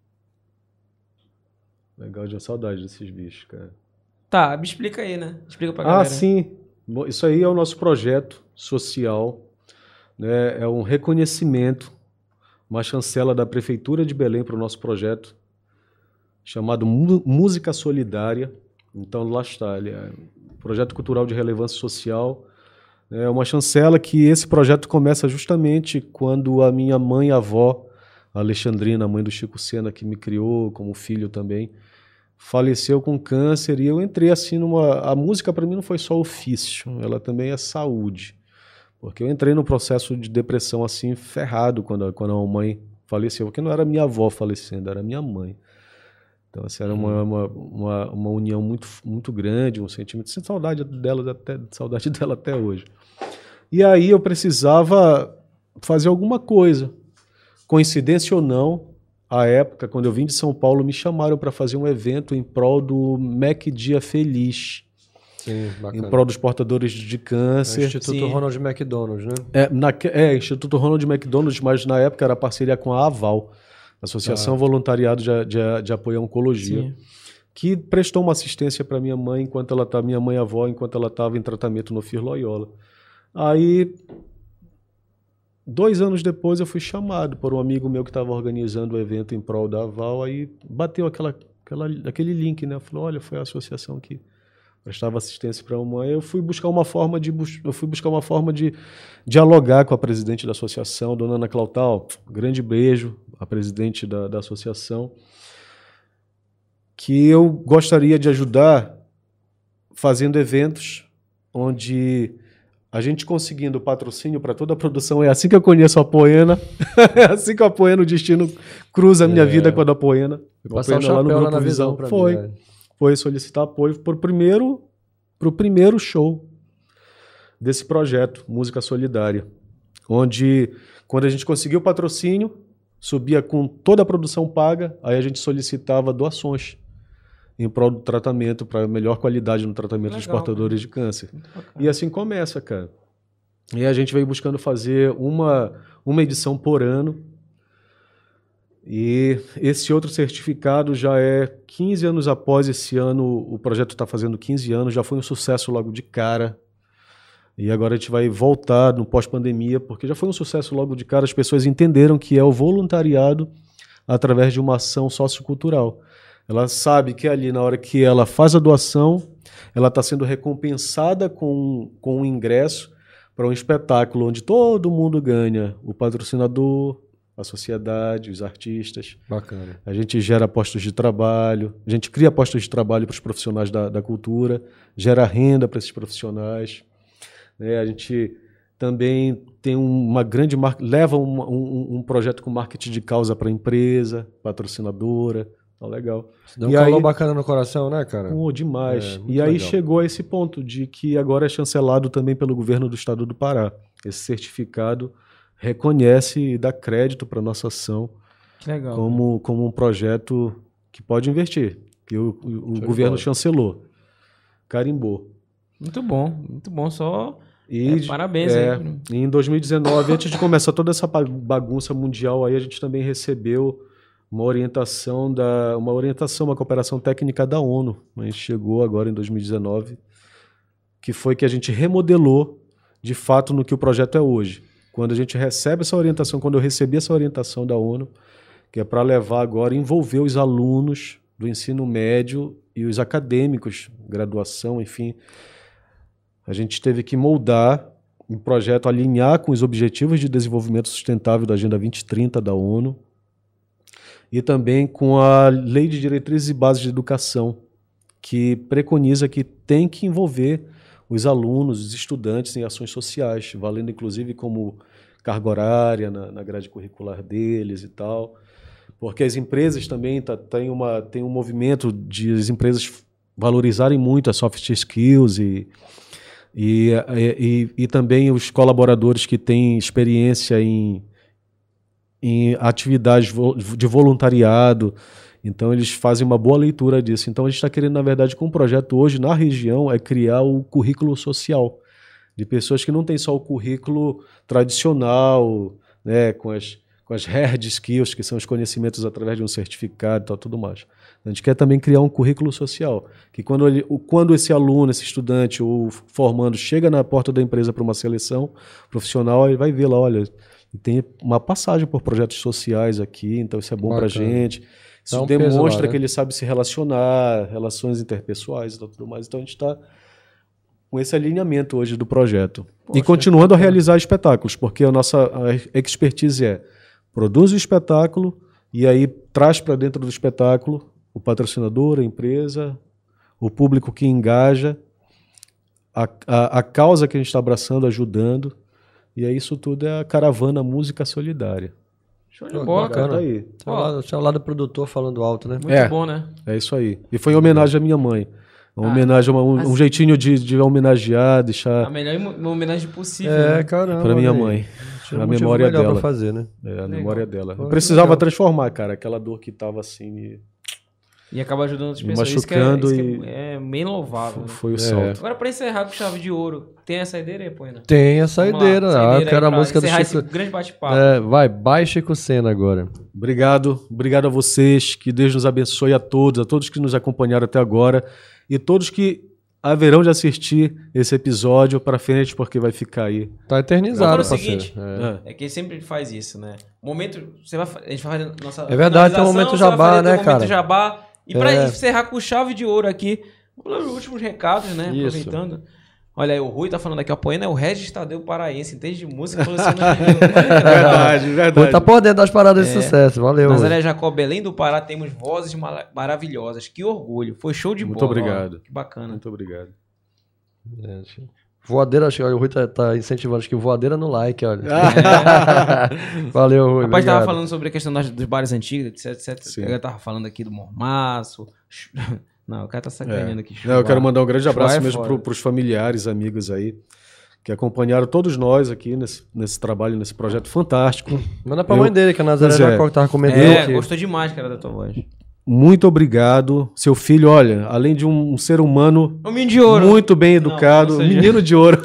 Legal, de saudade desses bichos, cara. Tá, me explica aí, né? Explica pra Ah, galera. sim. Bom, isso aí é o nosso projeto social, né? É um reconhecimento, uma chancela da Prefeitura de Belém para o nosso projeto, chamado Mu- Música Solidária. Então, lá está, ele é um projeto cultural de relevância social. É uma chancela que esse projeto começa justamente quando a minha mãe e avó, a Alexandrina, a mãe do Chico Sena, que me criou como filho também, faleceu com câncer e eu entrei assim numa... A música para mim não foi só ofício, ela também é saúde. Porque eu entrei num processo de depressão assim ferrado quando, quando a mãe faleceu, porque não era minha avó falecendo, era minha mãe. Então assim, era uma, uma, uma, uma união muito, muito grande, um sentimento, sem saudade dela, até, saudade dela até hoje. E aí eu precisava fazer alguma coisa. Coincidência ou não, à época, quando eu vim de São Paulo, me chamaram para fazer um evento em prol do M E C Dia Feliz. Sim, bacana. Em prol dos portadores de câncer. É Instituto Sim. Ronald McDonald, né? É, na, é, Instituto Ronald McDonald, mas na época era parceria com a AVAL, Associação Ah. Voluntariado de, de, de Apoio à Oncologia, Sim. que prestou uma assistência para minha mãe, enquanto ela tá, minha mãe avó, enquanto ela estava em tratamento no Fir Loyola. Aí, dois anos depois, eu fui chamado por um amigo meu que estava organizando o evento em prol da AVAL, aí bateu aquela, aquela, aquele link, né? Falou, olha, foi a associação que prestava assistência para uma. Eu fui buscar uma forma de eu fui buscar uma forma de dialogar com a presidente da associação, dona Ana Clautal. Grande beijo, a presidente da, da associação, que eu gostaria de ajudar fazendo eventos onde a gente conseguindo patrocínio para toda a produção. É assim que eu conheço a Poena. É assim que a Poena, o destino cruza a minha É. vida com a da Poena. Passar o Poena lá no chapéu lá Grupo na visão Visão. pra Foi. mim, né? Foi solicitar apoio para o primeiro, pro primeiro show desse projeto, Música Solidária, onde, quando a gente conseguiu o patrocínio, subia com toda a produção paga, aí a gente solicitava doações em prol do tratamento, para melhor qualidade no tratamento dos Legal, portadores de câncer. Muito bacana. E assim começa, cara. E a gente veio buscando fazer uma, uma edição por ano. E esse outro certificado já é quinze anos após esse ano, o projeto está fazendo quinze anos, já foi um sucesso logo de cara. E agora a gente vai voltar no pós-pandemia, porque já foi um sucesso logo de cara, as pessoas entenderam que é o voluntariado através de uma ação sociocultural. Ela sabe que ali, na hora que ela faz a doação, ela está sendo recompensada com, com um ingresso para um espetáculo onde todo mundo ganha, o patrocinador, a sociedade, os artistas. Bacana. A gente gera postos de trabalho, a gente cria postos de trabalho para os profissionais da, da cultura, gera renda para esses profissionais. Né? A gente também tem uma grande marca, leva um, um, um projeto com marketing de causa para a empresa, patrocinadora. Tá legal. Deu um E calor aí- bacana no coração, né, cara? Pô, demais. É, muito e aí legal. chegou a esse ponto de que agora é chancelado também pelo governo do estado do Pará. Esse certificado reconhece e dá crédito para nossa ação Que legal. como, como um projeto que pode investir, que o, o- o de governo bola. chancelou, carimbou. Muito bom, muito bom. Só E, é, parabéns é, aí. Bruno. e em dois mil e dezenove, antes de começar toda essa ba- bagunça mundial, aí a gente também recebeu uma orientação da uma orientação, uma cooperação técnica da ONU. A gente chegou agora em dois mil e dezenove, que foi que a gente remodelou de fato no que o projeto é hoje. Quando a gente recebe essa orientação, quando eu recebi essa orientação da ONU, que é para levar agora, envolver os alunos do ensino médio e os acadêmicos, graduação, enfim, a gente teve que moldar um projeto, alinhar com os Objetivos de Desenvolvimento Sustentável da Agenda vinte trinta da ONU e também com a Lei de Diretrizes e Bases de Educação, que preconiza que tem que envolver os alunos, os estudantes em ações sociais, valendo inclusive como carga horária na, na grade curricular deles e tal, porque as empresas também tá, tem, uma, tem um movimento de as empresas valorizarem muito as soft skills e, e, e, e também os colaboradores que têm experiência em, em atividades vo- de voluntariado. Então, eles fazem uma boa leitura disso. Então, a gente está querendo, na verdade, com o projeto hoje na região, é criar o currículo social de pessoas que não têm só o currículo tradicional, né, com as, com as hard skills, que são os conhecimentos através de um certificado e tal, tudo mais. A gente quer também criar um currículo social, que quando, ele, o- quando esse aluno, esse estudante ou formando chega na porta da empresa para uma seleção profissional, ele vai ver lá, olha, tem uma passagem por projetos sociais aqui, então isso é bom para a Bacana. gente. Isso Dá um peso demonstra lá, né? que ele sabe se relacionar, relações interpessoais e tal, tudo mais. Então a gente está com esse alinhamento hoje do projeto. Poxa, e continuando a bacana. realizar espetáculos, porque a nossa a expertise é produz o espetáculo e aí traz para dentro do espetáculo o patrocinador, a empresa, o público que engaja, a, a, a causa que a gente está abraçando, ajudando. E aí isso tudo é a Caravana Música Solidária. Show de bola, bacana. cara. Tá aí. Tinha o lado- tinha o lado produtor falando alto, né? Muito É. bom, né? É isso aí. E foi em homenagem à minha mãe. Uma Ah, homenagem, uma- um, assim- um jeitinho de, de homenagear, A deixar melhor imo- homenagem possível. É, né? caramba. para minha olha aí. mãe. Tinha um A motivo memória melhor dela. pra fazer, né? É, a Legal. memória dela. Pô, Eu que precisava legal. transformar, cara, aquela dor que tava assim, me- E acaba ajudando outras Me pessoas. Isso que é, machucando isso que e- é, é bem louvável. né? foi o É. salto. Agora, pra encerrar com chave de ouro, tem a saideira aí, Poena? Tem a Vamos lá, saideira. Ah, eu quero a aí pra música do encerrar Chico. esse grande bate-papo. É, vai, by Chico Sena agora. Obrigado, obrigado a vocês, que Deus nos abençoe a todos, a todos que nos acompanharam até agora e todos que haverão de assistir esse episódio para frente, porque vai ficar aí. Tá Vamos eternizado, fazer o parceiro. seguinte, É. É que sempre faz isso, né? Momento, você vai, fa- a gente vai fazer nossa É verdade, tem um finalização, momento você vai jabá, fazer teu né, momento cara? jabá. E pra É. encerrar com chave de ouro aqui, vamos ler os últimos recados, né? Isso. Aproveitando. Olha aí, o Rui tá falando aqui, ó, Poena é o Regis Tadeu paraense, entende de música, coleciona Pô, tá por dentro das paradas de É. sucesso, valeu. Nazaré Jacó, Belém do Pará, temos vozes mara- maravilhosas. Que orgulho. Foi show de Muito bola. obrigado. ó. Que bacana. Muito obrigado. Gente. Voadeira, acho que olha, o Rui tá, tá incentivando, acho que voadeira no like, olha. Valeu, Rui. O rapaz tava obrigado. falando sobre a questão das, dos bares antigos, etc, etc. Sim. O cara tava falando aqui do Mormaço. Não, o cara tá sacaneando aqui. Não, eu quero mandar um grande abraço Chuá é mesmo foda. para os familiares, amigos aí, que acompanharam todos nós aqui nesse, nesse trabalho, nesse projeto fantástico. Manda pra Eu- mãe dele, que a Nazaré Pois já é. tava comentando. É, que- gostou demais, cara, da tua voz. Muito obrigado. Seu filho, olha, além de um, um ser humano Um menino de ouro. muito bem educado, não seja- menino de ouro.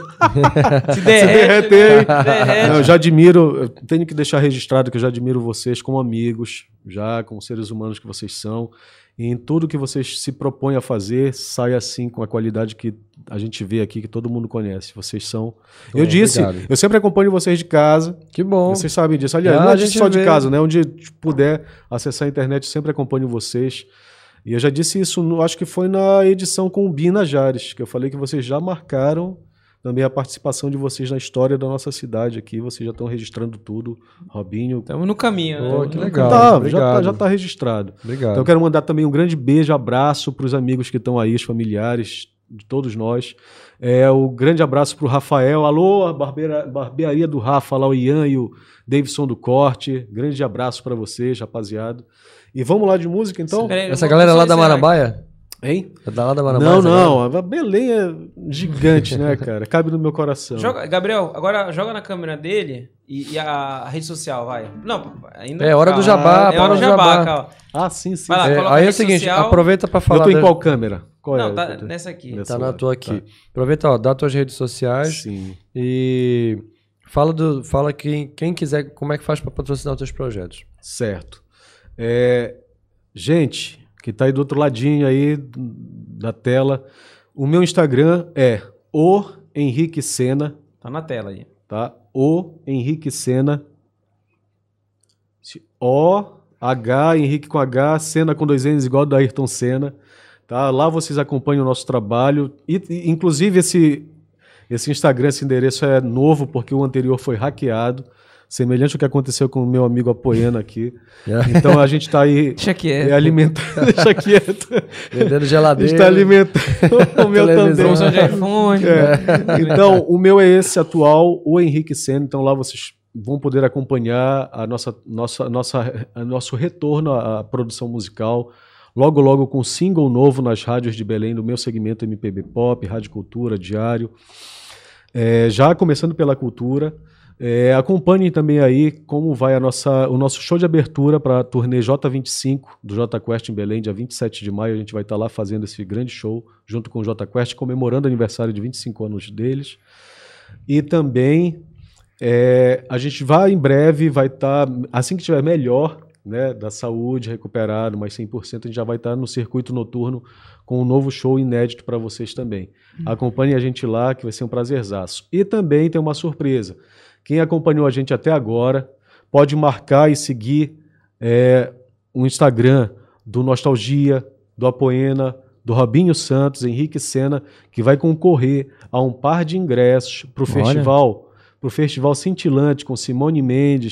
Se derrete, derreter. né? Derrete. Não, eu já admiro, eu tenho que deixar registrado que eu já admiro vocês como amigos, já como seres humanos que vocês são. E em tudo que vocês se propõem a fazer, sai assim com a qualidade que a gente vê aqui, que todo mundo conhece. Vocês são. Eu Oh, disse, obrigado. eu sempre acompanho vocês de casa. Que bom. Vocês sabem disso. Aliás, Ah, não a é gente só de vê. casa, né? Onde puder acessar a internet, eu sempre acompanho vocês. E eu já disse isso, no- acho que foi na edição com o Bina Jares, que eu falei que vocês já marcaram também a participação de vocês na história da nossa cidade aqui. Vocês já estão registrando tudo. Robinho. Estamos no caminho, né? Pô, Tamo que no legal. Tá, já, obrigado. tá, já tá registrado. Obrigado. Então eu quero mandar também um grande beijo, abraço para os amigos que estão aí, os familiares de todos nós. É, o grande abraço para o Rafael. Alô, a barbeira, barbearia do Rafa, lá o Ian e o Davidson do Corte. Grande abraço para vocês, rapaziada. E vamos lá de música, então? Peraí, eu Essa vou- galera só lá da encerrar Marambaia? Hein? É da lá da Marambaia? Não, essa galera? não. A Belém é gigante, né, cara? Cabe no meu coração. Joga, Gabriel, agora joga na câmera dele e, e a, a rede social, vai. Não, ainda. É hora do calma. jabá, É hora do jabá, calma. Ah, sim, sim. Vai lá, sim. É, coloca a aí é o rede seguinte, social. aproveita pra Eu falar. tô em da- qual câmera? Qual Não, é? tá Eu tô- nessa aqui. Nessa Tá na lá. tua aqui. Tá. Aproveita, ó, dá tuas redes sociais Sim. e fala, do, fala quem, quem quiser, como é que faz pra patrocinar os teus projetos. Certo. É, gente, que tá aí do outro ladinho aí da tela, o meu Instagram é o Henrique Sena, Tá na tela aí. tá? O Henrique Sena. O, H, Henrique com H, Sena com dois N's igual do Ayrton Senna. Tá? Lá vocês acompanham o nosso trabalho. E, e, inclusive, esse, esse Instagram, esse endereço é novo, porque o anterior foi hackeado. Semelhante ao que aconteceu com o meu amigo Apoena aqui. Então a gente está aí Deixa quieto. é, alimentando. Deixa quieto. Vendendo A gente geladeira. está alimentando o meu também. Televisão. Promoção de iPhone. É. Então, o meu é esse atual, o Henrique Sena. Então, lá vocês vão poder acompanhar a nossa, nossa, nossa, a nosso retorno à produção musical. Logo, logo, com single novo nas rádios de Belém, do meu segmento M P B Pop, Rádio Cultura, Diário. É, já começando pela cultura. É, acompanhem também aí como vai a nossa, o nosso show de abertura para a turnê J vinte e cinco do J Quest em Belém, dia vinte e sete de maio. A gente vai estar lá fazendo esse grande show junto com o J Quest, comemorando o aniversário de vinte e cinco anos deles. E também é, a gente vai em breve, vai estar, assim que estiver melhor, né, da saúde, recuperado, mais cem por cento, a gente já vai estar no circuito noturno com um novo show inédito para vocês também. Acompanhem a gente lá, que vai ser um prazerzaço. E também tem uma surpresa. Quem acompanhou a gente até agora pode marcar e seguir é, o Instagram do Nostalgia, do Apoena, do Robinho Santos, Henrique Sena, que vai concorrer a um par de ingressos para o festival, para o festival cintilante com Simone Mendes,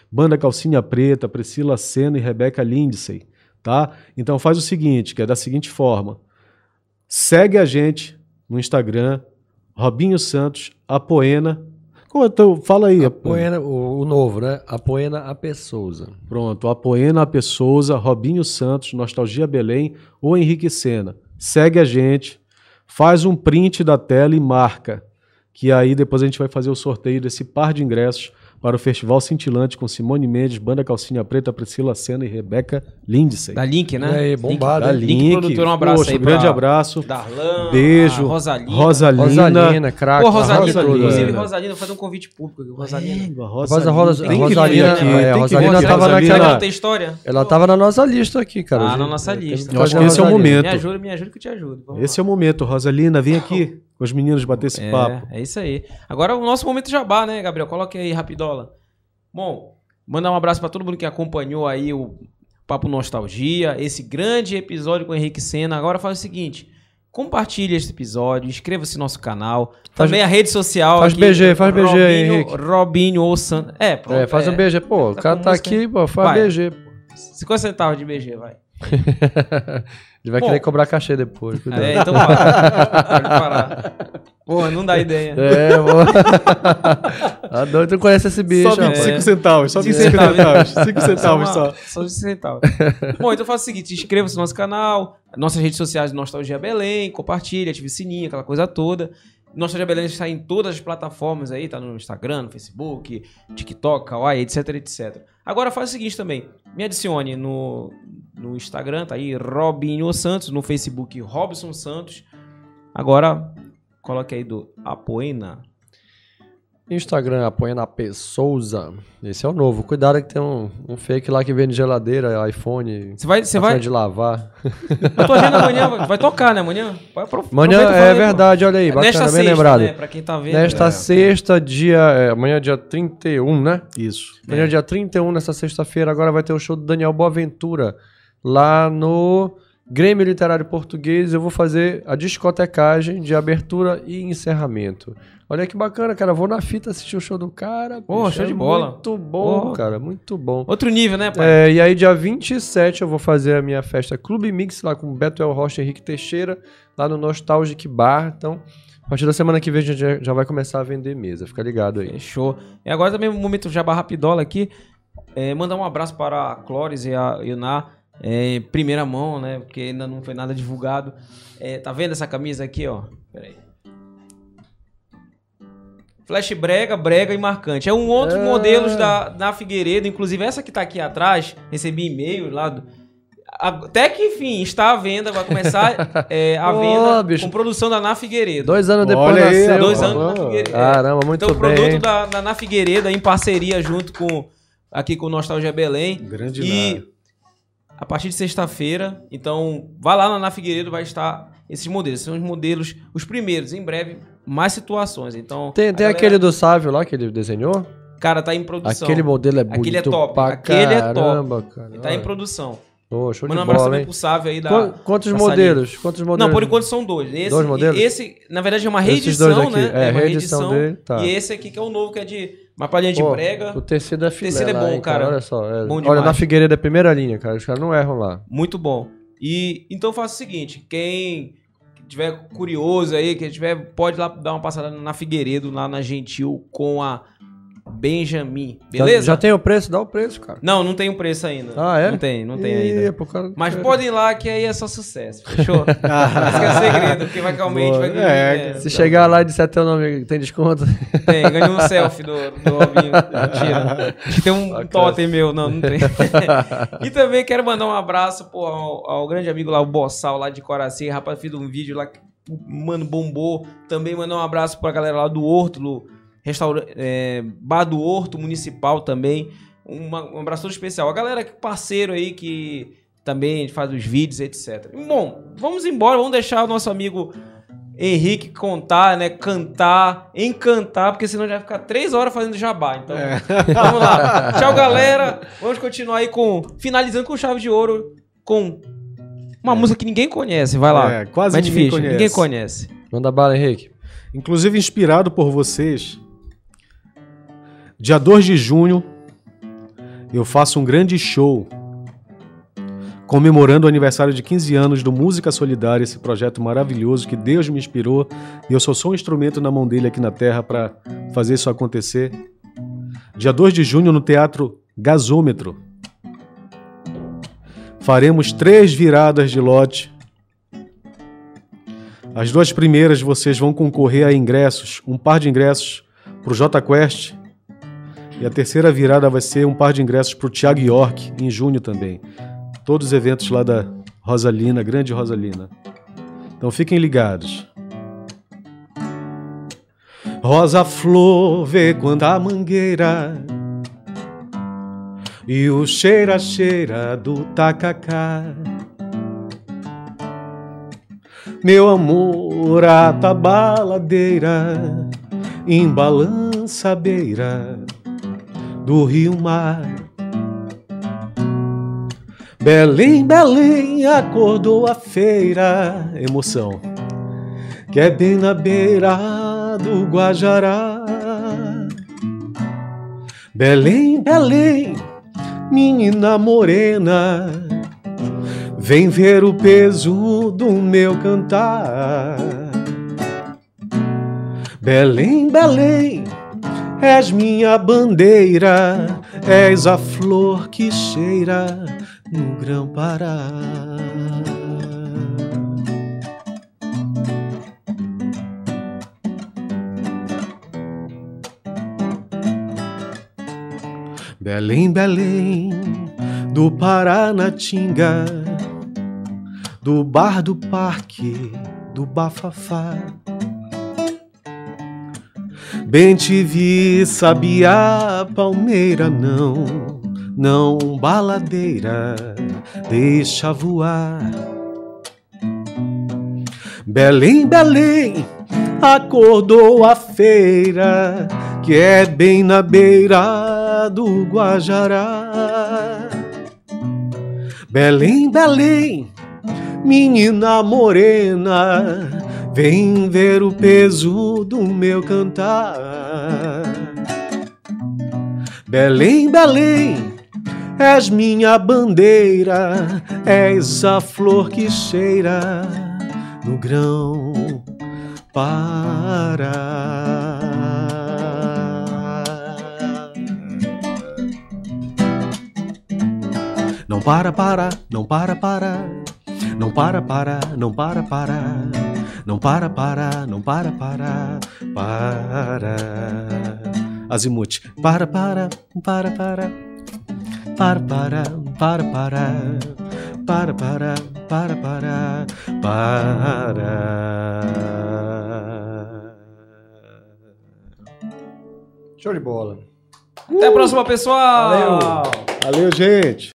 Banda Calcinha Preta, Priscila Senna e Rebeca Lindsay, tá? Então faz o seguinte, que é da seguinte forma. Segue a gente no Instagram, Robinho Santos, Apoena. Então, fala aí. Apoena, o, o novo, né? Apoena A P Souza. Pronto, Apoena A P Souza, Robinho Santos, Nostalgia Belém ou Henrique Senna. Segue a gente, faz um print da tela e marca, que aí depois a gente vai fazer o sorteio desse par de ingressos para o Festival Cintilante com Simone Mendes, Banda Calcinha Preta, Priscila Senna e Rebeca Lindsay. Da Link, né? E aí, bombado, Da hein? Link, Link, produtor, um abraço poxa, aí um grande pra abraço. Darlan, Beijo. a Rosalina. Rosalina. Rosalina, craque. Pô, Rosalina, Rosalina. inclusive Rosalina, vou fazer um convite público aqui. Rosalina. Rosalina. Faz a Rosa- Tem que vir Rosalina, aqui, é, tem a que Rosalina vir aqui. tava Será que ela naquela- tem história? Ela tava na nossa lista aqui, cara. Ah, Gente, na nossa é, tem- lista. tem Eu acho fazer que a esse é o Rosalina. momento. Me ajuda, me ajuda que eu te ajudo. Vamos Esse lá. é o momento. Rosalina, vem aqui com os meninos bater esse É, papo. é isso aí. Agora o nosso momento jabá, né, Gabriel? Coloque aí, rapidola. Bom, mandar um abraço pra todo mundo que acompanhou aí o Papo Nostalgia, esse grande episódio com o Henrique Senna. Agora faz o seguinte, compartilhe esse episódio, inscreva-se no nosso canal, Faz- também a rede social. faz aqui, B G, faz B G aí, Robinho- Henrique. Robinho ou Santos. É, pronto. É, faz um B G. Pô, o Tá cara com tá música, aqui, pô, faz Vai. B G. Pô. cinquenta centavos de B G, vai. Ele vai Bom. querer cobrar cachê depois. cuidado. É, então para. Pode parar. Pô, não dá ideia. É, pô. Tá doido, tu não conhece esse bicho, Só vinte e rapaz. cinco centavos, só vinte e Cinco cinco centavos. centavos. cinco centavos só. Só vinte centavos. Bom, então faça o seguinte, inscreva-se no nosso canal, nossas redes sociais de Nostalgia Belém, compartilha, ative o sininho, aquela coisa toda. Nostalgia Belém está em todas as plataformas aí, tá no Instagram, no Facebook, TikTok, Kawaii, etc, etcétera. Agora faz o seguinte também, me adicione no, no Instagram, tá aí Robinho Santos, no Facebook Robson Santos. Agora coloque aí do Apoena. Instagram, Apoena A P Souza. Esse é o novo. Cuidado que tem um, um fake lá que vende geladeira, iPhone. Você vai, você máquina vai, de lavar. eu tô achando amanhã, vai- vai tocar, né, amanhã? Vai apro- Amanhã aproveita e fala é aí, pô. verdade, olha aí. Bacana, Nesta bem sexta, lembrado. né, pra quem tá vendo. Nesta É. sexta, dia. É, amanhã é dia trinta e um, né? Isso. Amanhã é dia trinta e um, nessa sexta-feira. Agora vai ter o show do Daniel Boaventura lá no Grêmio Literário Português. Eu vou fazer a discotecagem de abertura e encerramento. Olha que bacana, cara. Vou na fita assistir o show do cara. Pô, bicho, show é de bola. Muito bom, Pô. cara. Muito bom. Outro nível, né, pai? É, e aí, dia vinte e sete, eu vou fazer a minha festa Clube Mix lá com Beto El Rocha e Henrique Teixeira, lá no Nostalgic Bar. Então, a partir da semana que vem, a gente já, já vai começar a vender mesa. Fica ligado aí. Fechou. E agora também um momento jabá rapidola aqui. É, mandar um abraço para a Clóris e a Ioná, é, em primeira mão, né? Porque ainda não foi nada divulgado. É, tá vendo essa camisa aqui, ó? Pera aí. Flash brega, brega e marcante. É um outro É. modelos da, da Figueiredo. Inclusive essa que tá aqui atrás, recebi e-mail lá do... Até que, enfim, está à venda, vai começar é, a Ô, venda bicho. com produção da Na Figueiredo. Dois anos depois Olha aí, nasceu. dois pô. anos na Figueiredo. Caramba, muito Então, o bem. produto da, da Na Figueiredo, em parceria junto com aqui com o Nostalgia Belém. Grande E Ná. a partir de sexta-feira, então, vai lá na Na Figueiredo, vai estar esses modelos. São os modelos, os primeiros, em breve, mais situações. Então, Tem, a tem galera- aquele do Sávio lá que ele desenhou? Cara, tá em produção. Aquele modelo é bonito Aquele é top, pra aquele é top. caramba, cara. Tá em Olha. produção. Pô, show de Manda um abraço bola, também hein? pro Sávio aí da... Qu- Quantos da modelos? Quantos modelos? Não, por enquanto são dois. Esse, Dois modelos? Esse, na verdade, é uma Esses reedição, dois aqui. né? É, uma reedição dele, tá. E esse aqui que é o novo, que é de uma palhinha de Pô, brega. O tecido é filé tecido é lá, bom, hein, cara. Olha só. é- Bom Olha, demais. na Figueiredo é primeira linha, cara. Os caras não erram lá. Muito bom. E então faça o seguinte, quem tiver curioso aí, quem tiver, pode ir lá dar uma passada na Figueiredo, lá na Gentil, com a Benjamin. Beleza? Já, já tem o preço? Dá o preço, cara. Não, não tem um preço ainda. Ah, é? Não tem, não tem Ih, ainda. pô, cara- Mas pode ir lá que aí é só sucesso, fechou? Esse que é o segredo, porque vai que aumente, Boa. vai que É, Se chegar lá e disser teu nome, tem desconto? Tem, ganhei um selfie do, do Robinho. Mentira. Acho que tem um Bacana. totem meu. Não, não tem. E também quero mandar um abraço pô, ao, ao grande amigo lá, o Bossal, lá de Coraci. Rapaz, fiz um vídeo lá que, mano, bombou. Também mandar um abraço pra galera lá do Horto, do restaurante, é, Bar do Horto Municipal também. Uma- um abraço todo especial. A galera que parceiro aí que também faz os vídeos, etcétera. Bom, vamos embora. Vamos deixar o nosso amigo Henrique contar, né? Cantar, encantar, porque senão já vai ficar três horas fazendo jabá. Então, vamos lá. Tchau, galera. Vamos continuar aí com... Finalizando com chave de ouro, com uma música que ninguém conhece. Vai lá. É, quase Mas ninguém difícil, conhece. ninguém conhece. Manda bala, Henrique. Inclusive inspirado por vocês, dia dois de junho, eu faço um grande show comemorando o aniversário de quinze anos do Música Solidária, esse projeto maravilhoso que Deus me inspirou e eu só sou um instrumento na mão dele aqui na Terra para fazer isso acontecer. Dia dois de junho no Teatro Gasômetro. Faremos três viradas de lote. As duas primeiras vocês vão concorrer a ingressos, um par de ingressos para o J Quest. E a terceira virada vai ser um par de ingressos para o Thiago York, em junho também. Todos os eventos lá da Rosalina, Grande Rosalina. Então fiquem ligados. Rosa flor, vê quanta mangueira e o cheira-cheira do tacacá. Meu amor, a tabaladeira em balança à beira do rio-mar. Belém, Belém, acordou a feira, emoção, que é bem na beira do Guajará. Belém, Belém, menina morena, vem ver o peso do meu cantar. Belém, Belém, és minha bandeira, és a flor que cheira no Grão-Pará. Belém, Belém, do Paranatinga, do bar do parque, do bafafá. Bem te vi, sabia, palmeira não, não baladeira, deixa voar. Belém, Belém, acordou a feira, que é bem na beira do Guajará. Belém, Belém, menina morena, vem ver o peso do meu cantar. Belém, Belém, és minha bandeira, és a flor que cheira no Grão-Pará. Não para, para, não para, para, não para, para, não para, para, não para, para, não para, para, para. Azimuth. Para, para, para, para, para, para, para, para, para, para, para, para, para. Show de bola. Até a próxima, pessoal! Valeu, valeu, gente.